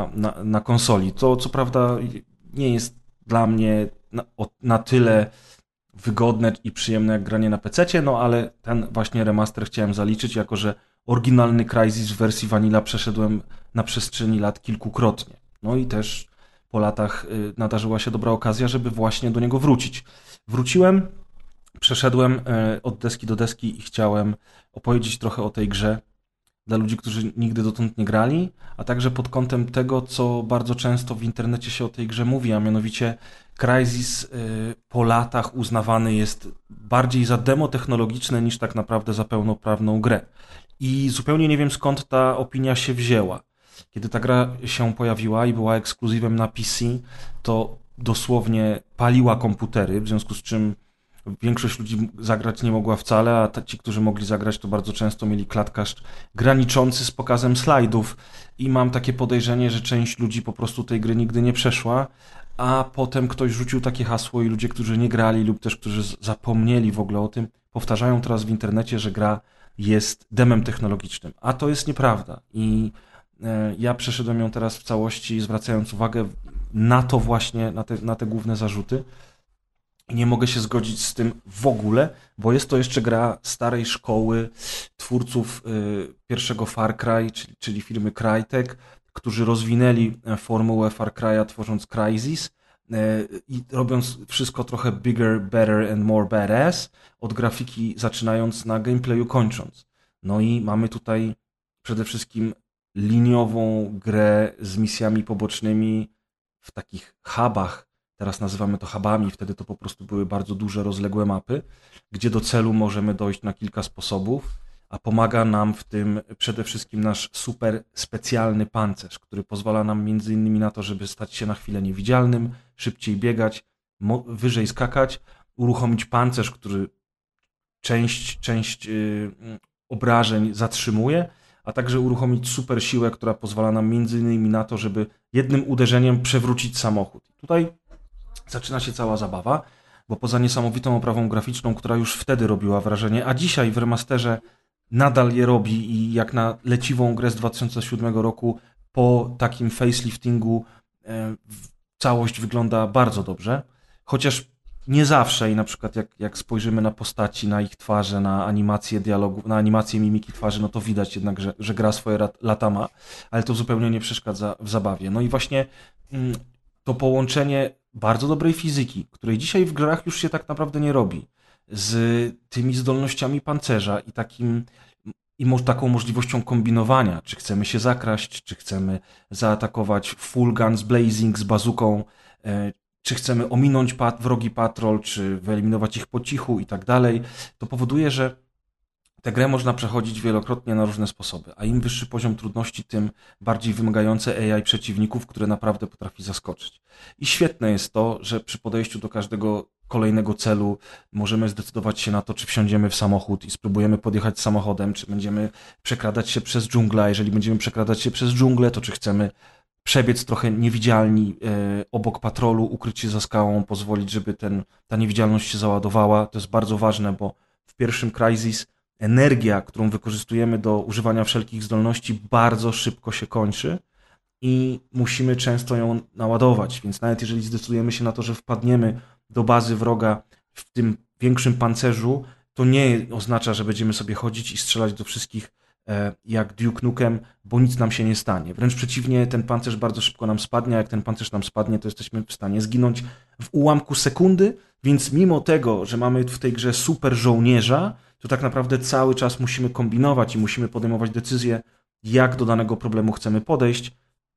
na konsoli. To co prawda nie jest dla mnie na tyle wygodne i przyjemne jak granie na PC-cie, no ale ten właśnie remaster chciałem zaliczyć, jako że oryginalny Crysis w wersji Vanilla przeszedłem na przestrzeni lat kilkukrotnie. No i też po latach nadarzyła się dobra okazja, żeby właśnie do niego wrócić. Wróciłem, przeszedłem od deski do deski i chciałem opowiedzieć trochę o tej grze dla ludzi, którzy nigdy dotąd nie grali, a także pod kątem tego, co bardzo często w internecie się o tej grze mówi, a mianowicie Crysis po latach uznawany jest bardziej za demo technologiczne niż tak naprawdę za pełnoprawną grę. I zupełnie nie wiem, skąd ta opinia się wzięła. Kiedy ta gra się pojawiła i była ekskluzywem na PC, to dosłownie paliła komputery, w związku z czym większość ludzi zagrać nie mogła wcale, a ci, którzy mogli zagrać, to bardzo często mieli klatkarz graniczący z pokazem slajdów i mam takie podejrzenie, że część ludzi po prostu tej gry nigdy nie przeszła, a potem ktoś rzucił takie hasło i ludzie, którzy nie grali lub też którzy zapomnieli w ogóle o tym, powtarzają teraz w internecie, że gra jest demem technologicznym, a to jest nieprawda i ja przeszedłem ją teraz w całości, zwracając uwagę na to właśnie, na te główne zarzuty. I nie mogę się zgodzić z tym w ogóle, bo jest to jeszcze gra starej szkoły twórców pierwszego Far Cry, czyli firmy Crytek, którzy rozwinęli formułę Far Cry'a tworząc Crysis i robiąc wszystko trochę bigger, better and more badass, od grafiki zaczynając na gameplayu kończąc. No i mamy tutaj przede wszystkim liniową grę z misjami pobocznymi w takich hubach, teraz nazywamy to hubami, wtedy to po prostu były bardzo duże, rozległe mapy, gdzie do celu możemy dojść na kilka sposobów, a pomaga nam w tym przede wszystkim nasz super specjalny pancerz, który pozwala nam między innymi na to, żeby stać się na chwilę niewidzialnym, szybciej biegać, wyżej skakać, uruchomić pancerz, który część obrażeń zatrzymuje, a także uruchomić super siłę, która pozwala nam między innymi na to, żeby jednym uderzeniem przewrócić samochód. Tutaj zaczyna się cała zabawa, bo poza niesamowitą oprawą graficzną, która już wtedy robiła wrażenie, a dzisiaj w remasterze nadal je robi i jak na leciwą grę z 2007 roku po takim faceliftingu całość wygląda bardzo dobrze, chociaż nie zawsze i na przykład jak spojrzymy na postaci, na ich twarze, na animację dialogu, na animację mimiki twarzy, no to widać jednak, że gra swoje lata ma, ale to zupełnie nie przeszkadza w zabawie. No i właśnie to połączenie bardzo dobrej fizyki, której dzisiaj w grach już się tak naprawdę nie robi, z tymi zdolnościami pancerza i taką możliwością kombinowania, czy chcemy się zakraść, czy chcemy zaatakować full guns blazing z bazuką, czy chcemy ominąć wrogi patrol, czy wyeliminować ich po cichu i tak dalej, to powoduje, że tę grę można przechodzić wielokrotnie na różne sposoby, a im wyższy poziom trudności, tym bardziej wymagające AI przeciwników, które naprawdę potrafi zaskoczyć. I świetne jest to, że przy podejściu do każdego kolejnego celu możemy zdecydować się na to, czy wsiądziemy w samochód i spróbujemy podjechać samochodem, czy będziemy przekradać się przez dżunglę, a jeżeli będziemy przekradać się przez dżunglę, to czy chcemy przebiec trochę niewidzialni obok patrolu, ukryć się za skałą, pozwolić, żeby ta niewidzialność się załadowała. To jest bardzo ważne, bo w pierwszym Crysis energia, którą wykorzystujemy do używania wszelkich zdolności, bardzo szybko się kończy i musimy często ją naładować, więc nawet jeżeli zdecydujemy się na to, że wpadniemy do bazy wroga w tym większym pancerzu, to nie oznacza, że będziemy sobie chodzić i strzelać do wszystkich jak Duke Nukem, bo nic nam się nie stanie. Wręcz przeciwnie, ten pancerz bardzo szybko nam spadnie, a jak ten pancerz nam spadnie, to jesteśmy w stanie zginąć w ułamku sekundy, więc mimo tego, że mamy w tej grze super żołnierza, to tak naprawdę cały czas musimy kombinować i musimy podejmować decyzje, jak do danego problemu chcemy podejść.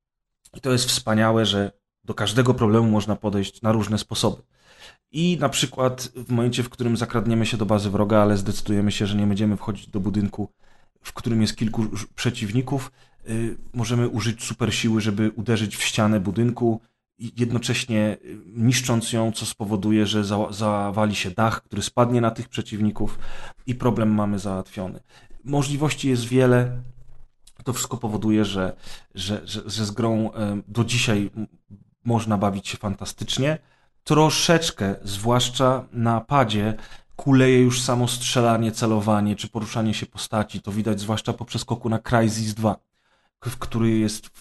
I to jest wspaniałe, że do każdego problemu można podejść na różne sposoby. I na przykład w momencie, w którym zakradniemy się do bazy wroga, ale zdecydujemy się, że nie będziemy wchodzić do budynku, w którym jest kilku przeciwników, możemy użyć super siły, żeby uderzyć w ścianę budynku, jednocześnie niszcząc ją, co spowoduje, że zawali się dach, który spadnie na tych przeciwników i problem mamy załatwiony. Możliwości jest wiele. To wszystko powoduje, że z grą do dzisiaj można bawić się fantastycznie. Troszeczkę, zwłaszcza na padzie, kuleje już samo strzelanie, celowanie czy poruszanie się postaci. To widać zwłaszcza po przeskoku na Crysis 2, który jest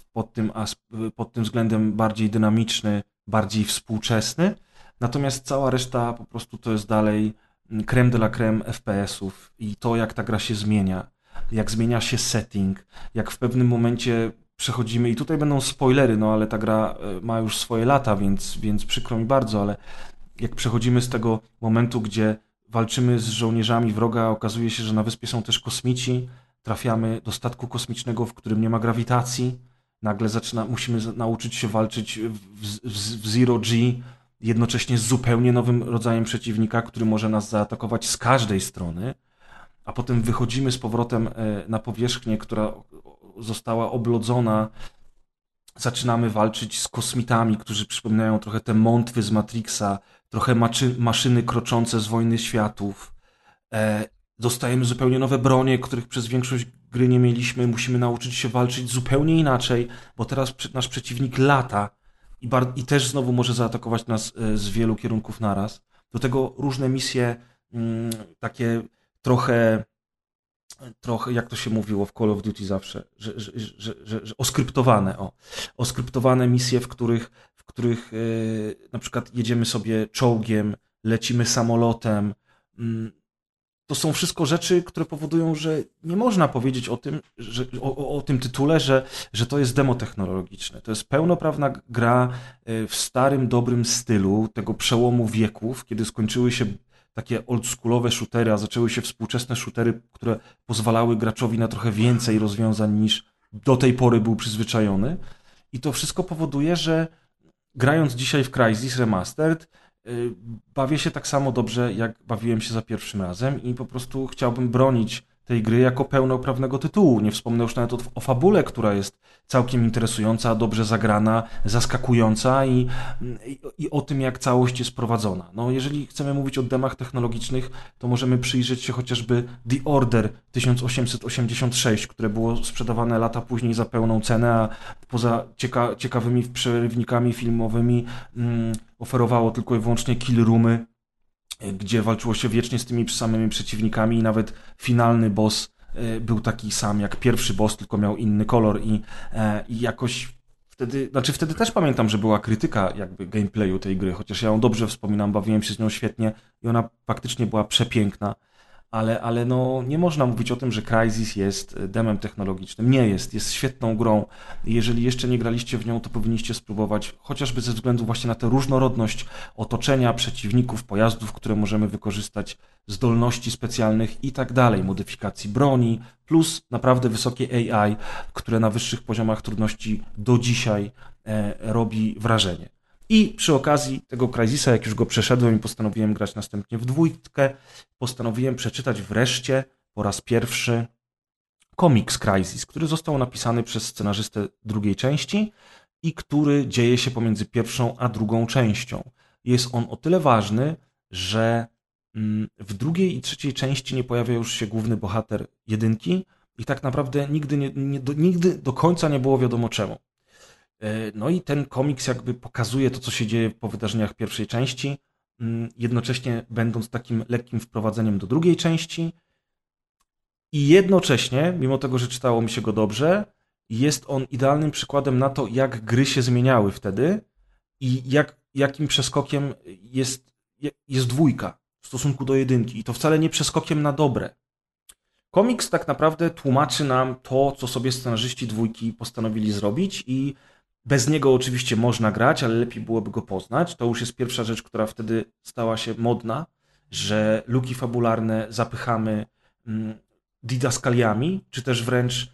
pod tym względem bardziej dynamiczny, bardziej współczesny. Natomiast cała reszta po prostu to jest dalej creme de la creme FPS-ów i to, jak ta gra się zmienia, jak zmienia się setting, jak w pewnym momencie przechodzimy, i tutaj będą spoilery, no ale ta gra ma już swoje lata, więc przykro mi bardzo, ale jak przechodzimy z tego momentu, gdzie walczymy z żołnierzami wroga, okazuje się, że na wyspie są też kosmici, trafiamy do statku kosmicznego, w którym nie ma grawitacji, nagle musimy nauczyć się walczyć w Zero G, jednocześnie z zupełnie nowym rodzajem przeciwnika, który może nas zaatakować z każdej strony, a potem wychodzimy z powrotem na powierzchnię, która została oblodzona, zaczynamy walczyć z kosmitami, którzy przypominają trochę te mątwy z Matrixa, trochę maszyny kroczące z Wojny Światów. Dostajemy zupełnie nowe bronie, których przez większość gry nie mieliśmy. Musimy nauczyć się walczyć zupełnie inaczej, bo teraz nasz przeciwnik lata i też znowu może zaatakować nas z wielu kierunków naraz. Do tego różne misje takie trochę, jak to się mówiło w Call of Duty zawsze, że oskryptowane misje, w których na przykład jedziemy sobie czołgiem, lecimy samolotem, to są wszystko rzeczy, które powodują, że nie można powiedzieć o tym, o tym tytule, że to jest demo technologiczne. To jest pełnoprawna gra w starym, dobrym stylu tego przełomu wieków, kiedy skończyły się takie oldschoolowe shootery, a zaczęły się współczesne shootery, które pozwalały graczowi na trochę więcej rozwiązań niż do tej pory był przyzwyczajony. I to wszystko powoduje, że grając dzisiaj w Crysis Remastered, bawię się tak samo dobrze, jak bawiłem się za pierwszym razem i po prostu chciałbym bronić tej gry jako pełnoprawnego tytułu. Nie wspomnę już nawet o fabule, która jest całkiem interesująca, dobrze zagrana, zaskakująca i o tym, jak całość jest prowadzona. No, jeżeli chcemy mówić o demach technologicznych, to możemy przyjrzeć się chociażby The Order 1886, które było sprzedawane lata później za pełną cenę, a poza ciekawymi przerywnikami filmowymi oferowało tylko i wyłącznie kill roomy, gdzie walczyło się wiecznie z tymi samymi przeciwnikami i nawet finalny boss był taki sam jak pierwszy boss, tylko miał inny kolor i jakoś wtedy też pamiętam, że była krytyka jakby gameplayu tej gry, chociaż ja ją dobrze wspominam, bawiłem się z nią świetnie i ona faktycznie była przepiękna, ale no nie można mówić o tym, że Crysis jest demem technologicznym. Nie jest. Jest świetną grą. Jeżeli jeszcze nie graliście w nią, to powinniście spróbować, chociażby ze względu właśnie na tę różnorodność otoczenia, przeciwników, pojazdów, które możemy wykorzystać, zdolności specjalnych i tak dalej, modyfikacji broni, plus naprawdę wysokie AI, które na wyższych poziomach trudności do dzisiaj robi wrażenie. I przy okazji tego Crysisa, jak już go przeszedłem i postanowiłem grać następnie w 2, postanowiłem przeczytać wreszcie po raz pierwszy komiks Crysis, który został napisany przez scenarzystę drugiej części i który dzieje się pomiędzy pierwszą a drugą częścią. Jest on o tyle ważny, że w drugiej i trzeciej części nie pojawia już się główny bohater jedynki i tak naprawdę nigdy do końca nie było wiadomo czemu. No i ten komiks jakby pokazuje to, co się dzieje po wydarzeniach pierwszej części, jednocześnie będąc takim lekkim wprowadzeniem do drugiej części i jednocześnie, mimo tego, że czytało mi się go dobrze, jest on idealnym przykładem na to, jak gry się zmieniały wtedy i jakim przeskokiem jest 2 w stosunku do 1 i to wcale nie przeskokiem na dobre. Komiks tak naprawdę tłumaczy nam to, co sobie scenarzyści 2 postanowili zrobić i bez niego oczywiście można grać, ale lepiej byłoby go poznać. To już jest pierwsza rzecz, która wtedy stała się modna, że luki fabularne zapychamy didaskaliami, czy też wręcz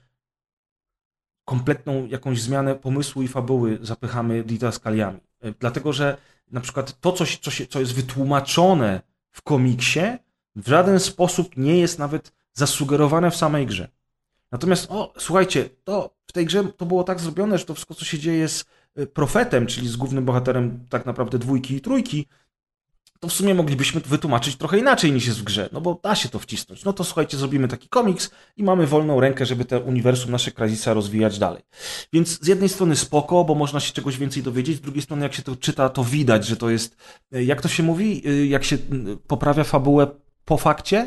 kompletną jakąś zmianę pomysłu i fabuły zapychamy didaskaliami. Dlatego, że na przykład to, co jest wytłumaczone w komiksie, w żaden sposób nie jest nawet zasugerowane w samej grze. Natomiast, słuchajcie, to w tej grze to było tak zrobione, że to wszystko, co się dzieje z Profetem, czyli z głównym bohaterem tak naprawdę 2 i 3, to w sumie moglibyśmy wytłumaczyć trochę inaczej niż jest w grze, no bo da się to wcisnąć. No to słuchajcie, zrobimy taki komiks i mamy wolną rękę, żeby te uniwersum nasze Crysisa rozwijać dalej. Więc z jednej strony spoko, bo można się czegoś więcej dowiedzieć, z drugiej strony jak się to czyta, to widać, że to jest, jak to się mówi, jak się poprawia fabułę po fakcie?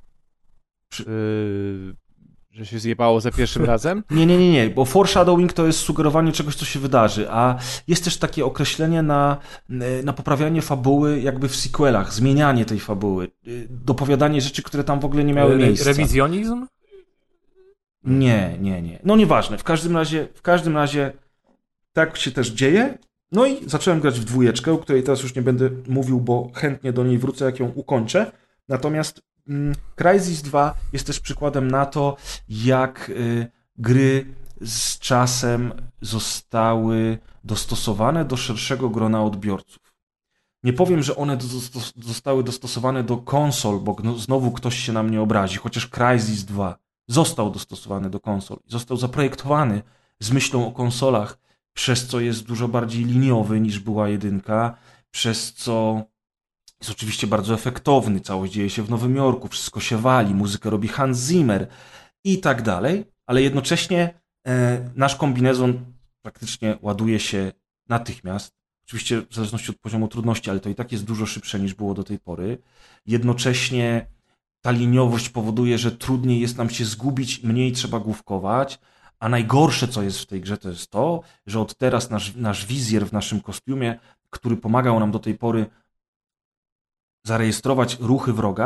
Że się zjebało za pierwszym razem? Nie, bo foreshadowing to jest sugerowanie czegoś, co się wydarzy, a jest też takie określenie na poprawianie fabuły jakby w sequelach, zmienianie tej fabuły, dopowiadanie rzeczy, które tam w ogóle nie miały miejsca. Rewizjonizm? Nie. No nieważne, w każdym razie tak się też dzieje. No i zacząłem grać w 2, o której teraz już nie będę mówił, bo chętnie do niej wrócę, jak ją ukończę. Natomiast Crysis 2 jest też przykładem na to, jak gry z czasem zostały dostosowane do szerszego grona odbiorców. Nie powiem, że one zostały dostosowane do konsol, bo znowu ktoś się na mnie obrazi, chociaż Crysis 2 został dostosowany do konsol. Został zaprojektowany z myślą o konsolach, przez co jest dużo bardziej liniowy niż była 1, przez co jest oczywiście bardzo efektowny, całość dzieje się w Nowym Jorku, wszystko się wali, muzykę robi Hans Zimmer i tak dalej, ale jednocześnie nasz kombinezon praktycznie ładuje się natychmiast, oczywiście w zależności od poziomu trudności, ale to i tak jest dużo szybsze niż było do tej pory. Jednocześnie ta liniowość powoduje, że trudniej jest nam się zgubić, mniej trzeba główkować, a najgorsze, co jest w tej grze, to jest to, że od teraz nasz wizjer w naszym kostiumie, który pomagał nam do tej pory zarejestrować ruchy wroga,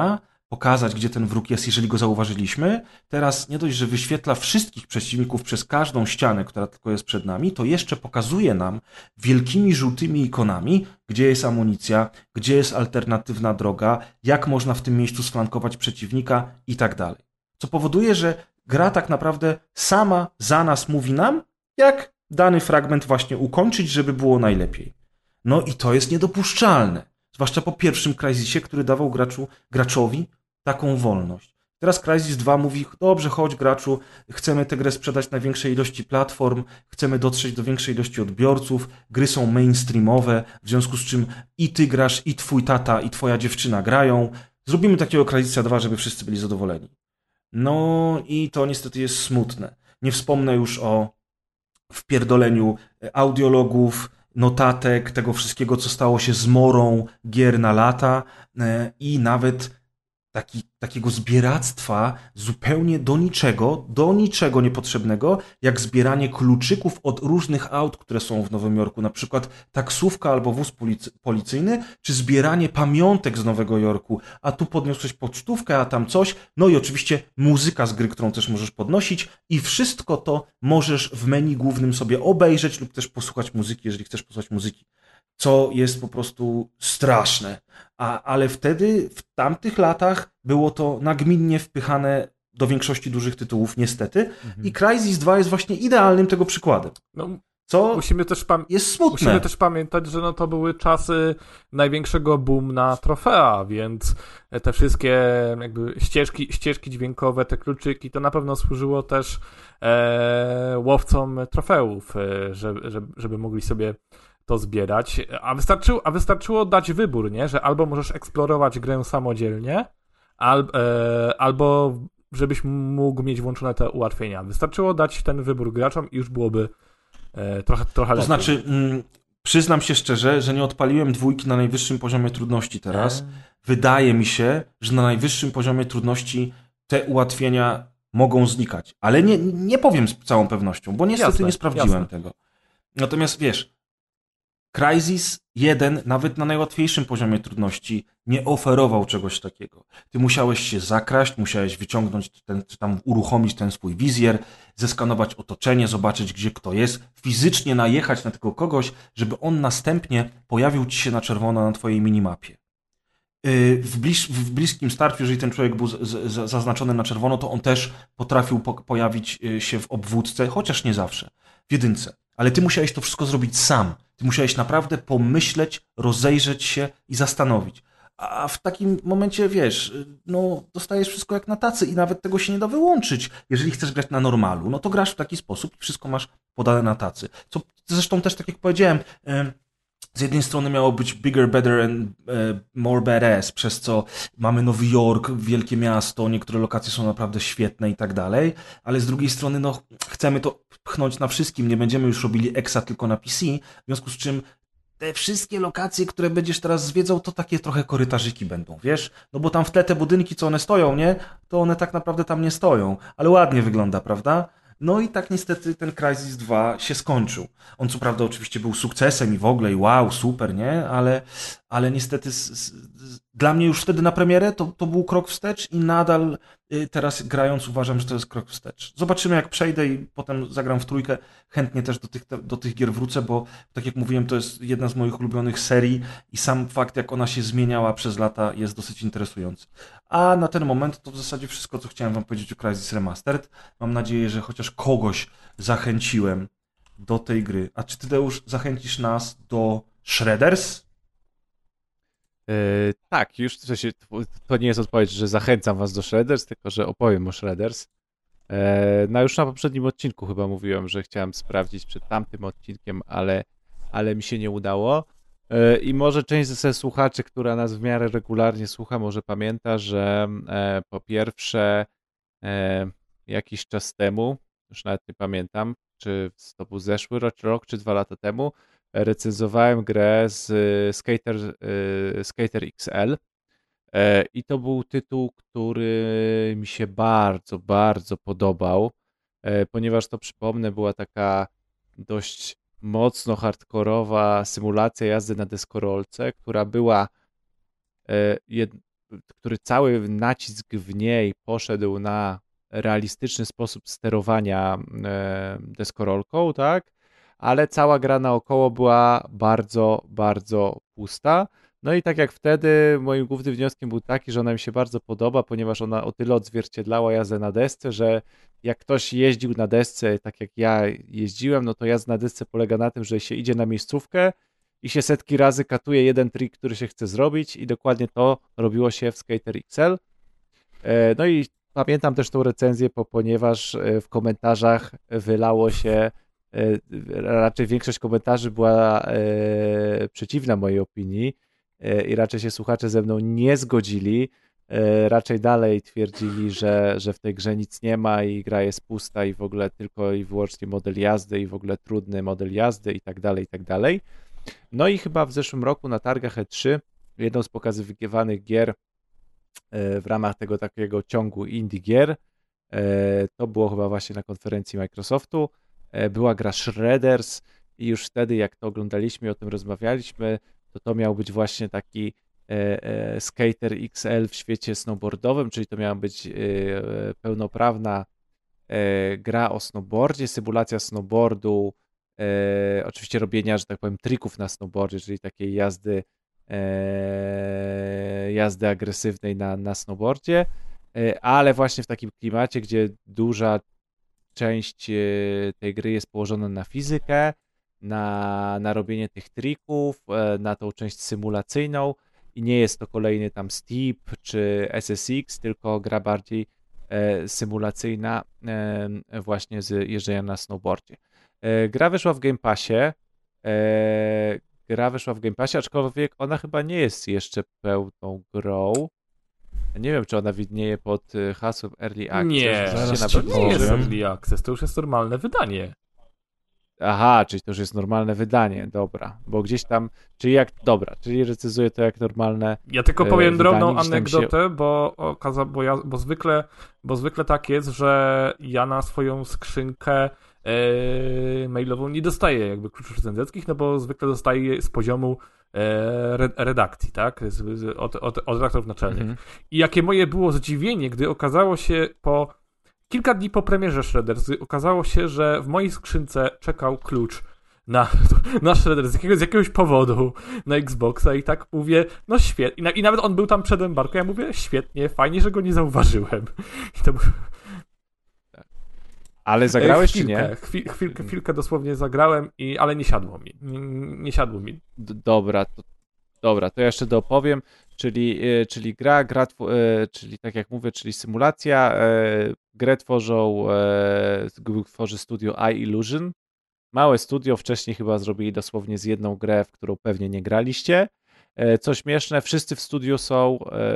pokazać, gdzie ten wróg jest, jeżeli go zauważyliśmy. Teraz nie dość, że wyświetla wszystkich przeciwników przez każdą ścianę, która tylko jest przed nami, to jeszcze pokazuje nam wielkimi żółtymi ikonami, gdzie jest amunicja, gdzie jest alternatywna droga, jak można w tym miejscu sflankować przeciwnika i tak dalej. Co powoduje, że gra tak naprawdę sama za nas mówi nam, jak dany fragment właśnie ukończyć, żeby było najlepiej. No i to jest niedopuszczalne. Zwłaszcza po pierwszym Crysisie, który dawał graczowi taką wolność. Teraz Crysis 2 mówi, dobrze, chodź graczu, chcemy tę grę sprzedać na większej ilości platform, chcemy dotrzeć do większej ilości odbiorców, gry są mainstreamowe, w związku z czym i ty grasz, i twój tata, i twoja dziewczyna grają. Zrobimy takiego Crysisa 2, żeby wszyscy byli zadowoleni. No i to niestety jest smutne. Nie wspomnę już o wpierdoleniu audiologów, notatek, tego wszystkiego, co stało się zmorą gier na lata i nawet takiego zbieractwa zupełnie do niczego niepotrzebnego, jak zbieranie kluczyków od różnych aut, które są w Nowym Jorku, na przykład taksówka albo wóz policyjny, czy zbieranie pamiątek z Nowego Jorku, a tu podniosłeś pocztówkę, a tam coś, no i oczywiście muzyka z gry, którą też możesz podnosić i wszystko to możesz w menu głównym sobie obejrzeć lub też posłuchać muzyki, jeżeli chcesz posłuchać muzyki. Co jest po prostu straszne. Ale wtedy, w tamtych latach, było to nagminnie wpychane do większości dużych tytułów, niestety. I Crysis 2 jest właśnie idealnym tego przykładem. No, co jest smutne. Musimy też pamiętać, że no to były czasy największego boom na trofea, więc te wszystkie jakby ścieżki dźwiękowe, te kluczyki, to na pewno służyło też łowcom trofeów, żeby mogli sobie to zbierać, a wystarczyło dać wybór, nie? Że albo możesz eksplorować grę samodzielnie, albo żebyś mógł mieć włączone te ułatwienia. Wystarczyło dać ten wybór graczom i już byłoby trochę lepiej. To znaczy, przyznam się szczerze, że nie odpaliłem 2 na najwyższym poziomie trudności teraz. Wydaje mi się, że na najwyższym poziomie trudności te ułatwienia mogą znikać. Ale nie powiem z całą pewnością, bo niestety nie sprawdziłem tego. Natomiast wiesz, Crysis 1 nawet na najłatwiejszym poziomie trudności nie oferował czegoś takiego. Ty musiałeś się zakraść, musiałeś wyciągnąć czy tam uruchomić ten swój wizjer, zeskanować otoczenie, zobaczyć gdzie kto jest, fizycznie najechać na tego kogoś, żeby on następnie pojawił ci się na czerwono na twojej minimapie. W bliskim starciu, jeżeli ten człowiek był zaznaczony na czerwono, to on też potrafił pojawić się w obwódce, chociaż nie zawsze, w jedynce. Ale ty musiałeś to wszystko zrobić sam. Ty musiałeś naprawdę pomyśleć, rozejrzeć się i zastanowić. A w takim momencie, wiesz, no dostajesz wszystko jak na tacy i nawet tego się nie da wyłączyć. Jeżeli chcesz grać na normalu, no to grasz w taki sposób i wszystko masz podane na tacy. Co zresztą też, tak jak powiedziałem, z jednej strony miało być bigger, better and more badass, przez co mamy Nowy Jork, wielkie miasto, niektóre lokacje są naprawdę świetne i tak dalej, ale z drugiej strony no chcemy to pchnąć na wszystkim, nie będziemy już robili exa tylko na PC, w związku z czym te wszystkie lokacje, które będziesz teraz zwiedzał, to takie trochę korytarzyki będą, wiesz? No bo tam w tle te budynki, co one stoją, nie? To one tak naprawdę tam nie stoją, ale ładnie wygląda, prawda? No i tak niestety ten Crysis 2 się skończył. On co prawda oczywiście był sukcesem i w ogóle i wow, super, nie? Ale niestety dla mnie już wtedy na premierę to był krok wstecz i nadal teraz grając uważam, że to jest krok wstecz. Zobaczymy jak przejdę i potem zagram w 3. Chętnie też do tych gier wrócę, bo tak jak mówiłem, to jest jedna z moich ulubionych serii i sam fakt jak ona się zmieniała przez lata jest dosyć interesujący. A na ten moment to w zasadzie wszystko, co chciałem wam powiedzieć o Crysis Remastered. Mam nadzieję, że chociaż kogoś zachęciłem do tej gry. A czy ty, Deusz, zachęcisz nas do Shredders? Tak, już w sensie, to nie jest odpowiedź, że zachęcam was do Shredders, tylko że opowiem o Shredders. No już na poprzednim odcinku chyba mówiłem, że chciałem sprawdzić przed tamtym odcinkiem, ale mi się nie udało. I może część ze słuchaczy, która nas w miarę regularnie słucha, może pamięta, że po pierwsze jakiś czas temu, już nawet nie pamiętam, czy to był zeszły rok, czy 2 lata temu, recenzowałem grę z Skater XL i to był tytuł, który mi się bardzo, bardzo podobał, ponieważ to, przypomnę, była taka dość mocno hardkorowa symulacja jazdy na deskorolce, która była który cały nacisk w niej poszedł na realistyczny sposób sterowania deskorolką, tak? Ale cała gra naokoło była bardzo, bardzo pusta. No i tak jak wtedy, moim głównym wnioskiem był taki, że ona mi się bardzo podoba, ponieważ ona o tyle odzwierciedlała jazdę na desce, że jak ktoś jeździł na desce, tak jak ja jeździłem, no to jazda na desce polega na tym, że się idzie na miejscówkę i się setki razy katuje jeden trik, który się chce zrobić i dokładnie to robiło się w Skater XL. No i pamiętam też tą recenzję, ponieważ w komentarzach wylało się, raczej większość komentarzy była przeciwna mojej opinii i raczej się słuchacze ze mną nie zgodzili. Raczej dalej twierdzili, że w tej grze nic nie ma i gra jest pusta i w ogóle tylko i wyłącznie model jazdy i w ogóle trudny model jazdy i tak dalej, i tak dalej. No i chyba w zeszłym roku na targach E3 jedną z pokazywanych gier w ramach tego takiego ciągu indie gier, to było chyba właśnie na konferencji Microsoftu, była gra Shredders i już wtedy jak to oglądaliśmy i o tym rozmawialiśmy, to miał być właśnie taki Skater XL w świecie snowboardowym, czyli to miała być pełnoprawna gra o snowboardzie, symulacja snowboardu, oczywiście robienia, że tak powiem, trików na snowboardzie, czyli takiej jazdy agresywnej na snowboardzie, ale właśnie w takim klimacie, gdzie duża część tej gry jest położona na fizykę, na robienie tych trików, na tą część symulacyjną i nie jest to kolejny tam Steep czy SSX, tylko gra bardziej symulacyjna właśnie z jeżdżenia na snowboardzie. Gra wyszła w Game Passie, aczkolwiek ona chyba nie jest jeszcze pełną grą. Nie wiem, czy ona widnieje pod hasłem Early Access. Nie, to nie jest Early Access, to już jest normalne wydanie. Aha, czyli to już jest normalne wydanie, dobra, bo gdzieś tam, czyli recenzuję to jak normalne. Ja tylko powiem wydanie, drobną anegdotę, bo zwykle tak jest, że ja na swoją skrzynkę mailową nie dostaję jakby kluczów recenzenckich, no bo zwykle dostaję je z poziomu redakcji, tak? Od redaktorów naczelnych. I jakie moje było zdziwienie, gdy okazało się kilka dni po premierze Shredders, okazało się, że w mojej skrzynce czekał klucz na Shredders z jakiegoś powodu na Xboxa i tak mówię, no świetnie. I nawet on był tam przed embargo, ja mówię, świetnie, fajnie, że go nie zauważyłem. I to Ale zagrałeś czy nie? Chwilkę dosłownie zagrałem, ale nie siadło mi. Nie siadło mi. Dobra, to ja jeszcze doopowiem, czyli gra, czyli tak jak mówię, czyli symulacja. Grę tworzy studio iLusion. Małe studio, wcześniej chyba zrobili dosłownie z jedną grę, w którą pewnie nie graliście. Co śmieszne, wszyscy w studiu są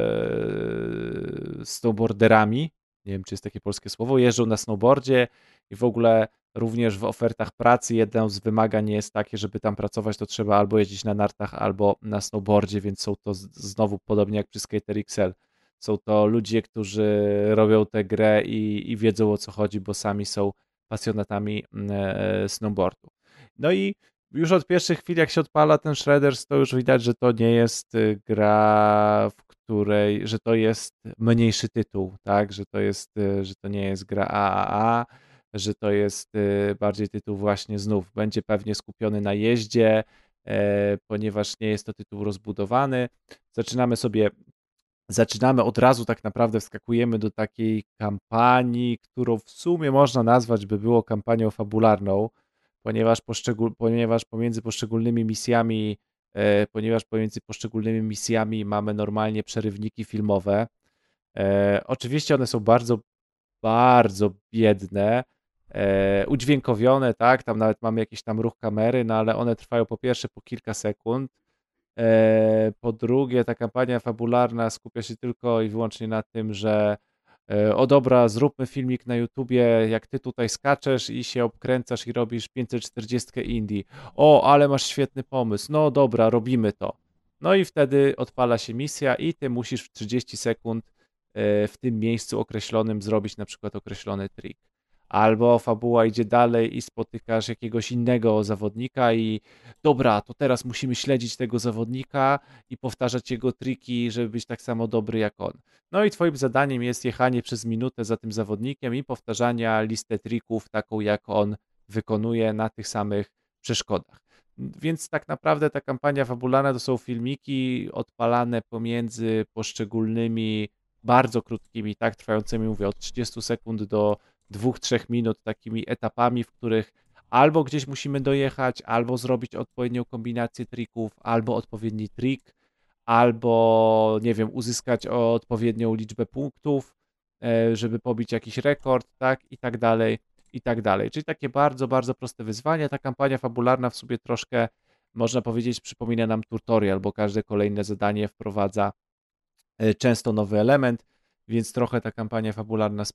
snowboarderami. Nie wiem, czy jest takie polskie słowo. Jeżdżą na snowboardzie i w ogóle również w ofertach pracy jedną z wymagań jest takie, żeby tam pracować, to trzeba albo jeździć na nartach, albo na snowboardzie, więc są to znowu podobnie jak przy Skater XL. Są to ludzie, którzy robią tę grę i wiedzą, o co chodzi, bo sami są pasjonatami snowboardu. No i już od pierwszych chwil, jak się odpala ten Shredders, to już widać, że to nie jest gra, w której, że to jest mniejszy tytuł, tak, że to nie jest gra AAA, że to jest bardziej tytuł właśnie znów, będzie pewnie skupiony na jeździe, ponieważ nie jest to tytuł rozbudowany. Zaczynamy od razu, tak naprawdę wskakujemy do takiej kampanii, którą w sumie można nazwać by było kampanią fabularną, ponieważ pomiędzy poszczególnymi misjami mamy normalnie przerywniki filmowe. Oczywiście one są bardzo, bardzo biedne, udźwiękowione, tak, tam nawet mamy jakiś tam ruch kamery, no ale one trwają po pierwsze po kilka sekund. Po drugie, ta kampania fabularna skupia się tylko i wyłącznie na tym, że o dobra, zróbmy filmik na YouTubie, jak ty tutaj skaczesz i się obkręcasz i robisz 540 indie. O, ale masz świetny pomysł. No dobra, robimy to. No i wtedy odpala się misja i ty musisz w 30 sekund w tym miejscu określonym zrobić na przykład określony trik. albo fabuła idzie dalej i spotykasz jakiegoś innego zawodnika i dobra, to teraz musimy śledzić tego zawodnika i powtarzać jego triki, żeby być tak samo dobry jak on. No i twoim zadaniem jest jechanie przez minutę za tym zawodnikiem i powtarzania listę trików taką jak on wykonuje na tych samych przeszkodach. Więc tak naprawdę ta kampania fabularna to są filmiki odpalane pomiędzy poszczególnymi bardzo krótkimi, tak trwającymi, mówię, od 30 sekund do 2-3 minut, takimi etapami, w których albo gdzieś musimy dojechać, albo zrobić odpowiednią kombinację trików, albo odpowiedni trik, albo, nie wiem, uzyskać odpowiednią liczbę punktów, żeby pobić jakiś rekord, tak, i tak dalej, i tak dalej. Czyli takie bardzo, bardzo proste wyzwanie. Ta kampania fabularna w sobie troszkę, można powiedzieć, przypomina nam tutorial, bo każde kolejne zadanie wprowadza często nowy element, więc trochę ta kampania fabularna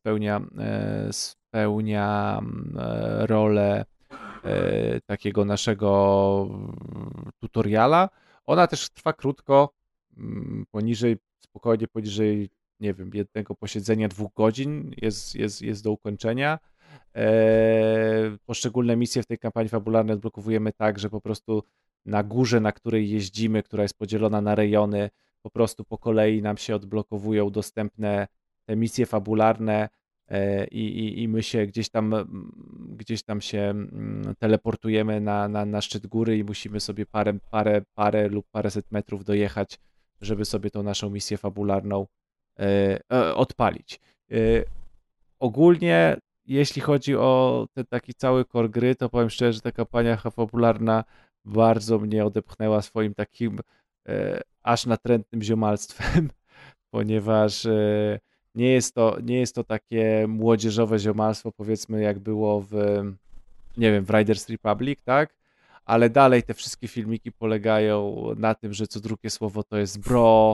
spełnia rolę takiego naszego tutoriala. Ona też trwa krótko, spokojnie poniżej, nie wiem, jednego posiedzenia, 2 godzin jest do ukończenia. Poszczególne misje w tej kampanii fabularnej odblokowujemy tak, że po prostu na górze, na której jeździmy, która jest podzielona na rejony, po prostu po kolei nam się odblokowują dostępne te misje fabularne i my się gdzieś tam się teleportujemy na szczyt góry i musimy sobie parę lub paręset metrów dojechać, żeby sobie tą naszą misję fabularną odpalić. Ogólnie, jeśli chodzi o ten taki cały core gry, to powiem szczerze, że ta kampania fabularna bardzo mnie odepchnęła swoim takim aż natrętnym ziomalstwem, ponieważ nie jest to takie młodzieżowe ziomalstwo, powiedzmy, jak było nie wiem, w Riders Republic, tak? Ale dalej te wszystkie filmiki polegają na tym, że co drugie słowo to jest bro.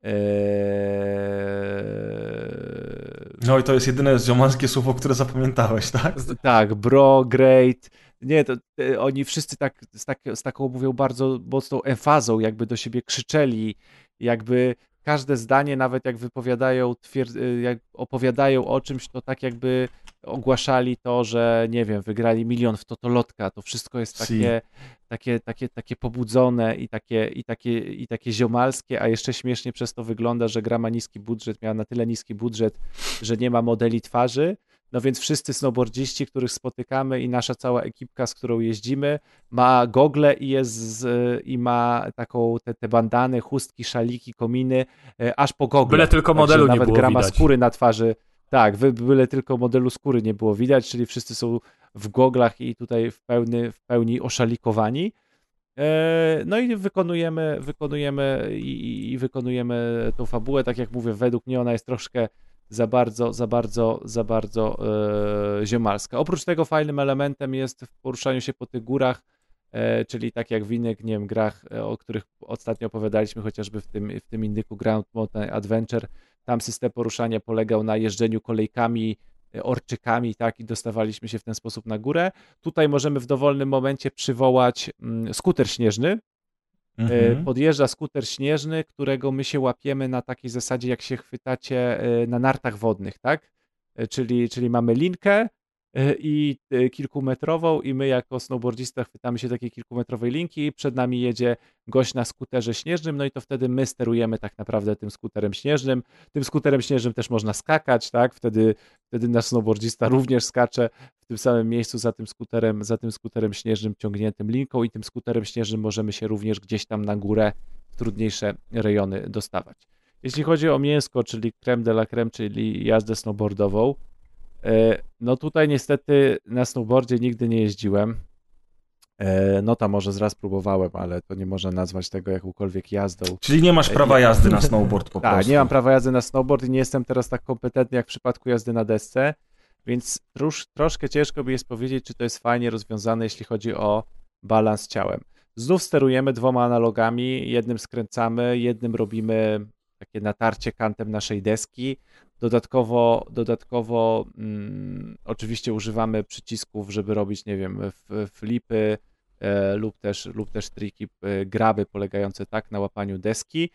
No i to jest jedyne ziomalskie słowo, które zapamiętałeś, tak? Tak, bro, great. Nie, to oni wszyscy z taką mówią bardzo mocną emfazą, jakby do siebie krzyczeli, jakby każde zdanie, nawet jak wypowiadają, jak opowiadają o czymś, to tak jakby ogłaszali to, że nie wiem, wygrali 1 000 000 w Totolotka. To wszystko jest takie pobudzone i takie ziomalskie, a jeszcze śmiesznie przez to wygląda, że gra ma niski budżet, miała na tyle niski budżet, że nie ma modeli twarzy. No więc wszyscy snowboardziści, których spotykamy i nasza cała ekipka, z którą jeździmy, ma gogle i ma taką te bandany, chustki, szaliki, kominy, aż po gogle. Byle tylko modelu nie nawet było gra ma widać. skóry na twarzy. Tak, byle tylko modelu skóry nie było widać, czyli wszyscy są w goglach i tutaj w pełni oszalikowani. No i wykonujemy tą fabułę, tak jak mówię, według mnie ona jest troszkę za bardzo ziomalska. Oprócz tego fajnym elementem jest w poruszaniu się po tych górach, czyli tak jak w innych, nie wiem, grach, o których ostatnio opowiadaliśmy, chociażby w tym indyku Grand Mountain Adventure, tam system poruszania polegał na jeżdżeniu kolejkami, orczykami, tak, i dostawaliśmy się w ten sposób na górę. Tutaj możemy w dowolnym momencie przywołać skuter śnieżny. Podjeżdża skuter śnieżny, którego my się łapiemy na takiej zasadzie, jak się chwytacie na nartach wodnych, tak? Czyli mamy linkę i kilkumetrową i my jako snowboardzista chwytamy się takiej kilkumetrowej linki i przed nami jedzie gość na skuterze śnieżnym, no i to wtedy my sterujemy tak naprawdę tym skuterem śnieżnym. Tym skuterem śnieżnym też można skakać, tak? Wtedy nasz snowboardzista również skacze w tym samym miejscu za tym skuterem śnieżnym ciągniętym linką i tym skuterem śnieżnym możemy się również gdzieś tam na górę w trudniejsze rejony dostawać. Jeśli chodzi o mięsko, czyli crème de la crème, czyli jazdę snowboardową, no tutaj niestety na snowboardzie nigdy nie jeździłem. No tam może raz próbowałem, ale to nie można nazwać tego jakąkolwiek jazdą. Czyli nie masz prawa jazdy na snowboard po prostu. Tak, nie mam prawa jazdy na snowboard i nie jestem teraz tak kompetentny jak w przypadku jazdy na desce, więc troszkę ciężko mi jest powiedzieć, czy to jest fajnie rozwiązane, jeśli chodzi o balans ciałem. Znów sterujemy 2 analogami, jednym skręcamy, jednym robimy takie natarcie kantem naszej deski. Dodatkowo oczywiście używamy przycisków, żeby robić, nie wiem, flipy lub też triki, graby polegające tak na łapaniu deski.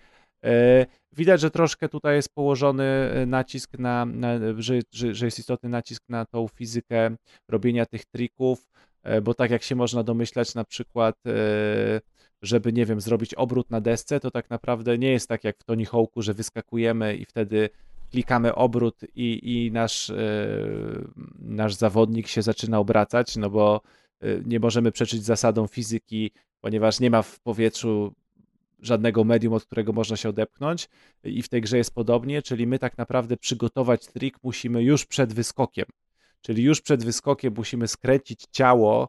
Widać, że troszkę tutaj jest położony nacisk że jest istotny nacisk na tą fizykę robienia tych trików, bo tak jak się można domyślać, na przykład żeby, nie wiem, zrobić obrót na desce, to tak naprawdę nie jest tak jak w Tony Hawk'u, że wyskakujemy i wtedy klikamy obrót i nasz zawodnik się zaczyna obracać, no bo nie możemy przeczyć zasadom fizyki, ponieważ nie ma w powietrzu żadnego medium, od którego można się odepchnąć i w tej grze jest podobnie, czyli my tak naprawdę przygotować trik musimy już przed wyskokiem, czyli już przed wyskokiem musimy skręcić ciało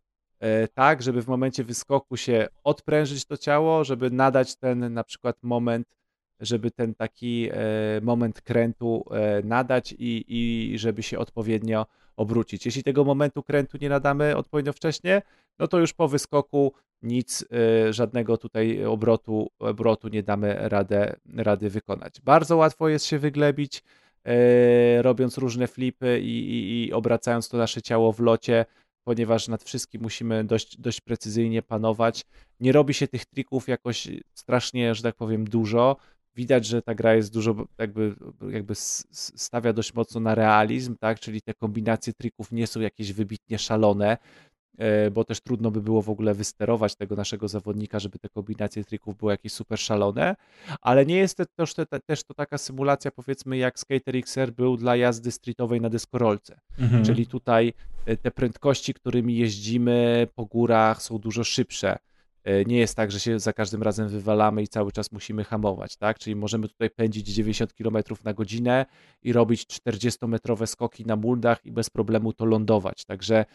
tak, żeby w momencie wyskoku się odprężyć to ciało, żeby nadać ten na przykład moment, żeby ten taki moment krętu nadać i żeby się odpowiednio obrócić. Jeśli tego momentu krętu nie nadamy odpowiednio wcześnie, no to już po wyskoku nic, żadnego tutaj obrotu nie damy rady wykonać. Bardzo łatwo jest się wyglebić, robiąc różne flipy i obracając to nasze ciało w locie, ponieważ nad wszystkim musimy dość precyzyjnie panować. Nie robi się tych trików jakoś strasznie, że tak powiem, dużo. Widać, że ta gra jest dużo, jakby stawia dość mocno na realizm, tak? Czyli te kombinacje trików nie są jakieś wybitnie szalone, bo też trudno by było w ogóle wysterować tego naszego zawodnika, żeby te kombinacje trików były jakieś super szalone, ale nie jest też to taka symulacja, powiedzmy, jak Skater XR był dla jazdy streetowej na deskorolce. Czyli tutaj te prędkości, którymi jeździmy po górach, są dużo szybsze. Nie jest tak, że się za każdym razem wywalamy i cały czas musimy hamować, tak? Czyli możemy tutaj pędzić 90 km na godzinę i robić 40-metrowe skoki na muldach i bez problemu to lądować. Także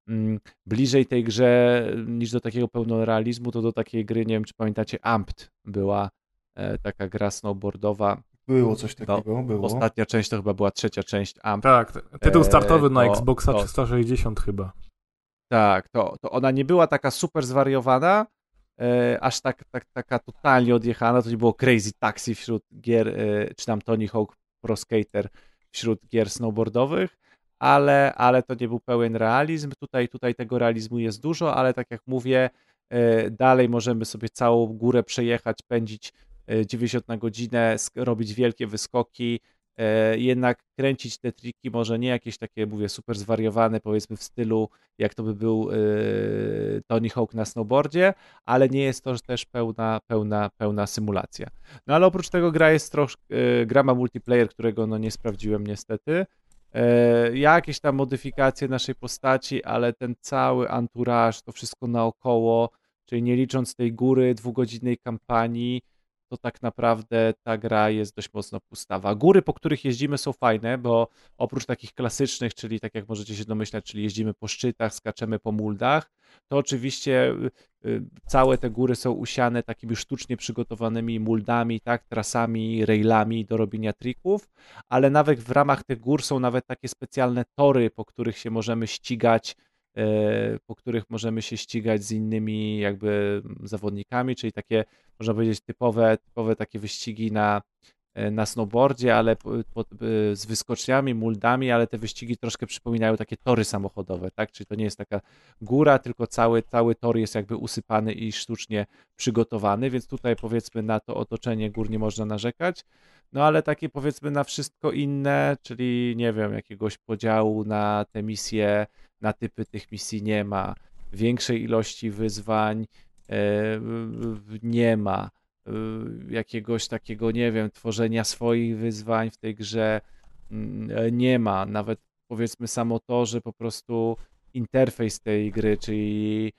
bliżej tej grze niż do takiego pełnorealizmu, to do takiej gry, nie wiem, czy pamiętacie, Amped była taka gra snowboardowa. Było coś takiego, było. Ostatnia część to chyba była trzecia część Amped. Tak, tytuł startowy na Xboxa 360 chyba. Tak, to ona nie była taka super zwariowana, aż taka totalnie odjechana, to nie było Crazy Taxi wśród gier, czy tam Tony Hawk Pro Skater wśród gier snowboardowych, ale to nie był pełen realizm. Tutaj tego realizmu jest dużo, ale tak jak mówię, dalej możemy sobie całą górę przejechać, pędzić 90 na godzinę, robić wielkie wyskoki, jednak kręcić te triki, może nie jakieś takie, mówię, super zwariowane, powiedzmy w stylu, jak to by był Tony Hawk na snowboardzie, ale nie jest to też pełna symulacja. No ale oprócz tego gra ma multiplayer, którego no nie sprawdziłem niestety. Jakieś tam modyfikacje naszej postaci, ale ten cały entourage, to wszystko naokoło, czyli nie licząc tej góry, 2-godzinnej kampanii, to tak naprawdę ta gra jest dość mocno pustawa. Góry, po których jeździmy, są fajne, bo oprócz takich klasycznych, czyli tak jak możecie się domyślać, czyli jeździmy po szczytach, skaczemy po muldach, to oczywiście całe te góry są usiane takimi sztucznie przygotowanymi muldami, tak, trasami, railami do robienia trików, ale nawet w ramach tych gór są nawet takie specjalne tory, po których się możemy ścigać, z innymi jakby zawodnikami, czyli takie, można powiedzieć, typowe takie wyścigi na snowboardzie, ale z wyskoczniami, muldami, ale te wyścigi troszkę przypominają takie tory samochodowe, tak? Czyli to nie jest taka góra, tylko cały tor jest jakby usypany i sztucznie przygotowany, więc tutaj powiedzmy na to otoczenie gór nie można narzekać, no ale takie powiedzmy na wszystko inne, czyli nie wiem, jakiegoś podziału na te misje, na typy tych misji nie ma, większej ilości wyzwań nie ma, jakiegoś takiego, nie wiem, tworzenia swoich wyzwań w tej grze nie ma. Nawet powiedzmy samo to, że po prostu interfejs tej gry, czyli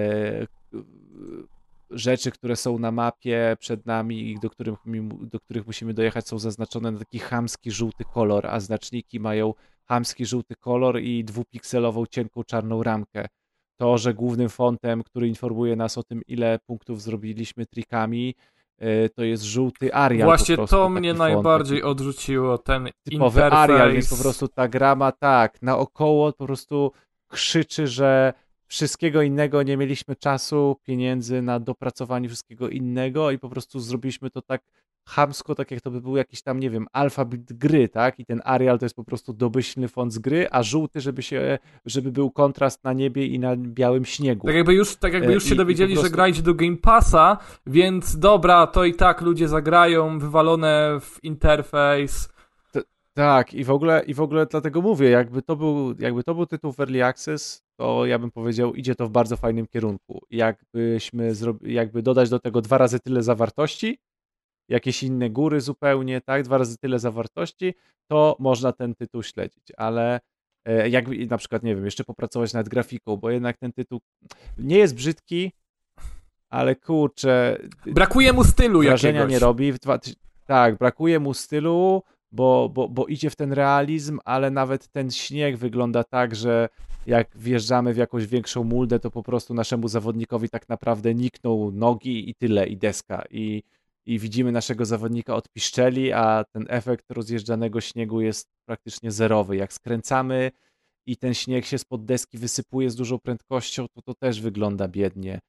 rzeczy, które są na mapie przed nami i do których musimy dojechać, są zaznaczone na taki chamski żółty kolor, a znaczniki mają chamski żółty kolor i 2-pikselową cienką czarną ramkę. To, że głównym fontem, który informuje nas o tym, ile punktów zrobiliśmy trikami, to jest żółty Arial. Właśnie po prostu, to mnie najbardziej odrzuciło, ten typowy interfejs. Arial, więc po prostu ta gra ma tak, naokoło po prostu krzyczy, że wszystkiego innego nie mieliśmy czasu, pieniędzy na dopracowanie wszystkiego innego i po prostu zrobiliśmy to tak chamsko, tak jak to by był jakiś tam, nie wiem, alfabet gry, tak? I ten Arial to jest po prostu domyślny font z gry, a żółty, żeby był kontrast na niebie i na białym śniegu. Tak jakby już się dowiedzieli, prostu... że grajcie do Game Passa, więc dobra, to i tak ludzie zagrają, wywalone w interfejs. Tak, i w ogóle dlatego mówię, jakby to był tytuł w Early Access, to ja bym powiedział, idzie to w bardzo fajnym kierunku. Jakby dodać do tego 2 razy tyle zawartości, jakieś inne góry zupełnie, tak, 2 razy tyle zawartości, to można ten tytuł śledzić, ale jakby na przykład, nie wiem, jeszcze popracować nad grafiką, bo jednak ten tytuł nie jest brzydki, ale kurczę... Brakuje mu stylu wrażenia jakiegoś. nie robi. Tak, brakuje mu stylu, bo idzie w ten realizm, ale nawet ten śnieg wygląda tak, że jak wjeżdżamy w jakąś większą muldę, to po prostu naszemu zawodnikowi tak naprawdę nikną nogi i tyle, i deska. I widzimy naszego zawodnika od piszczeli, a ten efekt rozjeżdżanego śniegu jest praktycznie zerowy. Jak skręcamy i ten śnieg się spod deski wysypuje z dużą prędkością, to też wygląda biednie.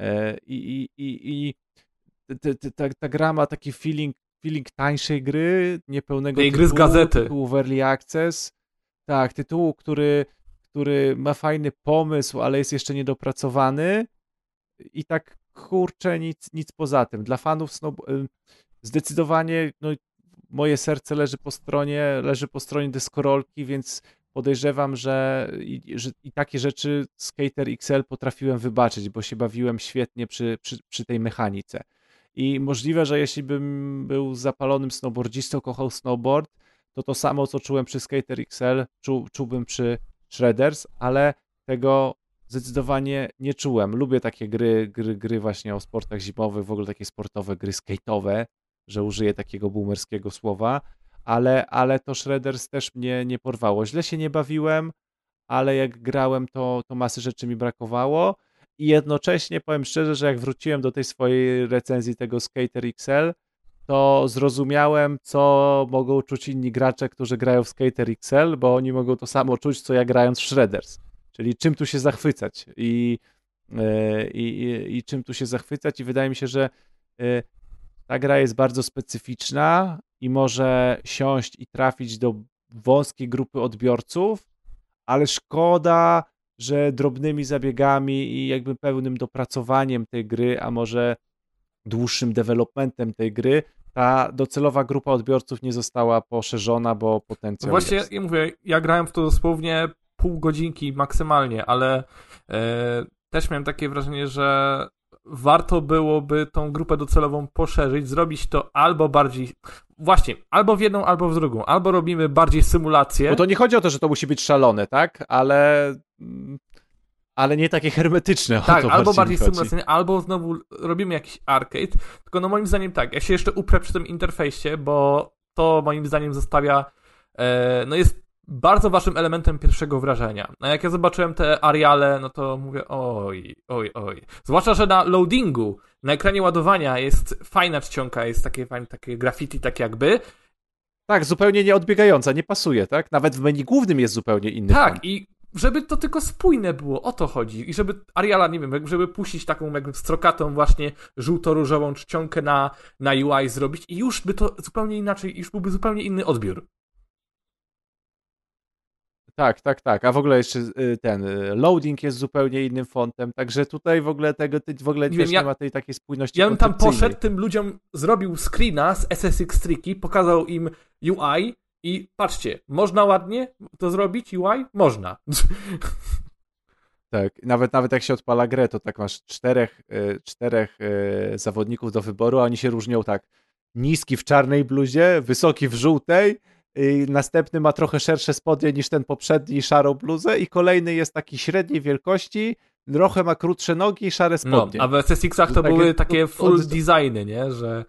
Ta gra ma taki feeling tańszej gry, niepełnego tej gry z gazety. Tytułu w Early Access. Tak, tytułu, który ma fajny pomysł, ale jest jeszcze niedopracowany i tak kurczę, nic poza tym. Dla fanów zdecydowanie moje serce leży po stronie deskorolki, więc podejrzewam, że i takie rzeczy Skater XL potrafiłem wybaczyć, bo się bawiłem świetnie przy tej mechanice. I możliwe, że jeśli bym był zapalonym snowboardzistą, kochał snowboard, to samo, co czułem przy Skater XL, czułbym przy Shredders, ale tego zdecydowanie nie czułem. Lubię takie gry właśnie o sportach zimowych, w ogóle takie sportowe gry skate'owe, że użyję takiego boomerskiego słowa, ale to Shredders też mnie nie porwało. Źle się nie bawiłem, ale jak grałem, to masy rzeczy mi brakowało i jednocześnie powiem szczerze, że jak wróciłem do tej swojej recenzji tego Skater XL, to zrozumiałem, co mogą czuć inni gracze, którzy grają w Skater XL, bo oni mogą to samo czuć, co ja grając w Shredders. Czyli czym tu się zachwycać i czym tu się zachwycać i wydaje mi się, że ta gra jest bardzo specyficzna i może siąść i trafić do wąskiej grupy odbiorców, ale szkoda, że drobnymi zabiegami i jakby pełnym dopracowaniem tej gry, a może dłuższym developmentem tej gry, ta docelowa grupa odbiorców nie została poszerzona, bo potencjał Właśnie jest. Ja mówię, ja grałem w to dosłownie pół godzinki maksymalnie, ale też miałem takie wrażenie, że warto byłoby tą grupę docelową poszerzyć, zrobić to albo bardziej, właśnie, albo w jedną, albo w drugą, albo robimy bardziej symulację. Bo to nie chodzi o to, że to musi być szalone, tak? Ale nie takie hermetyczne. Tak, albo bardziej symulacyjne, albo znowu robimy jakiś arcade, tylko no moim zdaniem tak, ja się jeszcze uprę przy tym interfejsie, bo to moim zdaniem zostawia, jest bardzo ważnym elementem pierwszego wrażenia. A jak ja zobaczyłem te Ariale, no to mówię oj. Zwłaszcza, że na loadingu, na ekranie ładowania jest fajna czcionka, jest takie fajne, takie graffiti, tak jakby. Tak, zupełnie nieodbiegająca, nie pasuje, tak? Nawet w menu głównym jest zupełnie inny Tak, font. i żeby to tylko spójne było, o to chodzi. I żeby Ariala, nie wiem, żeby puścić taką jakby strokatą właśnie żółto-różową czcionkę na UI zrobić i już by to zupełnie inaczej, już byłby zupełnie inny odbiór. Tak. A w ogóle jeszcze ten loading jest zupełnie innym fontem, także tutaj w ogóle nie ma tej takiej spójności. Ja bym tam poszedł, tym ludziom zrobił screena z SSX Tricky, pokazał im UI i patrzcie, można ładnie to zrobić UI? Można. Tak, nawet jak się odpala grę, to tak masz czterech zawodników do wyboru, a oni się różnią tak. Niski w czarnej bluzie, wysoki w żółtej, następny ma trochę szersze spodnie niż ten poprzedni, szarą bluzę i kolejny jest taki średniej wielkości, trochę ma krótsze nogi i szare spodnie. No, a w SSX-ach to były takie full designy, nie? Że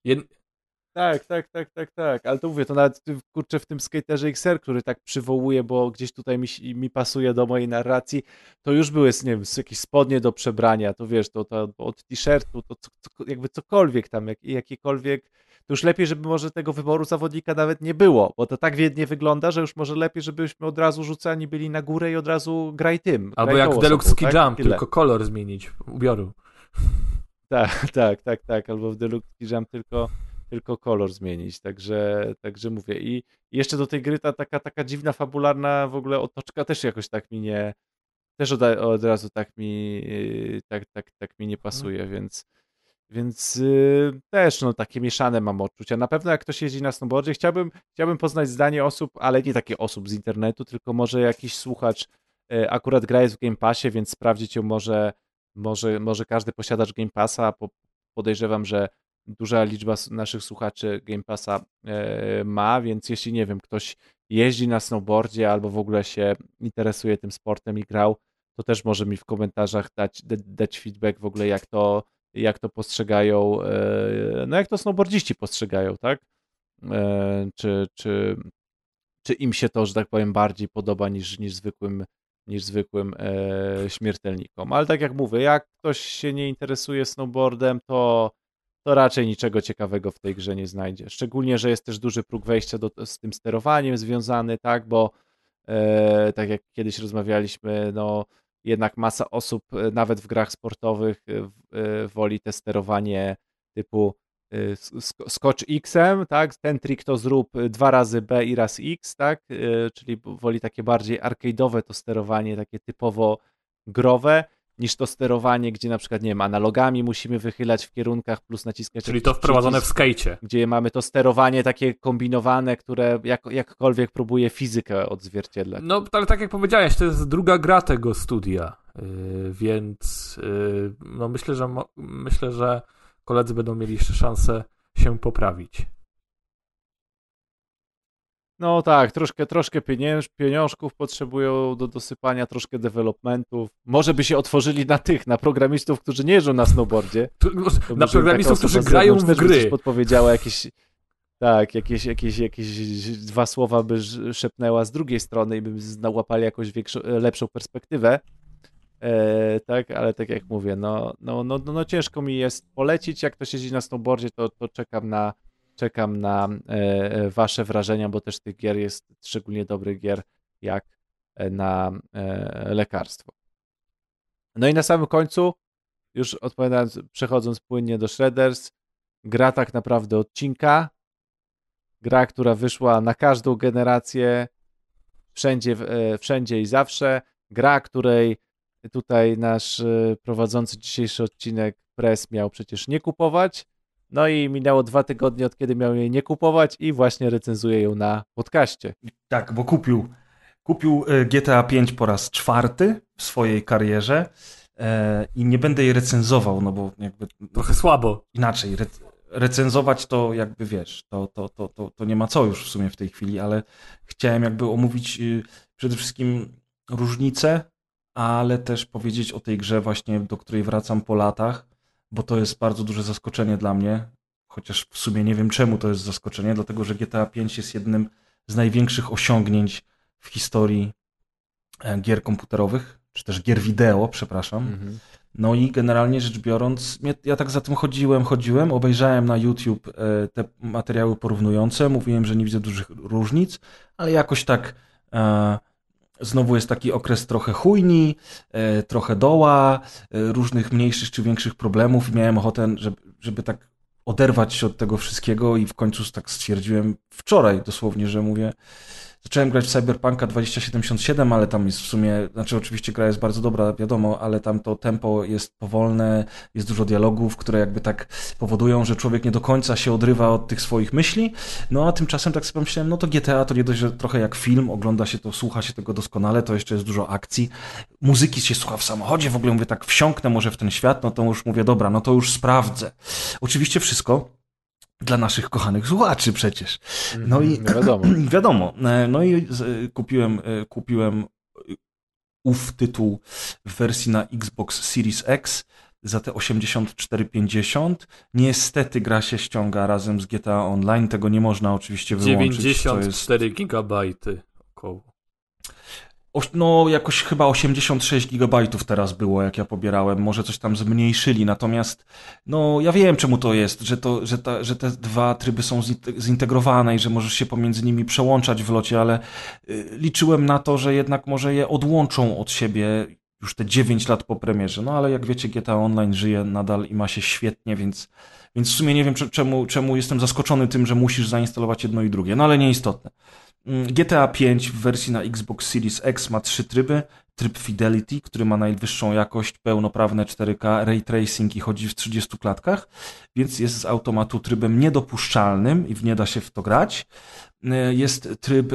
Tak, ale to mówię, to nawet kurczę w tym Skaterze XR, który tak przywołuje, bo gdzieś tutaj mi pasuje do mojej narracji, to już były, nie wiem, jakieś spodnie do przebrania, to wiesz, to od t-shirtu, to jakby cokolwiek tam, jakiekolwiek, to już lepiej, żeby może tego wyboru zawodnika nawet nie było, bo to tak biednie wygląda, że już może lepiej, żebyśmy od razu rzucani byli na górę i od razu graj tym. Albo graj jak w Deluxe Ski tak? Jump, tylko kolor zmienić ubioru. Tak, albo w Deluxe Ski Jump tylko tylko kolor zmienić, także mówię. I jeszcze do tej gry ta taka dziwna, fabularna w ogóle otoczka też jakoś tak mi nie, też od razu tak mi nie pasuje, więc też no, takie mieszane mam odczucia. Na pewno jak ktoś jeździ na snowboardzie, chciałbym poznać zdanie osób, ale nie takie osób z internetu, tylko może jakiś słuchacz akurat gra jest w Game Passie, więc sprawdzić ją może każdy posiadacz Game Passa. Podejrzewam, że duża liczba naszych słuchaczy Game Passa ma, więc jeśli, nie wiem, ktoś jeździ na snowboardzie albo w ogóle się interesuje tym sportem i grał, to też może mi w komentarzach dać feedback w ogóle, jak to postrzegają, no jak to snowboardziści postrzegają, tak? Czy im się to, że tak powiem, bardziej podoba niż zwykłym śmiertelnikom. Ale tak jak mówię, jak ktoś się nie interesuje snowboardem, to raczej niczego ciekawego w tej grze nie znajdzie. Szczególnie, że jest też duży próg wejścia z tym sterowaniem związany, tak, bo tak jak kiedyś rozmawialiśmy, no jednak masa osób, nawet w grach sportowych, woli te sterowanie typu skocz X-em, tak, ten trik to zrób 2 razy B i raz X, tak, czyli woli takie bardziej arcade'owe to sterowanie, takie typowo growe, niż to sterowanie, gdzie na przykład, nie wiem, analogami musimy wychylać w kierunkach plus naciskać. Czyli to wprowadzone w skejcie. Gdzie mamy to sterowanie takie kombinowane, które jakkolwiek próbuje fizykę odzwierciedlać. No, ale tak jak powiedziałeś, to jest druga gra tego studia, więc no myślę, że koledzy będą mieli jeszcze szansę się poprawić. No tak, troszkę pieniążków potrzebują do dosypania, troszkę developmentów. Może by się otworzyli na programistów, którzy nie jeżdżą na snowboardzie. Na programistów, którzy grają w gry. Też podpowiedziała jakieś 2 słowa by szepnęła z drugiej strony i by łapali jakąś lepszą perspektywę. Tak, ale tak jak mówię, no ciężko mi jest polecić, jak ktoś jeździ na snowboardzie, to czekam na wasze wrażenia, bo też tych gier jest szczególnie dobrych gier, jak na lekarstwo. No i na samym końcu, już odpowiadając, przechodząc płynnie do Shredders, gra tak naprawdę odcinka, gra, która wyszła na każdą generację, wszędzie i zawsze, gra, której tutaj nasz prowadzący dzisiejszy odcinek Press miał przecież nie kupować. No i minęło 2 tygodnie, od kiedy miał jej nie kupować i właśnie recenzuje ją na podcaście. Tak, bo kupił GTA 5 po raz 4 w swojej karierze i nie będę jej recenzował, no bo jakby... Trochę słabo. Inaczej, recenzować to jakby wiesz, to nie ma co już w sumie w tej chwili, ale chciałem jakby omówić przede wszystkim różnice, ale też powiedzieć o tej grze właśnie, do której wracam po latach, bo to jest bardzo duże zaskoczenie dla mnie, chociaż w sumie nie wiem czemu to jest zaskoczenie, dlatego że GTA 5 jest jednym z największych osiągnięć w historii gier komputerowych, czy też gier wideo, przepraszam. Mhm. No i generalnie rzecz biorąc, ja tak za tym chodziłem, obejrzałem na YouTube te materiały porównujące, mówiłem, że nie widzę dużych różnic, ale jakoś tak znowu jest taki okres trochę chujni, trochę doła, różnych mniejszych czy większych problemów i miałem ochotę, żeby tak oderwać się od tego wszystkiego i w końcu tak stwierdziłem wczoraj dosłownie, że mówię, zacząłem grać w Cyberpunka 2077, ale tam jest w sumie, znaczy oczywiście gra jest bardzo dobra, wiadomo, ale tam to tempo jest powolne, jest dużo dialogów, które jakby tak powodują, że człowiek nie do końca się odrywa od tych swoich myśli, no a tymczasem tak sobie pomyślałem, no to GTA to nie dość, że trochę jak film, ogląda się to, słucha się tego doskonale, to jeszcze jest dużo akcji, muzyki się słucha w samochodzie, w ogóle mówię tak wsiąknę może w ten świat, no to już mówię, dobra, no to już sprawdzę. Oczywiście wszystko dla naszych kochanych słuchaczy przecież. No i wiadomo. No i kupiłem ów tytuł w wersji na Xbox Series X za te 84,50. Niestety gra się ściąga razem z GTA Online. Tego nie można oczywiście wyłączyć. 94 gigabajty około. No jakoś chyba 86 gigabajtów teraz było, jak ja pobierałem. Może coś tam zmniejszyli, natomiast no ja wiem, czemu to jest, że te 2 tryby są zintegrowane i że możesz się pomiędzy nimi przełączać w locie, ale liczyłem na to, że jednak może je odłączą od siebie już te 9 lat po premierze. No ale jak wiecie, GTA Online żyje nadal i ma się świetnie, więc w sumie nie wiem, czemu jestem zaskoczony tym, że musisz zainstalować jedno i drugie. No ale nieistotne. GTA 5 w wersji na Xbox Series X ma 3 tryby. Tryb Fidelity, który ma najwyższą jakość, pełnoprawne 4K, ray tracing i chodzi w 30 klatkach, więc jest z automatu trybem niedopuszczalnym i nie da się w to grać. Jest tryb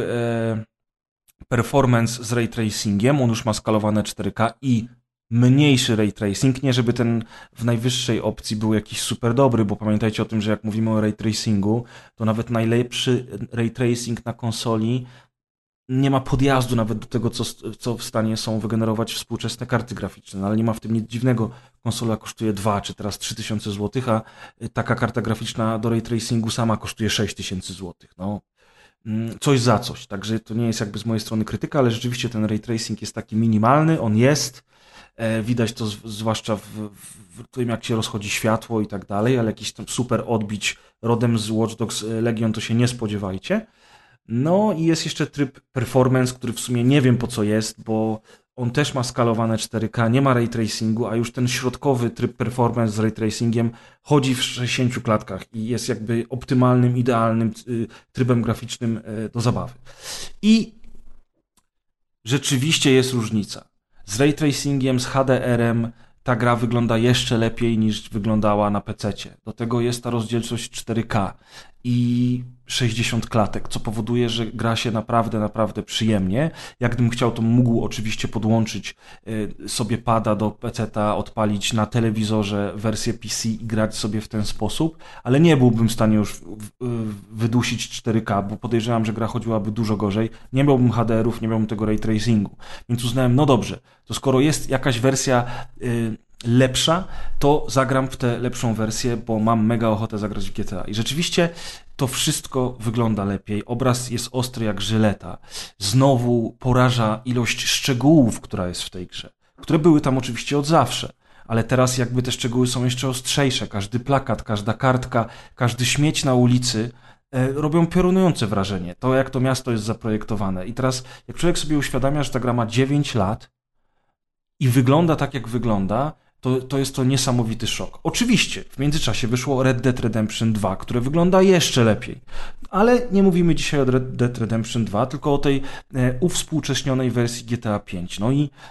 Performance z ray tracingiem, on już ma skalowane 4K i mniejszy ray tracing, nie żeby ten w najwyższej opcji był jakiś super dobry, bo pamiętajcie o tym, że jak mówimy o ray tracingu, to nawet najlepszy ray tracing na konsoli nie ma podjazdu nawet do tego, co w stanie są wygenerować współczesne karty graficzne, no, ale nie ma w tym nic dziwnego. Konsola kosztuje 2 czy teraz 3000 zł, a taka karta graficzna do ray tracingu sama kosztuje 6000 zł. No, coś za coś, także to nie jest jakby z mojej strony krytyka, ale rzeczywiście ten ray tracing jest taki minimalny, on jest, widać to zwłaszcza w tym, jak się rozchodzi światło i tak dalej, ale jakiś tam super odbić rodem z Watch Dogs Legion to się nie spodziewajcie. No i jest jeszcze tryb Performance, który w sumie nie wiem po co jest, bo on też ma skalowane 4K, nie ma ray tracingu, a już ten środkowy tryb Performance z ray tracingiem chodzi w 60 klatkach i jest jakby optymalnym, idealnym trybem graficznym do zabawy. I rzeczywiście jest różnica. Z ray tracingiem, z HDR-em ta gra wygląda jeszcze lepiej niż wyglądała na PC-cie. Do tego jest ta rozdzielczość 4K i 60 klatek, co powoduje, że gra się naprawdę przyjemnie. Jak gdybym chciał, to mógł oczywiście podłączyć sobie pada do PC-ta, odpalić na telewizorze wersję PC i grać sobie w ten sposób, ale nie byłbym w stanie już wydusić 4K, bo podejrzewam, że gra chodziłaby dużo gorzej. Nie miałbym HDR-ów, nie miałbym tego ray tracingu. Więc uznałem, no dobrze, to skoro jest jakaś wersja lepsza, to zagram w tę lepszą wersję, bo mam mega ochotę zagrać w GTA. I rzeczywiście to wszystko wygląda lepiej. Obraz jest ostry jak żyleta. Znowu poraża ilość szczegółów, która jest w tej grze. Które były tam oczywiście od zawsze. Ale teraz jakby te szczegóły są jeszcze ostrzejsze. Każdy plakat, każda kartka, każdy śmieć na ulicy robią piorunujące wrażenie. To, jak to miasto jest zaprojektowane. I teraz, jak człowiek sobie uświadamia, że ta gra ma 9 lat i wygląda tak, jak wygląda, to jest to niesamowity szok. Oczywiście, w międzyczasie wyszło Red Dead Redemption 2, które wygląda jeszcze lepiej. Ale nie mówimy dzisiaj o Red Dead Redemption 2, tylko o tej uwspółcześnionej wersji GTA 5. No i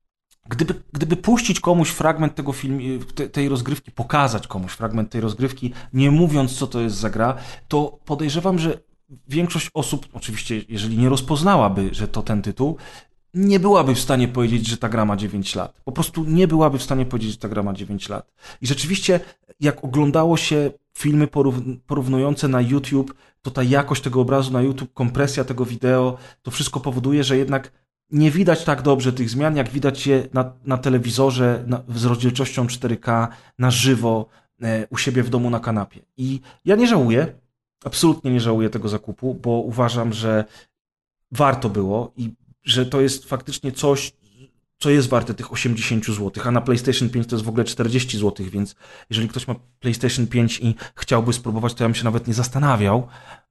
gdyby puścić komuś fragment tego filmu, tej rozgrywki, pokazać komuś fragment tej rozgrywki, nie mówiąc, co to jest za gra, to podejrzewam, że większość osób, oczywiście, jeżeli nie rozpoznałaby, że to ten tytuł, nie byłaby w stanie powiedzieć, że ta gra ma 9 lat. Po prostu nie byłaby w stanie powiedzieć, że ta gra ma 9 lat. I rzeczywiście, jak oglądało się filmy porównujące na YouTube, to ta jakość tego obrazu na YouTube, kompresja tego wideo, to wszystko powoduje, że jednak nie widać tak dobrze tych zmian, jak widać je na telewizorze z rozdzielczością 4K, na żywo, u siebie w domu na kanapie. I ja nie żałuję, absolutnie nie żałuję tego zakupu, bo uważam, że warto było i że to jest faktycznie coś, co jest warte tych 80 zł, a na PlayStation 5 to jest w ogóle 40 zł, więc jeżeli ktoś ma PlayStation 5 i chciałby spróbować, to ja bym się nawet nie zastanawiał.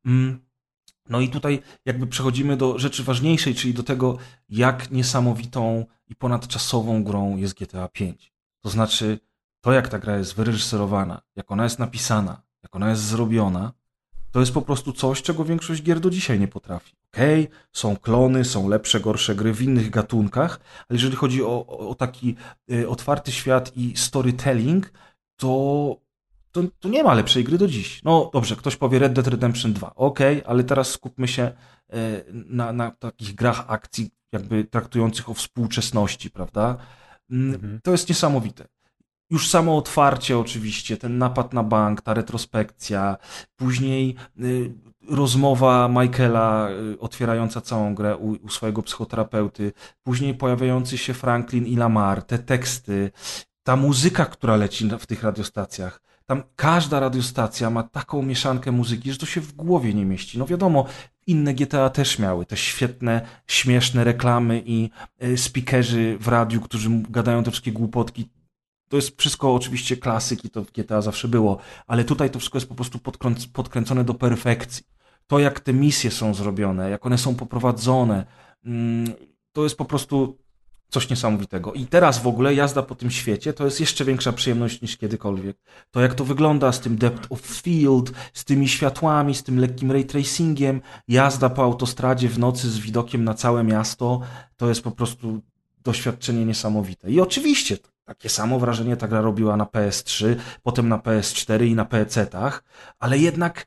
No i tutaj jakby przechodzimy do rzeczy ważniejszej, czyli do tego, jak niesamowitą i ponadczasową grą jest GTA 5. To znaczy, to jak ta gra jest wyreżyserowana, jak ona jest napisana, jak ona jest zrobiona, to jest po prostu coś, czego większość gier do dzisiaj nie potrafi. Okej, są klony, są lepsze, gorsze gry w innych gatunkach, ale jeżeli chodzi o taki otwarty świat i storytelling, to nie ma lepszej gry do dziś. No dobrze, ktoś powie Red Dead Redemption 2. Okej, ale teraz skupmy się na takich grach akcji, jakby traktujących o współczesności, prawda? To jest niesamowite. Już samo otwarcie oczywiście, ten napad na bank, ta retrospekcja, później rozmowa Michaela otwierająca całą grę u swojego psychoterapeuty, później pojawiający się Franklin i Lamar, te teksty, ta muzyka, która leci w tych radiostacjach. Tam każda radiostacja ma taką mieszankę muzyki, że to się w głowie nie mieści. No wiadomo, inne GTA też miały te świetne, śmieszne reklamy i speakerzy w radiu, którzy gadają te wszystkie głupotki. To jest wszystko oczywiście klasyk i to w GTA zawsze było, ale tutaj to wszystko jest po prostu podkręcone do perfekcji. To, jak te misje są zrobione, jak one są poprowadzone, to jest po prostu coś niesamowitego. I teraz w ogóle jazda po tym świecie to jest jeszcze większa przyjemność niż kiedykolwiek. To jak to wygląda z tym depth of field, z tymi światłami, z tym lekkim ray tracingiem, jazda po autostradzie w nocy z widokiem na całe miasto, to jest po prostu doświadczenie niesamowite. I oczywiście takie samo wrażenie ta gra robiła na PS3, potem na PS4 i na PC-tach, ale jednak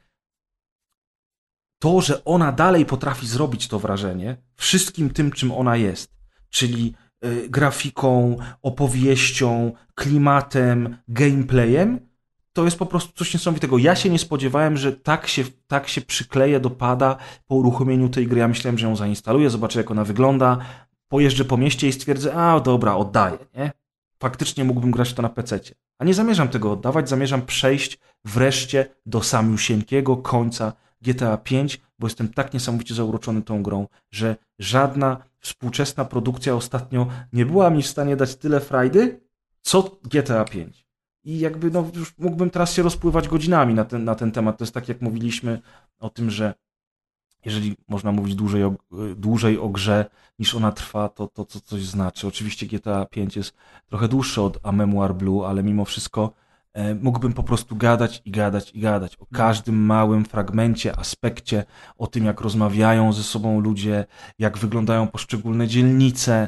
to, że ona dalej potrafi zrobić to wrażenie wszystkim tym, czym ona jest, czyli grafiką, opowieścią, klimatem, gameplayem, to jest po prostu coś niesamowitego. Ja się nie spodziewałem, że tak się przykleję do pada po uruchomieniu tej gry. Ja myślałem, że ją zainstaluję, zobaczę jak ona wygląda, pojeżdżę po mieście i stwierdzę, dobra, oddaję, nie? Faktycznie mógłbym grać w to na PC-cie. A nie zamierzam tego oddawać, zamierzam przejść wreszcie do samiusieńkiego końca GTA 5, bo jestem tak niesamowicie zauroczony tą grą, że żadna współczesna produkcja ostatnio nie była mi w stanie dać tyle frajdy, co GTA 5. I jakby już mógłbym teraz się rozpływać godzinami na ten temat. To jest tak, jak mówiliśmy o tym, że jeżeli można mówić dłużej o grze niż ona trwa, to coś znaczy. Oczywiście GTA 5 jest trochę dłuższe od A Memoir Blue, ale mimo wszystko mógłbym po prostu gadać o każdym małym fragmencie, aspekcie, o tym jak rozmawiają ze sobą ludzie, jak wyglądają poszczególne dzielnice,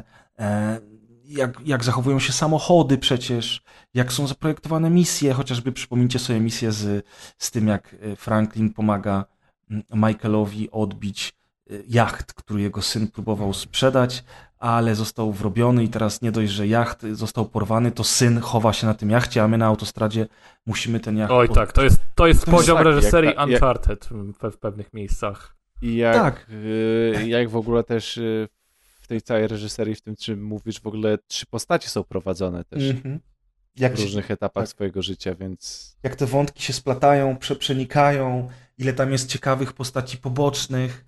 jak zachowują się samochody przecież, jak są zaprojektowane misje, chociażby przypomnijcie sobie misję z tym, jak Franklin pomaga Michaelowi odbić jacht, który jego syn próbował sprzedać, ale został wrobiony i teraz nie dość, że jacht został porwany, to syn chowa się na tym jachcie, a my na autostradzie musimy ten jacht... Oj tak, to jest poziom reżyserii Uncharted w pewnych miejscach. I jak w ogóle też w tej całej reżyserii, w tym czym mówisz, w ogóle 3 postacie są prowadzone też w różnych etapach swojego życia, więc... Jak te wątki się splatają, przenikają, ile tam jest ciekawych postaci pobocznych.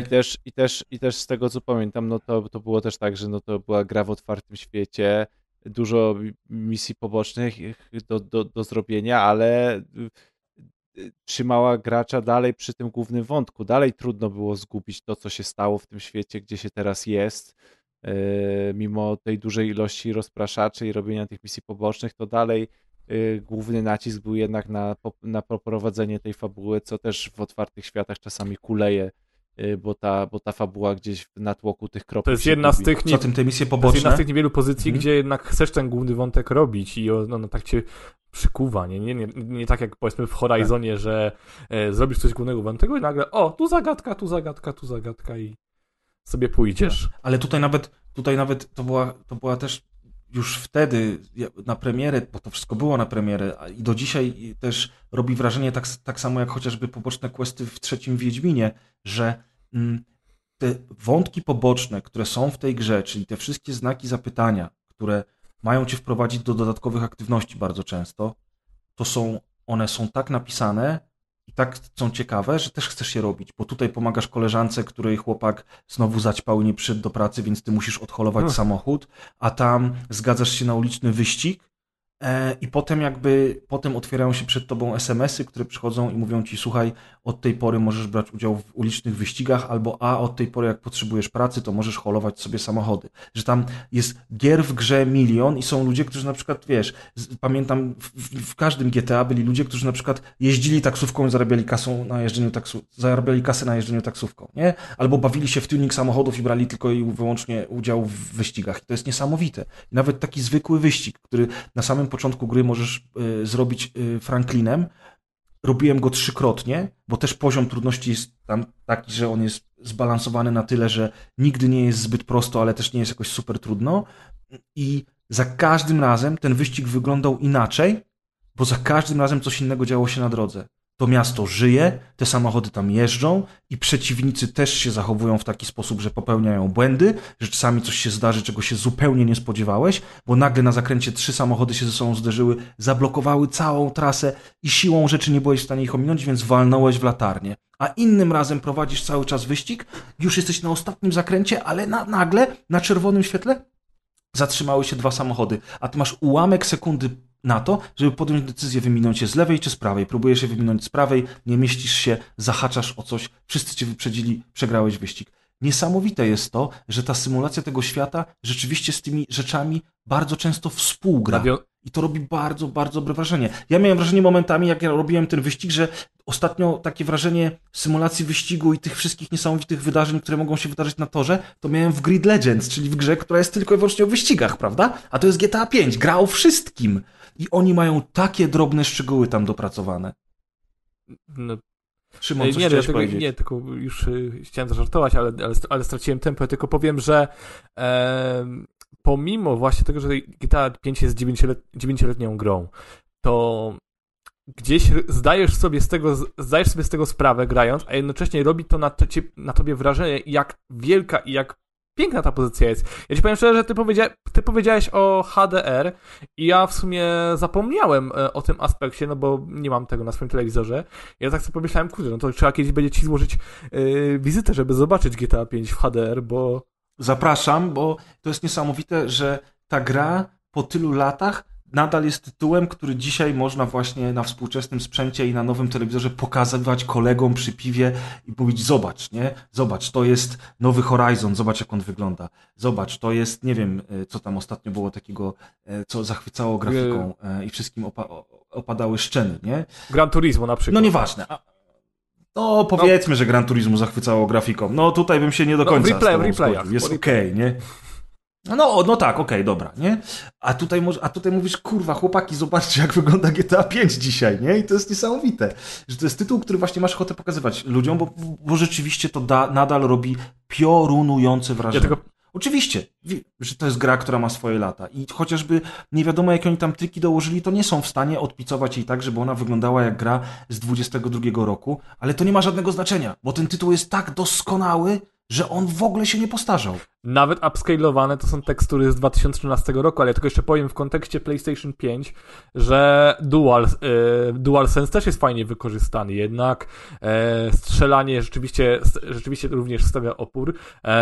I też z tego, co pamiętam, to było też tak, że to była gra w otwartym świecie, dużo misji pobocznych do zrobienia, ale trzymała gracza dalej przy tym głównym wątku. Dalej trudno było zgubić to, co się stało w tym świecie, gdzie się teraz jest. Mimo tej dużej ilości rozpraszaczy i robienia tych misji pobocznych, to dalej główny nacisk był jednak na poprowadzenie tej fabuły, co też w otwartych światach czasami kuleje, bo ta fabuła gdzieś w natłoku tych kropek. To jest jedna z tych, te misje poboczne? To jest jedna z tych niewielu pozycji, gdzie jednak chcesz ten główny wątek robić i ona tak cię przykuwa, nie tak jak powiedzmy w Horizonie, tak. Że zrobisz coś głównego wątku i nagle tu zagadka i sobie pójdziesz. Tak. Ale tutaj nawet to była też już wtedy na premierę, bo to wszystko było na premierę i do dzisiaj też robi wrażenie tak samo jak chociażby poboczne questy w 3. Wiedźminie, że te wątki poboczne, które są w tej grze, czyli te wszystkie znaki zapytania, które mają cię wprowadzić do dodatkowych aktywności bardzo często, one są tak napisane i tak są ciekawe, że też chcesz je robić, bo tutaj pomagasz koleżance, której chłopak znowu zaćpał i nie przyszedł do pracy, więc ty musisz odholować samochód, a tam zgadzasz się na uliczny wyścig i potem otwierają się przed tobą SMS-y, które przychodzą i mówią ci, słuchaj, od tej pory możesz brać udział w ulicznych wyścigach, albo od tej pory jak potrzebujesz pracy, to możesz holować sobie samochody. Że tam jest gier w grze milion i są ludzie, którzy na przykład, wiesz, pamiętam w każdym GTA byli ludzie, którzy na przykład jeździli taksówką i zarabiali kasę na jeżdżeniu taksówką, nie? Albo bawili się w tuning samochodów i brali tylko i wyłącznie udział w wyścigach. I to jest niesamowite. I nawet taki zwykły wyścig, który na samym początku gry możesz zrobić Franklinem. Robiłem go 3-krotnie, bo też poziom trudności jest tam taki, że on jest zbalansowany na tyle, że nigdy nie jest zbyt prosto, ale też nie jest jakoś super trudno. I za każdym razem ten wyścig wyglądał inaczej, bo za każdym razem coś innego działo się na drodze. To miasto żyje, te samochody tam jeżdżą i przeciwnicy też się zachowują w taki sposób, że popełniają błędy, że czasami coś się zdarzy, czego się zupełnie nie spodziewałeś, bo nagle na zakręcie 3 samochody się ze sobą zderzyły, zablokowały całą trasę i siłą rzeczy nie byłeś w stanie ich ominąć, więc walnąłeś w latarnię. A innym razem prowadzisz cały czas wyścig, już jesteś na ostatnim zakręcie, ale nagle na czerwonym świetle zatrzymały się 2 samochody, a ty masz ułamek sekundy na to, żeby podjąć decyzję, wyminąć je z lewej czy z prawej. Próbujesz się wyminąć z prawej, nie mieścisz się, zahaczasz o coś, wszyscy cię wyprzedzili, przegrałeś wyścig. niesamowite jest to, że ta symulacja tego świata rzeczywiście z tymi rzeczami bardzo często współgra. I to robi bardzo, bardzo dobre wrażenie. Ja miałem wrażenie momentami, jak ja robiłem ten wyścig, że ostatnio takie wrażenie symulacji wyścigu i tych wszystkich niesamowitych wydarzeń, które mogą się wydarzyć na torze, to miałem w Grid Legends, czyli w grze, która jest tylko i wyłącznie o wyścigach, prawda? A to jest GTA 5, gra o wszystkim. I oni mają takie drobne szczegóły tam dopracowane. No. Szymon, coś chciałeś powiedzieć? Nie, tylko już chciałem zażartować, ale straciłem tempo. Ja tylko powiem, że pomimo właśnie tego, że GTA 5 jest 9-letnią grą, to gdzieś zdajesz sobie z tego sprawę grając, a jednocześnie robi to na tobie wrażenie, jak wielka i jak piękna ta pozycja jest. Ja ci powiem szczerze, że ty powiedziałeś o HDR i ja w sumie zapomniałem o tym aspekcie, no bo nie mam tego na swoim telewizorze. Ja tak sobie pomyślałem, kurde, no to trzeba kiedyś będzie ci złożyć wizytę, żeby zobaczyć GTA 5 w HDR, bo... Zapraszam, bo to jest niesamowite, że ta gra po tylu latach nadal jest tytułem, który dzisiaj można właśnie na współczesnym sprzęcie i na nowym telewizorze pokazywać kolegom przy piwie i mówić, zobacz, nie? Zobacz, to jest nowy Horizon, zobacz jak on wygląda. Zobacz, to jest, nie wiem, co tam ostatnio było takiego, co zachwycało grafiką i wszystkim opadały szczeny, nie? Gran Turismo na przykład. No nieważne. No powiedzmy, że Gran Turismo zachwycało grafiką. No tutaj bym się nie do końca w replayach. Jest okej, nie? No tak, okej, dobra, nie? A tutaj mówisz, kurwa, chłopaki, zobaczcie, jak wygląda GTA 5 dzisiaj, nie? I to jest niesamowite, że to jest tytuł, który właśnie masz ochotę pokazywać ludziom, bo rzeczywiście to nadal robi piorunujące wrażenie. Oczywiście, że to jest gra, która ma swoje lata i chociażby nie wiadomo, jakie oni tam triki dołożyli, to nie są w stanie odpicować jej tak, żeby ona wyglądała jak gra z 22 roku, ale to nie ma żadnego znaczenia, bo ten tytuł jest tak doskonały, że on w ogóle się nie postarzał. Nawet upscalowane to są tekstury z 2013 roku, ale ja tylko jeszcze powiem w kontekście PlayStation 5, że DualSense też jest fajnie wykorzystany, jednak strzelanie rzeczywiście również stawia opór.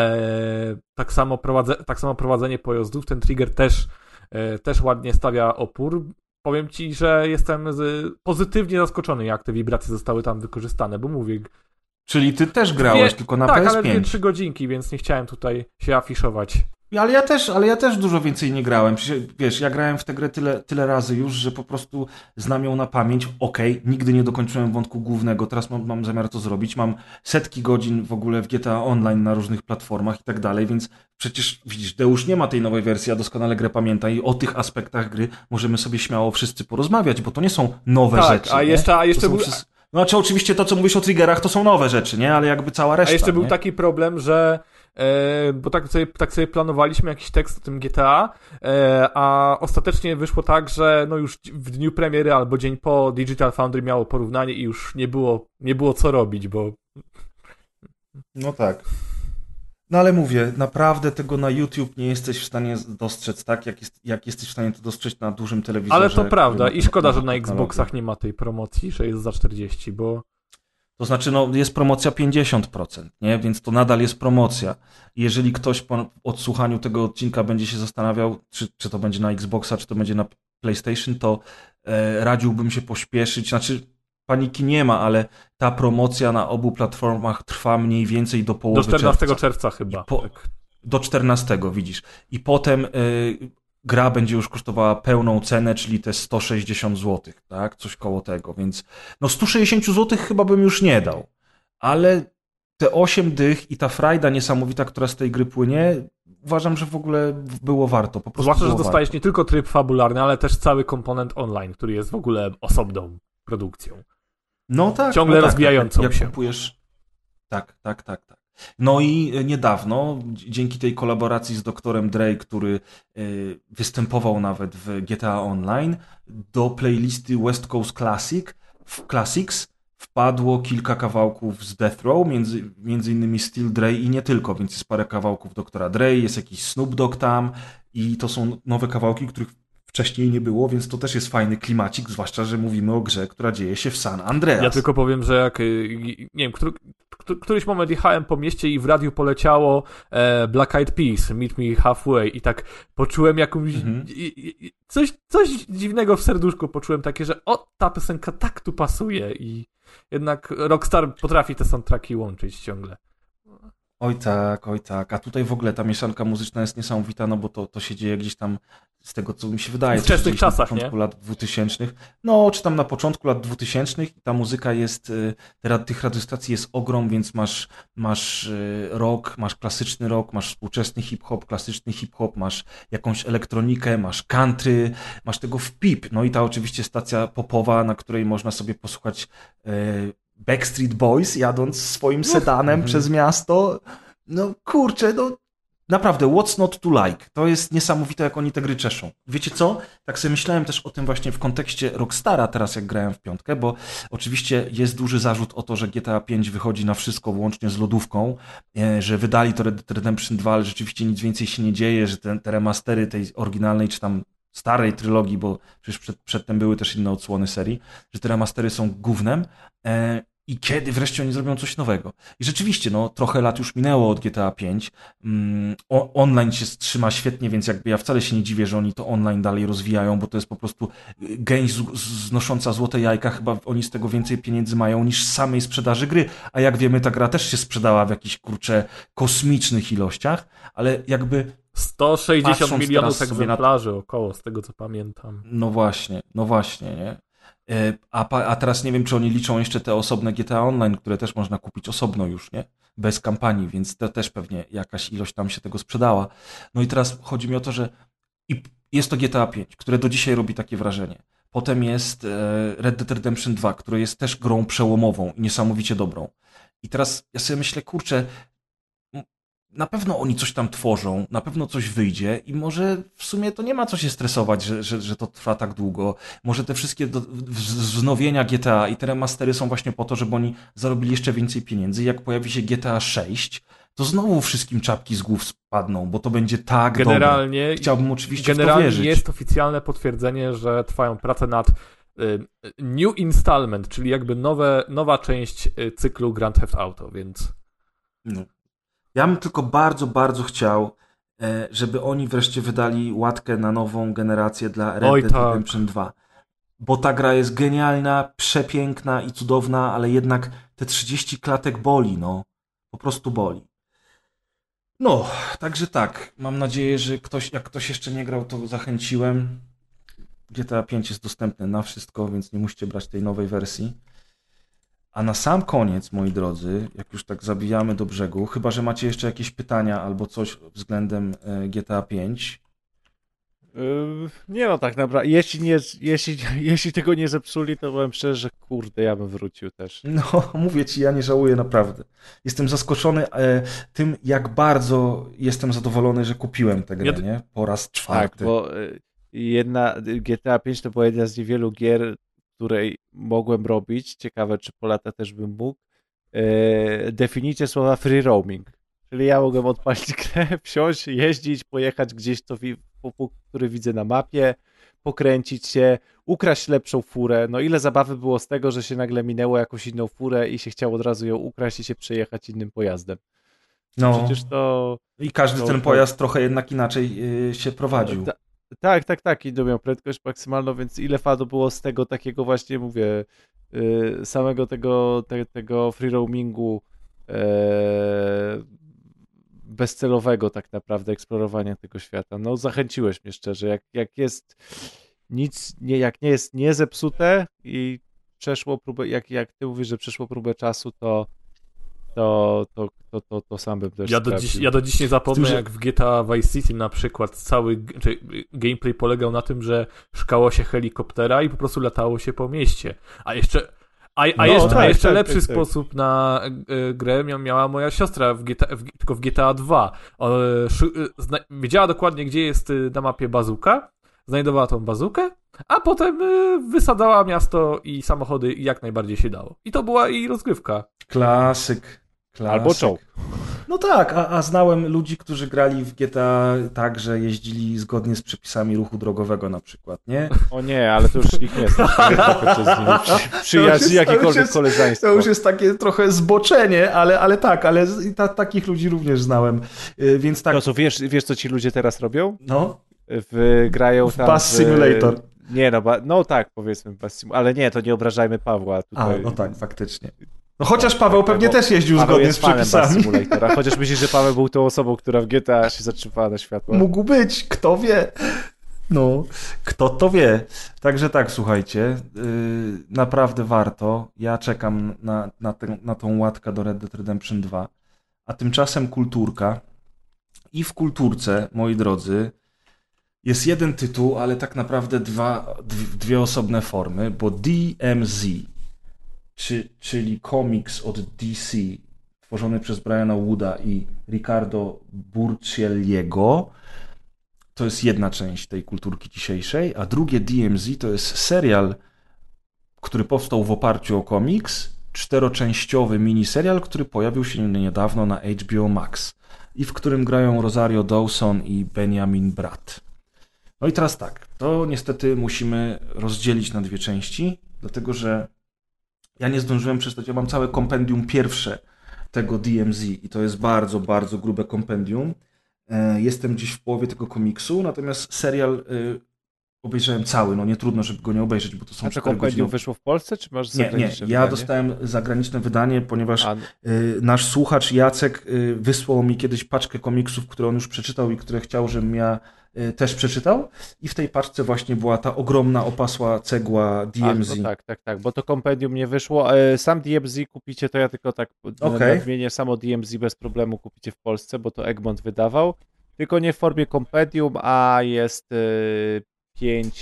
Tak samo prowadzenie pojazdów, ten trigger też ładnie stawia opór. Powiem ci, że jestem pozytywnie zaskoczony, jak te wibracje zostały tam wykorzystane, bo mówię... Czyli ty też grałeś, tylko na PS5. Tak, ale 2-3 godzinki, więc nie chciałem tutaj się afiszować. Ale ja też dużo więcej nie grałem. Wiesz, ja grałem w tę grę tyle razy już, że po prostu znam ją na pamięć. Okej, nigdy nie dokończyłem wątku głównego, teraz mam zamiar to zrobić. Mam setki godzin w ogóle w GTA Online na różnych platformach i tak dalej, więc przecież widzisz, Deusz nie ma tej nowej wersji, a doskonale grę pamięta i o tych aspektach gry możemy sobie śmiało wszyscy porozmawiać, bo to nie są nowe rzeczy. A jeszcze był... Znaczy oczywiście to, co mówisz o triggerach, to są nowe rzeczy, nie? Ale jakby cała reszta, A jeszcze był nie? taki problem, że bo tak sobie planowaliśmy jakiś tekst o tym GTA, a ostatecznie wyszło tak, że no już w dniu premiery albo dzień po Digital Foundry miało porównanie i już nie było co robić, bo... No tak. No ale mówię, naprawdę tego na YouTube nie jesteś w stanie dostrzec tak, jak jesteś w stanie to dostrzec na dużym telewizorze. Ale to prawda i szkoda, że na Xboxach nie ma tej promocji, że jest za 40, bo... To znaczy, no jest promocja 50%, nie? Więc to nadal jest promocja. Jeżeli ktoś po odsłuchaniu tego odcinka będzie się zastanawiał, czy to będzie na Xboxa, czy to będzie na PlayStation, to radziłbym się pośpieszyć. Znaczy, paniki nie ma, ale ta promocja na obu platformach trwa mniej więcej do połowy czerwca. Do 14 czerwca chyba. Do 14, widzisz. I potem gra będzie już kosztowała pełną cenę, czyli te 160 zł, tak? Coś koło tego, więc no 160 zł chyba bym już nie dał, ale te 8 dych i ta frajda niesamowita, która z tej gry płynie, uważam, że w ogóle było warto. Po prostu zwłaszcza, że dostajesz nie tylko tryb fabularny, ale też cały komponent online, który jest w ogóle osobną produkcją. No tak. Ciągle rozwijającą jak się. Kupujesz... Tak. No i niedawno, dzięki tej kolaboracji z doktorem Dre, który występował nawet w GTA Online, do playlisty West Coast Classics wpadło kilka kawałków z Death Row, między innymi Still Dre i nie tylko, więc jest parę kawałków doktora Dre, jest jakiś Snoop Dogg tam i to są nowe kawałki, których wcześniej nie było, więc to też jest fajny klimacik, zwłaszcza, że mówimy o grze, która dzieje się w San Andreas. Ja tylko powiem, że jak, nie wiem, któryś moment jechałem po mieście i w radiu poleciało Black Eyed Peas, Meet Me Halfway i tak poczułem jakąś, coś dziwnego w serduszku, poczułem takie, że ta piosenka tak tu pasuje i jednak Rockstar potrafi te soundtracki łączyć ciągle. Oj tak, oj tak. A tutaj w ogóle ta mieszanka muzyczna jest niesamowita, no bo to się dzieje gdzieś tam z tego, co mi się wydaje. W wczesnych gdzieś na czasach, początku nie? lat 2000. No, czy tam na początku lat 2000 i ta muzyka jest, tych radiostacji jest ogrom, więc masz rock, masz klasyczny rock, masz współczesny hip-hop, klasyczny hip-hop, masz jakąś elektronikę, masz country, masz tego w pip. No i ta oczywiście stacja popowa, na której można sobie posłuchać Backstreet Boys jadąc swoim sedanem przez miasto. No kurczę, no naprawdę, what's not to like? To jest niesamowite, jak oni te gry czeszą. Wiecie co? Tak sobie myślałem też o tym właśnie w kontekście Rockstara teraz, jak grałem w piątkę, bo oczywiście jest duży zarzut o to, że GTA 5 wychodzi na wszystko, włącznie z lodówką, że wydali to Red Dead Redemption 2, ale rzeczywiście nic więcej się nie dzieje, że te remastery tej oryginalnej, czy tam starej trylogii, bo przecież przedtem były też inne odsłony serii, że te remastery są gównem. I kiedy wreszcie oni zrobią coś nowego? I rzeczywiście, no, trochę lat już minęło od GTA 5. Online się trzyma świetnie, więc jakby ja wcale się nie dziwię, że oni to online dalej rozwijają, bo to jest po prostu gęś znosząca złote jajka. Chyba oni z tego więcej pieniędzy mają niż z samej sprzedaży gry. A jak wiemy, ta gra też się sprzedała w jakichś, kurczę, kosmicznych ilościach, ale jakby 160 milionów teraz sobie egzemplarzy około, z tego co pamiętam. no właśnie, nie? A teraz nie wiem, czy oni liczą jeszcze te osobne GTA Online, które też można kupić osobno już, nie? Bez kampanii, więc to też pewnie jakaś ilość tam się tego sprzedała. No i teraz chodzi mi o to, że jest to GTA 5, które do dzisiaj robi takie wrażenie. Potem jest Red Dead Redemption 2, które jest też grą przełomową i niesamowicie dobrą. I teraz ja sobie myślę, kurczę, na pewno oni coś tam tworzą, na pewno coś wyjdzie i może w sumie to nie ma co się stresować, że to trwa tak długo. Może te wszystkie wznowienia GTA i te remastery są właśnie po to, żeby oni zarobili jeszcze więcej pieniędzy. Jak pojawi się GTA 6, to znowu wszystkim czapki z głów spadną, bo to będzie tak Generalnie, dobre. Chciałbym oczywiście w to generalnie wierzyć. jest oficjalne potwierdzenie, że trwają prace nad New Installment, czyli jakby nowa część cyklu Grand Theft Auto, więc... No. Ja bym tylko bardzo, bardzo chciał, żeby oni wreszcie wydali łatkę na nową generację dla Red Dead Redemption 2. Bo ta gra jest genialna, przepiękna i cudowna, ale jednak te 30 klatek boli, no. Po prostu boli. No, także tak. Mam nadzieję, że jak ktoś jeszcze nie grał, to zachęciłem. GTA 5 jest dostępny na wszystko, więc nie musicie brać tej nowej wersji. A na sam koniec, moi drodzy, jak już tak zabijamy do brzegu, chyba że macie jeszcze jakieś pytania albo coś względem GTA 5. Nie no, tak naprawdę, jeśli tego nie zepsuli, to powiem szczerze, że kurde, ja bym wrócił też. No, mówię ci, ja nie żałuję naprawdę. Jestem zaskoczony tym, jak bardzo jestem zadowolony, że kupiłem tę grę, nie? Po raz czwarty. Tak, bo GTA 5 to była jedna z niewielu gier, której mogłem robić, ciekawe czy po latach też bym mógł, definicję słowa free roaming. Czyli ja mogłem odpalić grę, wsiąść, jeździć, pojechać gdzieś, który widzę na mapie, pokręcić się, ukraść lepszą furę. No ile zabawy było z tego, że się nagle minęło jakąś inną furę i się chciało od razu ją ukraść i się przejechać innym pojazdem. No. Przecież to... I każdy ten pojazd trochę jednak inaczej się prowadził. Tak. I miał prędkość maksymalną, więc ile fanu było z tego takiego właśnie, mówię, samego tego free roamingu bezcelowego tak naprawdę eksplorowania tego świata. No zachęciłeś mnie szczerze, jak jest nic, jak nie jest niezepsute i przeszło próbę, jak ty mówisz, że przeszło próbę czasu, to sam bym też Ja do dziś nie zapomnę, jak w GTA Vice City na przykład gameplay polegał na tym, że szkało się helikoptera i po prostu latało się po mieście. A jeszcze lepszy sposób na grę miała moja siostra tylko w GTA 2. Wiedziała dokładnie, gdzie jest na mapie bazuka, znajdowała tą bazukę, a potem wysadzała miasto i samochody jak najbardziej się dało. I to była jej rozgrywka. Klasyk. Albo czołg. No tak, a znałem ludzi, którzy grali w GTA tak, że jeździli zgodnie z przepisami ruchu drogowego na przykład, nie? O nie, ale to już nikt nie znam. Przyjaźń, jakiekolwiek koleżeństwo. To już jest takie trochę zboczenie, ale takich ludzi również znałem, więc tak. No co, wiesz co ci ludzie teraz robią? No. Grają tam Bus Simulator. Nie, no tak, powiedzmy Bus Simulator, ale nie, to nie obrażajmy Pawła. Tutaj... No tak, faktycznie. No chociaż Paweł pewnie też jeździł Paweł zgodnie jest z fanem przepisami. Bus Simulatora. Chociaż myślisz, że Paweł był tą osobą, która w GTA się zatrzymała na światło. Mógł być, kto wie. No, kto to wie. Także tak, słuchajcie, naprawdę warto. Ja czekam na tą łatkę do Red Dead Redemption 2. A tymczasem kulturka. I w kulturce, moi drodzy, jest jeden tytuł, ale tak naprawdę dwie osobne formy, bo DMZ, czyli komiks od DC, tworzony przez Briana Wooda i Ricardo Burchielliego, to jest jedna część tej kulturki dzisiejszej, a drugie DMZ to jest serial, który powstał w oparciu o komiks, 4-częściowy miniserial, który pojawił się niedawno na HBO Max i w którym grają Rosario Dawson i Benjamin Bratt. No i teraz tak, to niestety musimy rozdzielić na dwie części, dlatego że ja nie zdążyłem przeczytać, ja mam całe kompendium pierwsze tego DMZ i to jest bardzo, bardzo grube kompendium. Jestem gdzieś w połowie tego komiksu, natomiast serial obejrzałem cały, no nie trudno, żeby go nie obejrzeć, bo to są 4 godziny. A to kompendium wyszło w Polsce, czy masz zagraniczne wydanie? Ja dostałem zagraniczne wydanie, ponieważ nasz słuchacz Jacek wysłał mi kiedyś paczkę komiksów, które on już przeczytał i które chciał, żebym ja też przeczytał i w tej paczce właśnie była ta ogromna, opasła cegła DMZ. No tak, bo to kompendium nie wyszło. Sam DMZ kupicie, to ja tylko tak nadmienię, samo DMZ bez problemu kupicie w Polsce, bo to Egmont wydawał, tylko nie w formie kompendium, a jest 5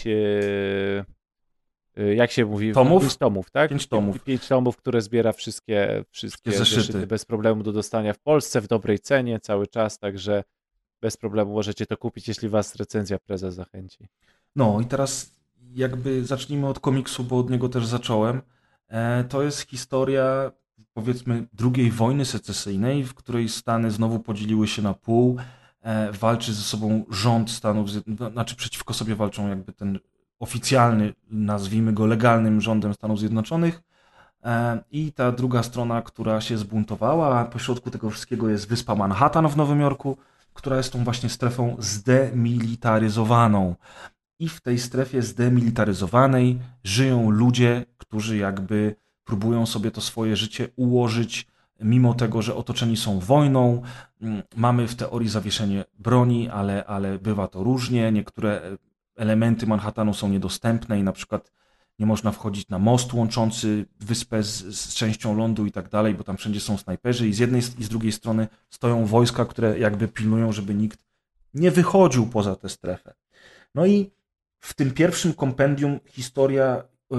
jak się mówi? Tomów? 5 tomów, tak? 5 tomów. 5 tomów, które zbiera wszystkie zeszyty bez problemu do dostania w Polsce, w dobrej cenie cały czas, także bez problemu możecie to kupić, jeśli was recenzja Preza zachęci. No i teraz jakby zacznijmy od komiksu, bo od niego też zacząłem. To jest historia, powiedzmy, II wojny secesyjnej, w której Stany znowu podzieliły się na pół. Walczy ze sobą rząd Stanów Zjednoczonych, znaczy przeciwko sobie walczą jakby ten oficjalny, nazwijmy go legalnym rządem Stanów Zjednoczonych i ta druga strona, która się zbuntowała, a pośrodku tego wszystkiego jest wyspa Manhattan w Nowym Jorku, która jest tą właśnie strefą zdemilitaryzowaną. I w tej strefie zdemilitaryzowanej żyją ludzie, którzy jakby próbują sobie to swoje życie ułożyć, mimo tego, że otoczeni są wojną. Mamy w teorii zawieszenie broni, ale bywa to różnie. Niektóre elementy Manhattanu są niedostępne i na przykład nie można wchodzić na most łączący wyspę z częścią lądu i tak dalej, bo tam wszędzie są snajperzy i z jednej i z drugiej strony stoją wojska, które jakby pilnują, żeby nikt nie wychodził poza tę strefę. No i w tym pierwszym kompendium historia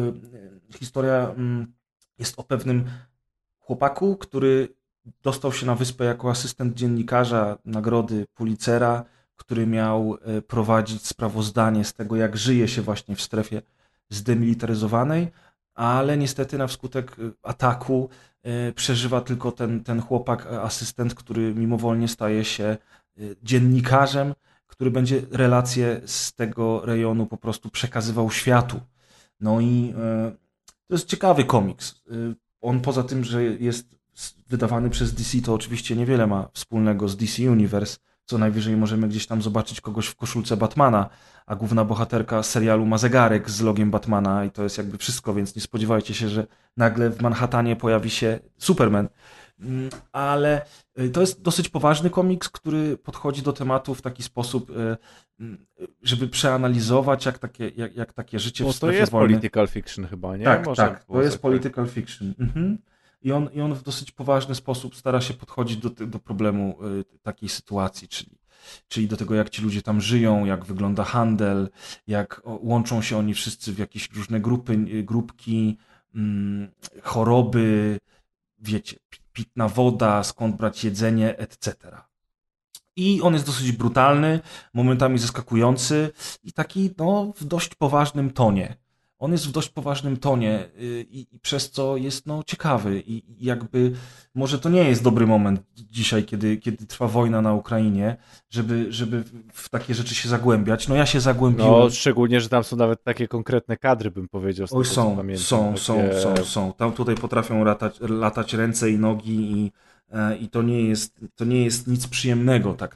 jest o pewnym chłopaku, który dostał się na wyspę jako asystent dziennikarza nagrody Pulitzera, który miał prowadzić sprawozdanie z tego, jak żyje się właśnie w strefie zdemilitaryzowanej, ale niestety na wskutek ataku przeżywa tylko ten chłopak, asystent, który mimowolnie staje się dziennikarzem, który będzie relacje z tego rejonu po prostu przekazywał światu. No i to jest ciekawy komiks. On poza tym, że jest wydawany przez DC, to oczywiście niewiele ma wspólnego z DC Universe. Co najwyżej możemy gdzieś tam zobaczyć kogoś w koszulce Batmana, a główna bohaterka serialu ma zegarek z logiem Batmana i to jest jakby wszystko, więc nie spodziewajcie się, że nagle w Manhattanie pojawi się Superman. Ale to jest dosyć poważny komiks, który podchodzi do tematu w taki sposób, żeby przeanalizować, jak takie życie w strefie to jest wojny. political fiction chyba, nie? Tak, to jest political fiction. I on w dosyć poważny sposób stara się podchodzić do problemu takiej sytuacji, czyli do tego, jak ci ludzie tam żyją, jak wygląda handel, jak łączą się oni wszyscy w jakieś różne grupki, choroby, wiecie, pitna woda, skąd brać jedzenie, etc. I on jest dosyć brutalny, momentami zaskakujący i taki w dość poważnym tonie. On jest w dość poważnym tonie i przez co jest ciekawy i jakby może to nie jest dobry moment dzisiaj, kiedy trwa wojna na Ukrainie, żeby w takie rzeczy się zagłębiać. No ja się zagłębiłem. No szczególnie, że tam są nawet takie konkretne kadry, bym powiedział. Oj, są. Tam tutaj potrafią latać ręce i nogi i to nie jest nic przyjemnego tak naprawdę.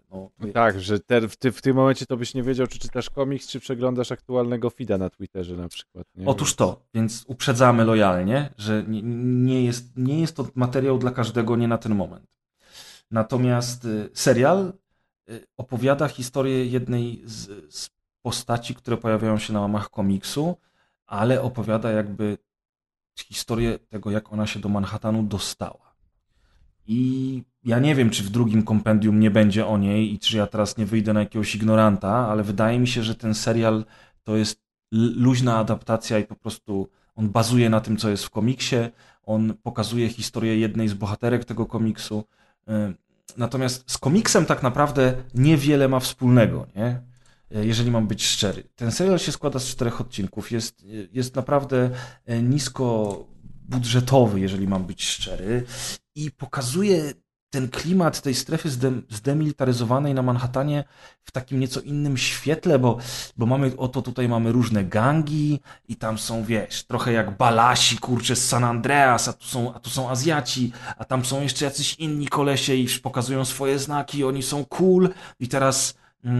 No, tak, że w tym momencie to byś nie wiedział, czy czytasz komiks, czy przeglądasz aktualnego feeda na Twitterze na przykład. Nie? Otóż to, więc uprzedzamy lojalnie, że nie jest to materiał dla każdego, nie na ten moment. Natomiast serial opowiada historię jednej z postaci, które pojawiają się na łamach komiksu, ale opowiada jakby historię tego, jak ona się do Manhattanu dostała. I ja nie wiem, czy w drugim kompendium nie będzie o niej i czy ja teraz nie wyjdę na jakiegoś ignoranta, ale wydaje mi się, że ten serial to jest luźna adaptacja i po prostu on bazuje na tym, co jest w komiksie, on pokazuje historię jednej z bohaterek tego komiksu. Natomiast z komiksem tak naprawdę niewiele ma wspólnego, nie? Jeżeli mam być szczery. Ten serial się składa z 4 odcinków. Jest naprawdę nisko budżetowy, jeżeli mam być szczery, i pokazuje ten klimat tej strefy zdemilitaryzowanej na Manhattanie w takim nieco innym świetle, bo tutaj mamy różne gangi i tam są, wiesz, trochę jak Balasi, kurczę, z San Andreas, a tu są Azjaci, a tam są jeszcze jacyś inni kolesie i pokazują swoje znaki, oni są cool i teraz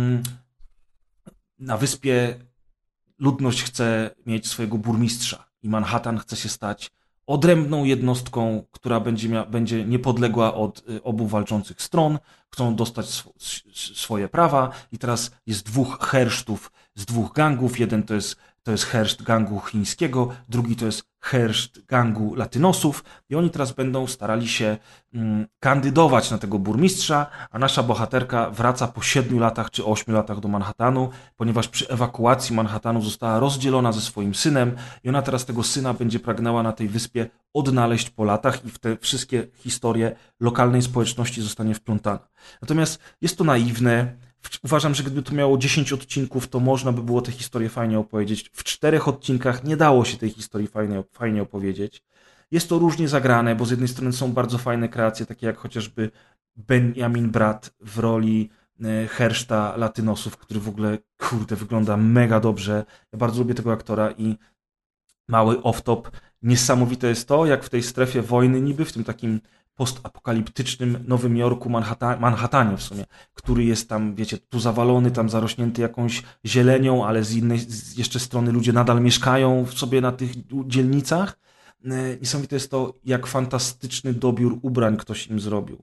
na wyspie ludność chce mieć swojego burmistrza i Manhattan chce się stać odrębną jednostką, która będzie niepodległa od obu walczących stron, chcą dostać swoje prawa i teraz jest 2 hersztów z 2 gangów. Jeden to jest herszt gangu chińskiego, drugi to jest herszt gangu latynosów i oni teraz będą starali się kandydować na tego burmistrza, a nasza bohaterka wraca po 7 latach czy 8 latach do Manhattanu, ponieważ przy ewakuacji Manhattanu została rozdzielona ze swoim synem i ona teraz tego syna będzie pragnęła na tej wyspie odnaleźć po latach i w te wszystkie historie lokalnej społeczności zostanie wplątana. Natomiast jest to naiwne. Uważam, że gdyby to miało 10 odcinków, to można by było tę historię fajnie opowiedzieć. W 4 odcinkach nie dało się tej historii fajnie opowiedzieć. Jest to różnie zagrane, bo z jednej strony są bardzo fajne kreacje, takie jak chociażby Benjamin Bratt w roli herszta latynosów, który w ogóle, kurde, wygląda mega dobrze. Ja bardzo lubię tego aktora i mały off-top. Niesamowite jest to, jak w tej strefie wojny niby, w tym takim postapokaliptycznym Nowym Jorku, Manhattanie w sumie, który jest tam, wiecie, tu zawalony, tam zarośnięty jakąś zielenią, ale z innej jeszcze strony ludzie nadal mieszkają sobie na tych dzielnicach. Niesamowite jest to, jak fantastyczny dobiór ubrań ktoś im zrobił.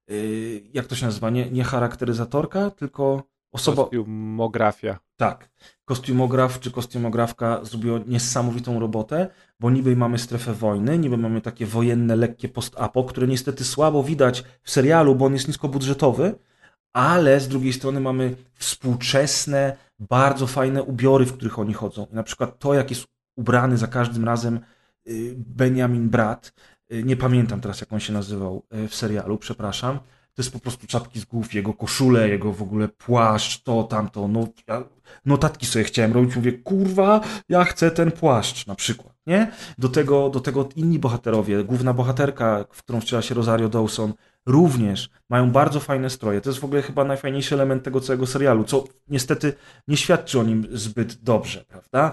Jak to się nazywa? Nie charakteryzatorka, tylko osoba... Kostiumografia. Tak. Kostiumograf czy kostiumografka zrobiło niesamowitą robotę, bo niby mamy strefę wojny, niby mamy takie wojenne, lekkie post-apo, które niestety słabo widać w serialu, bo on jest niskobudżetowy, ale z drugiej strony mamy współczesne, bardzo fajne ubiory, w których oni chodzą. I na przykład to, jak jest ubrany za każdym razem Benjamin Bratt, nie pamiętam teraz, jak on się nazywał w serialu, przepraszam, to jest po prostu czapki z głów, jego koszule, jego w ogóle płaszcz, to, tamto. No, ja notatki sobie chciałem robić, mówię, kurwa, ja chcę ten płaszcz na przykład, nie? Do tego inni bohaterowie, główna bohaterka, w którą wciela się Rosario Dawson, również mają bardzo fajne stroje. To jest w ogóle chyba najfajniejszy element tego całego serialu, co niestety nie świadczy o nim zbyt dobrze, prawda?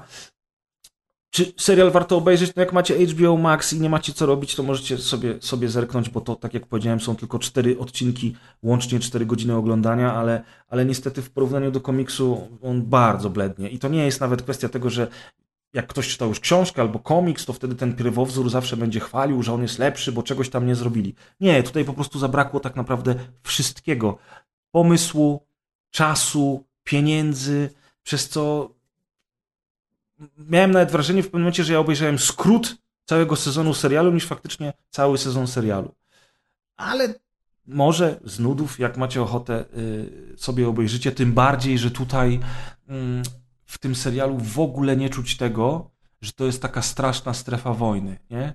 Czy serial warto obejrzeć? No jak macie HBO Max i nie macie co robić, to możecie sobie zerknąć, bo to, tak jak powiedziałem, są tylko 4 odcinki, łącznie 4 godziny oglądania, ale niestety w porównaniu do komiksu on bardzo blednie. I to nie jest nawet kwestia tego, że jak ktoś czytał już książkę albo komiks, to wtedy ten pierwowzór zawsze będzie chwalił, że on jest lepszy, bo czegoś tam nie zrobili. Nie, tutaj po prostu zabrakło tak naprawdę wszystkiego. Pomysłu, czasu, pieniędzy, przez co miałem nawet wrażenie w pewnym momencie, że ja obejrzałem skrót całego sezonu serialu niż faktycznie cały sezon serialu. Ale może z nudów, jak macie ochotę, sobie obejrzycie, tym bardziej, że tutaj w tym serialu w ogóle nie czuć tego, że to jest taka straszna strefa wojny, nie?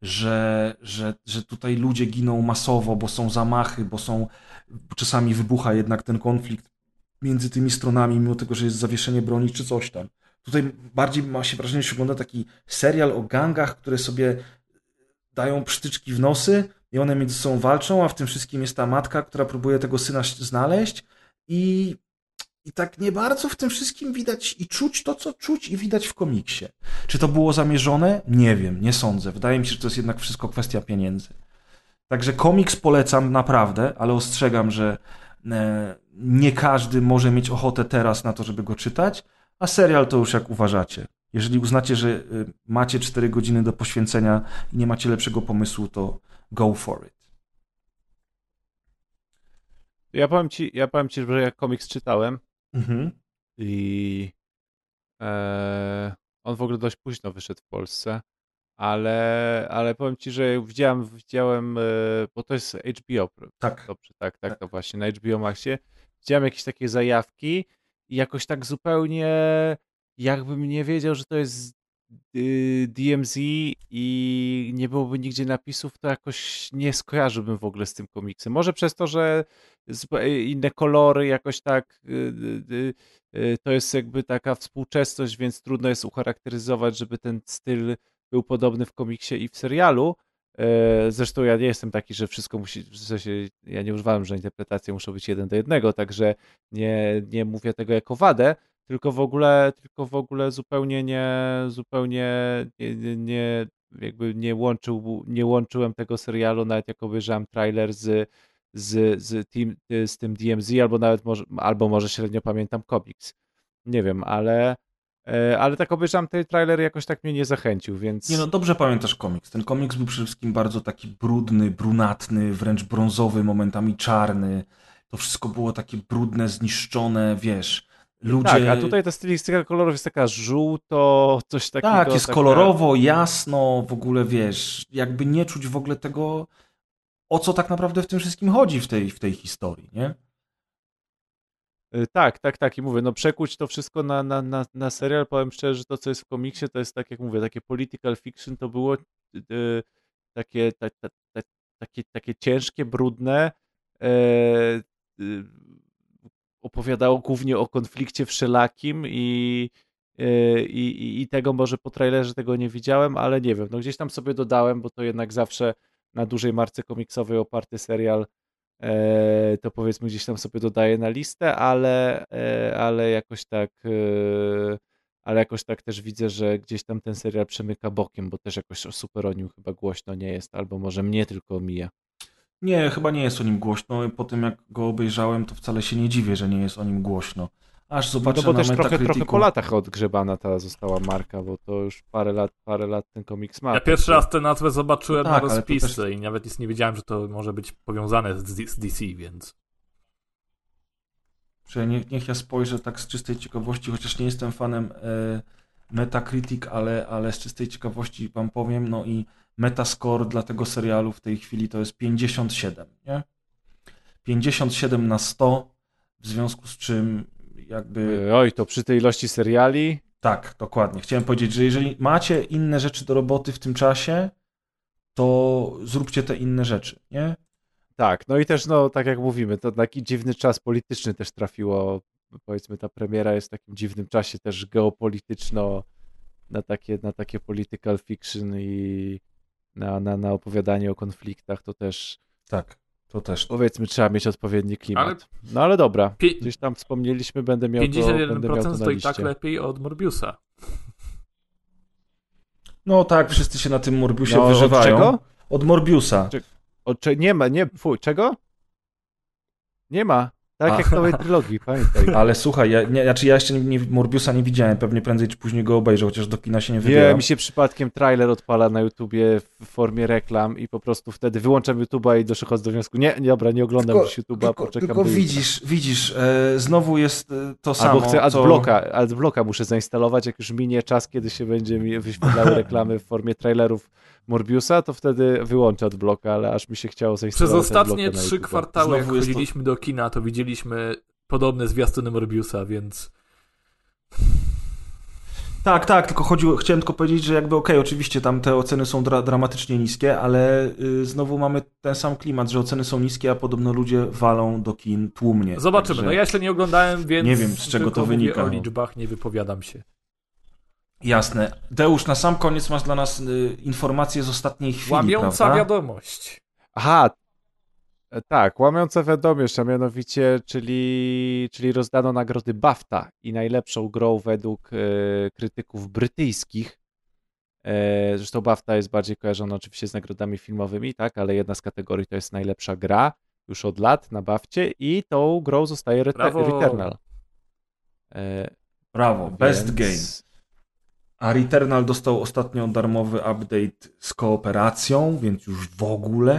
Że tutaj ludzie giną masowo, bo są zamachy, bo czasami wybucha jednak ten konflikt między tymi stronami, mimo tego, że jest zawieszenie broni czy coś tam. Tutaj bardziej ma się wrażenie, że ogląda taki serial o gangach, które sobie dają psztyczki w nosy i one między sobą walczą, a w tym wszystkim jest ta matka, która próbuje tego syna znaleźć i tak nie bardzo w tym wszystkim widać i czuć to, co czuć i widać w komiksie. Czy to było zamierzone? Nie wiem, nie sądzę. Wydaje mi się, że to jest jednak wszystko kwestia pieniędzy. Także komiks polecam naprawdę, ale ostrzegam, że nie każdy może mieć ochotę teraz na to, żeby go czytać, a serial to już jak uważacie. Jeżeli uznacie, że macie 4 godziny do poświęcenia i nie macie lepszego pomysłu, to go for it. Ja powiem ci, że jak komiks czytałem i on w ogóle dość późno wyszedł w Polsce, ale powiem ci, że widziałem, bo to jest HBO. Tak. Dobrze, tak, to właśnie, na HBO Maxie. Widziałem jakieś takie zajawki i jakoś tak zupełnie jakbym nie wiedział, że to jest DMZ i nie byłoby nigdzie napisów, to jakoś nie skojarzyłbym w ogóle z tym komiksem. Może przez to, że inne kolory, jakoś tak to jest jakby taka współczesność, więc trudno jest ucharakteryzować, żeby ten styl był podobny w komiksie i w serialu. Zresztą ja nie jestem taki, że wszystko musi, w sensie ja nie używałem, że interpretacje muszą być 1:1, także nie mówię tego jako wadę, tylko w ogóle zupełnie jakby nie łączyłem tego serialu, nawet jak obejrzałem trailer z tym DMZ, albo może średnio pamiętam komiks. Nie wiem, ale tak obejrzałem ten trailer, jakoś tak mnie nie zachęcił, więc... Nie no, dobrze pamiętasz komiks. Ten komiks był przede wszystkim bardzo taki brudny, brunatny, wręcz brązowy, momentami czarny. To wszystko było takie brudne, zniszczone, wiesz... Ludzie... Tak, a tutaj ta stylistyka kolorów jest taka żółto, coś takiego... Tak, jest kolorowo, jasno, w ogóle, wiesz, jakby nie czuć w ogóle tego, o co tak naprawdę w tym wszystkim chodzi w tej historii, nie? Tak. I mówię, no przekuć to wszystko na serial, powiem szczerze, że to, co jest w komiksie, to jest tak, jak mówię, takie political fiction, to było takie ciężkie, brudne, opowiadało głównie o konflikcie wszelakim i tego może po trailerze tego nie widziałem, ale nie wiem, no gdzieś tam sobie dodałem, bo to jednak zawsze na dużej marce komiksowej oparty serial, to powiedzmy gdzieś tam sobie dodaję na listę, ale jakoś tak też widzę, że gdzieś tam ten serial przemyka bokiem, bo też jakoś super o nim chyba głośno nie jest, albo może mnie tylko omija. Nie, chyba nie jest o nim głośno. Po tym, jak go obejrzałem, to wcale się nie dziwię, że nie jest o nim głośno. Aż zobaczę no bo na też trochę Metacriticu. po latach odgrzebana ta została marka, bo to już parę lat ten komiks ma. Ja pierwszy raz tę nazwę zobaczyłem No tak, na ale to rozpisce też- i nawet nic nie wiedziałem, że to może być powiązane z DC, więc... Niech ja spojrzę tak z czystej ciekawości, chociaż nie jestem fanem Metacritic, ale z czystej ciekawości wam powiem, no i Metascore dla tego serialu w tej chwili to jest 57, nie? 57 na 100, w związku z czym jakby... Oj, to przy tej ilości seriali... Tak, dokładnie. Chciałem powiedzieć, że jeżeli macie inne rzeczy do roboty w tym czasie, to zróbcie te inne rzeczy, nie? Tak, no i też, no tak jak mówimy, to taki dziwny czas polityczny też trafiło, powiedzmy ta premiera jest w takim dziwnym czasie też geopolityczno, na takie political fiction i na opowiadanie o konfliktach, to też Tak, to też. powiedzmy trzeba mieć odpowiedni klimat. Ale- No ale dobra, Pie- gdzieś tam wspomnieliśmy, będę miał to 51% na to i liście. tak lepiej od Morbiusa. No tak, wszyscy się na tym Morbiusie No, od wyżywają. czego? Od Morbiusa. Nie ma, czego? Nie ma. Tak jak nowej trylogii, pamiętaj. Ale słuchaj, ja jeszcze Morbiusa nie widziałem, pewnie prędzej czy później go obejrzę, chociaż do kina się nie wybieram. Mi się przypadkiem trailer odpala na YouTubie w formie reklam i po prostu wtedy wyłączam YouTube'a i dochodzę do wniosku, nie, dobra, nie oglądam już YouTube'a, poczekam tylko do jutra. widzisz, znowu jest to samo, Albo chcę co... adblocka muszę zainstalować, jak już minie czas, kiedy się będzie mi wyświetlały reklamy w formie trailerów Morbiusa, to wtedy wyłączę adblocka, ale aż mi się chciało Przez zainstalować ostatnie adblocka na 3 YouTube'a. kwartały, jak Znowu jest to- chodziliśmy do kina, to widzieliśmy podobne zwiastuny Morbiusa, więc... Tak, tylko chciałem tylko powiedzieć, że jakby okej, oczywiście tam te oceny są dramatycznie niskie, ale znowu mamy ten sam klimat, że oceny są niskie, a podobno ludzie walą do kin tłumnie. Zobaczymy. Także No ja jeszcze nie oglądałem, więc nie wiem, z czego tylko to mówię wynika, o no. liczbach nie wypowiadam się. Jasne. Deusz, na sam koniec masz dla nas informacje z ostatniej chwili, Łamiąca prawda? wiadomość. Aha, tak, łamiąca wiadomość, a mianowicie, czyli rozdano nagrody BAFTA i najlepszą grą według krytyków brytyjskich. Zresztą BAFTA jest bardziej kojarzona oczywiście z nagrodami filmowymi, tak, ale jedna z kategorii to jest najlepsza gra. już od lat, nabawcie i tą grą zostaje Returnal. Brawo, best game. A Returnal dostał ostatnio darmowy update z kooperacją, więc już w ogóle.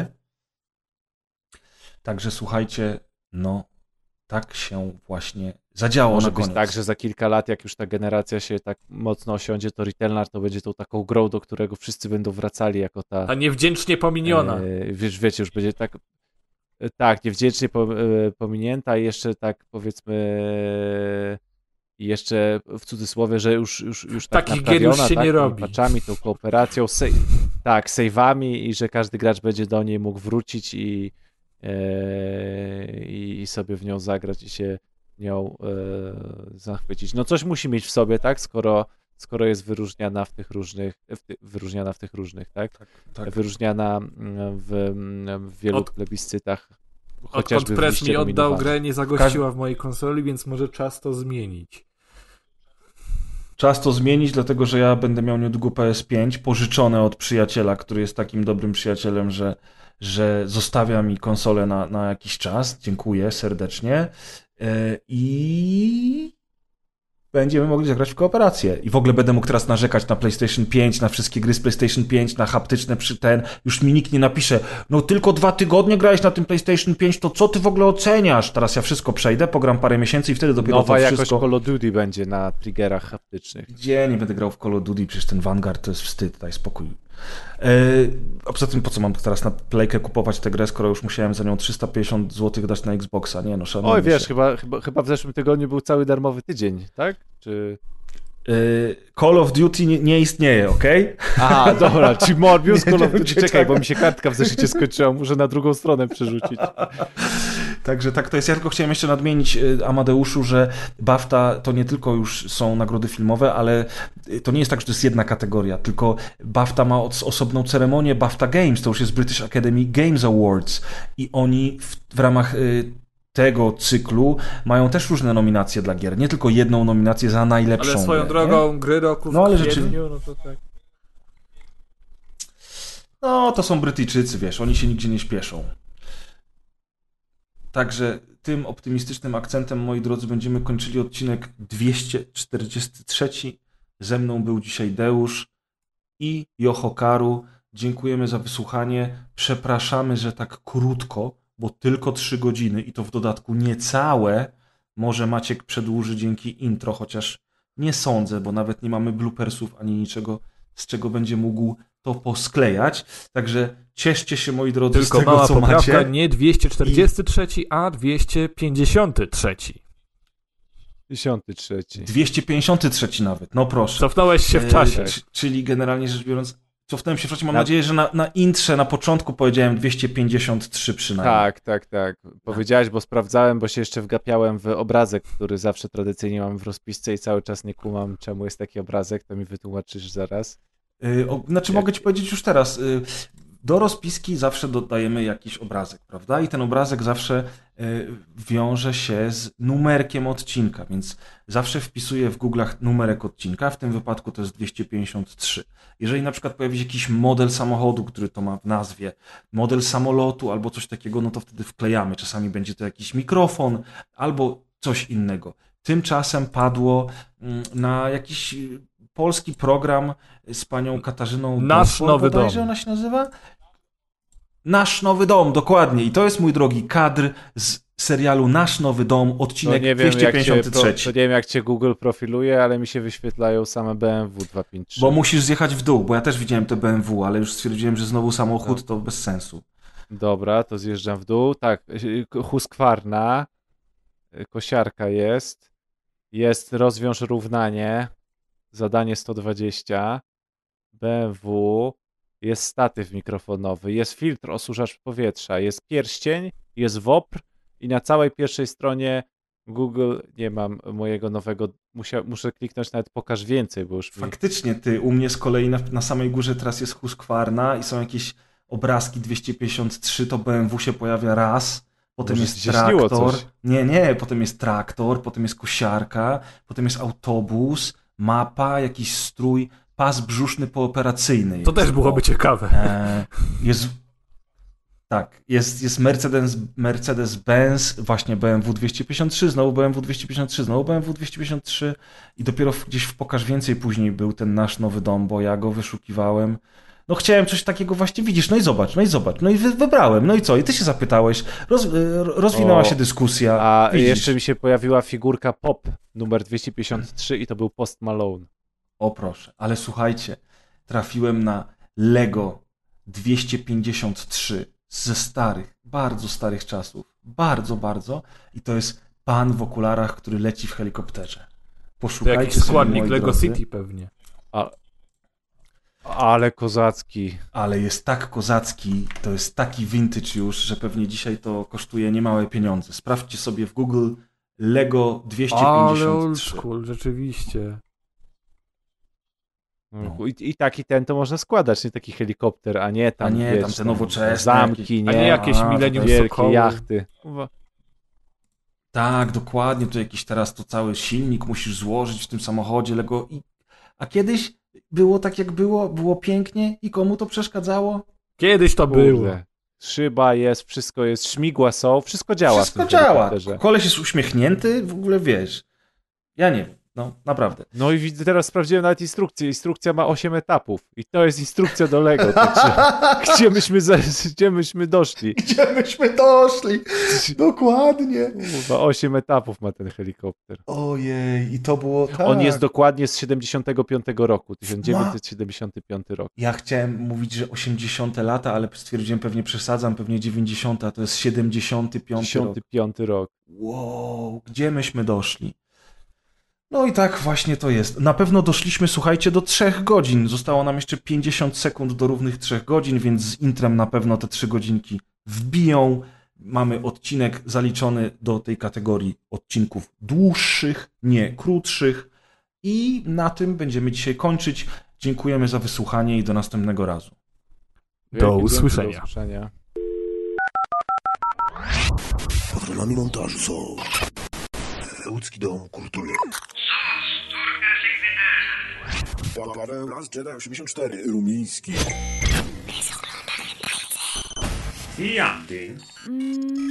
Także słuchajcie, no tak się właśnie zadziało Może na koniec. być tak, że za kilka lat, jak już ta generacja się tak mocno osiądzie, to Returnal to będzie tą taką grą, do którego wszyscy będą wracali jako ta... A niewdzięcznie pominiona. Wiecie, już będzie tak... Tak, niewdzięcznie pominięta i jeszcze tak powiedzmy... jeszcze w cudzysłowie, że już tak takich gier już się nie robi. Patchami, tą kooperacją, save'ami i że każdy gracz będzie do niej mógł wrócić i sobie w nią zagrać i się nią zachwycić. No coś musi mieć w sobie, tak? Skoro jest wyróżniana w tych różnych, tak? Tak. Wyróżniana w wielu plebiscytach. Odkąd Press mi oddał grę, nie zagościła w mojej konsoli, więc może czas to zmienić. Czas to zmienić, dlatego że ja będę miał niedługo PS5 pożyczone od przyjaciela, który jest takim dobrym przyjacielem, że zostawia mi konsolę na jakiś czas. Dziękuję serdecznie. I będziemy mogli zagrać w kooperację. I w ogóle będę mógł teraz narzekać na PlayStation 5, na wszystkie gry z PlayStation 5, na haptyczne już mi nikt nie napisze, no tylko 2 tygodnie grałeś na tym PlayStation 5, to co ty w ogóle oceniasz? Teraz ja wszystko przejdę, pogram parę miesięcy i wtedy dopiero nowa to jakoś wszystko... Call of Duty będzie na triggerach haptycznych. Gdzie nie będę grał w Call of Duty, przecież ten Vanguard to jest wstyd, daj spokój. A poza tym po co mam teraz na Playkę kupować tę grę, skoro już musiałem za nią 350 zł dać na Xboxa, nie no, szanowni Oj, wiesz, się. chyba w zeszłym tygodniu był cały darmowy tydzień, tak? Czy... Call of Duty nie istnieje, okej? Aha, dobra, czy Morbius Call of Duty, czekaj, bo mi się kartka w zeszycie skończyła, muszę na drugą stronę przerzucić. Także tak to jest. Ja tylko chciałem jeszcze nadmienić, Amadeuszu, że BAFTA to nie tylko już są nagrody filmowe, ale to nie jest tak, że to jest jedna kategoria, tylko BAFTA ma osobną ceremonię BAFTA Games, to już jest British Academy Games Awards i oni w ramach tego cyklu mają też różne nominacje dla gier, nie tylko jedną nominację za najlepszą ale swoją grę, drogą nie? gry roku w no, ale kwietniu, no to tak. No, to są Brytyjczycy, wiesz, oni się nigdzie nie śpieszą. Także tym optymistycznym akcentem, moi drodzy, będziemy kończyli odcinek 243. Ze mną był dzisiaj Deusz i Yohokaru. Dziękujemy za wysłuchanie. Przepraszamy, że tak krótko, bo tylko 3 godziny i to w dodatku niecałe. Może Maciek przedłuży dzięki intro, chociaż nie sądzę, bo nawet nie mamy bloopersów ani niczego, z czego będzie mógł to posklejać. Także cieszcie się, moi drodzy, tylko z tego, mała co poprawka, macie. nie 243, a 253. 53. 253 nawet, no proszę. Cofnąłeś się w czasie. Czyli generalnie rzecz biorąc, cofnąłem się w czasie. Mam nadzieję, że na intrze, na początku powiedziałem 253 przynajmniej. Tak. Powiedziałeś, bo sprawdzałem, bo się jeszcze wgapiałem w obrazek, który zawsze tradycyjnie mam w rozpisce i cały czas nie kumam, czemu jest taki obrazek, to mi wytłumaczysz zaraz. Mogę ci powiedzieć już teraz. Do rozpiski zawsze dodajemy jakiś obrazek, prawda? I ten obrazek zawsze wiąże się z numerkiem odcinka, więc zawsze wpisuję w Google'ach numerek odcinka, w tym wypadku to jest 253. Jeżeli na przykład pojawi się jakiś model samochodu, który to ma w nazwie, model samolotu albo coś takiego, no to wtedy wklejamy. Czasami będzie to jakiś mikrofon albo coś innego. Tymczasem padło na jakiś polski program z panią Katarzyną Nasz Nowy Dom. Ona się nazywa? Nasz Nowy Dom, dokładnie. I to jest, mój drogi, kadr z serialu Nasz Nowy Dom, odcinek 253. To nie wiem, jak cię Google profiluje, ale mi się wyświetlają same BMW 253. Bo musisz zjechać w dół, bo ja też widziałem te BMW, ale już stwierdziłem, że znowu samochód to bez sensu. Dobra, to zjeżdżam w dół. Tak, Husqvarna, kosiarka jest rozwiąż równanie, zadanie 120, BMW, jest statyw mikrofonowy, jest filtr osuszacz powietrza, jest pierścień, jest WOPR i na całej pierwszej stronie Google, nie mam mojego nowego, muszę kliknąć nawet pokaż więcej, bo już Faktycznie, u mnie z kolei na samej górze teraz jest Husqvarna i są jakieś obrazki 253, to BMW się pojawia raz, potem jest traktor, potem jest traktor, potem jest kosiarka, potem jest autobus, mapa, jakiś strój, pas brzuszny pooperacyjny. To też byłoby ciekawe. Jest Tak, jest Mercedes-Benz, właśnie BMW 253, znowu BMW 253, znowu BMW 253 i dopiero gdzieś w Pokaż Więcej później był ten nasz nowy dom, bo ja go wyszukiwałem. No chciałem coś takiego właśnie, widzisz, no i zobacz, no i wybrałem, no i co? I ty się zapytałeś, rozwinęła się dyskusja. A widzisz. jeszcze mi się pojawiła figurka Pop numer 253 i to był Post Malone. O proszę, ale słuchajcie, trafiłem na Lego 253 ze starych, bardzo starych czasów. Bardzo. I to jest pan w okularach, który leci w helikopterze. To Poszukajcie jakiś sobie, składnik moi Lego drodzy. City pewnie. Ale kozacki. Ale jest tak kozacki, to jest taki vintage już, że pewnie dzisiaj to kosztuje niemałe pieniądze. Sprawdźcie sobie w Google Lego 253. Ale old school, rzeczywiście. No. I taki ten to można składać, nie taki helikopter, a nie tam, wiesz, tam te nowoczesne zamki, A nie jakieś Millennium wielkie Sokoły. jachty. Tak, dokładnie, to jakiś teraz to cały silnik musisz złożyć w tym samochodzie Lego. A kiedyś było tak jak było pięknie i komu to przeszkadzało? Kiedyś to było. Kurde. Szyba jest, wszystko jest, śmigła są, wszystko działa. Wszystko w tym działa. helikopterze. Koleś jest uśmiechnięty, w ogóle wiesz. Ja nie wiem, no naprawdę. No i teraz sprawdziłem nawet instrukcję. Instrukcja ma 8 etapów. I to jest instrukcja do Lego. Także gdzie myśmy doszli? Gdzie myśmy doszli? Dokładnie. Kurwa, 8 etapów ma ten helikopter. Ojej, i to było tak. On jest dokładnie z 75 roku, 1975 rok. Ja chciałem mówić, że 80 lata, ale stwierdziłem, pewnie przesadzam, pewnie 90, a to jest 75 rok. 75 rok. Wow, gdzie myśmy doszli? No i tak właśnie to jest. Na pewno doszliśmy, słuchajcie, do 3 godzin. Zostało nam jeszcze 50 sekund do równych 3 godzin, więc z intrem na pewno te 3 godzinki wbiją. Mamy odcinek zaliczony do tej kategorii odcinków dłuższych, nie krótszych. I na tym będziemy dzisiaj kończyć. Dziękujemy za wysłuchanie i do następnego razu. Do usłyszenia. Patronami montażu są Łódzki Dom Kultury, Paweł Las Jedi 84 Rumiński, Yanding.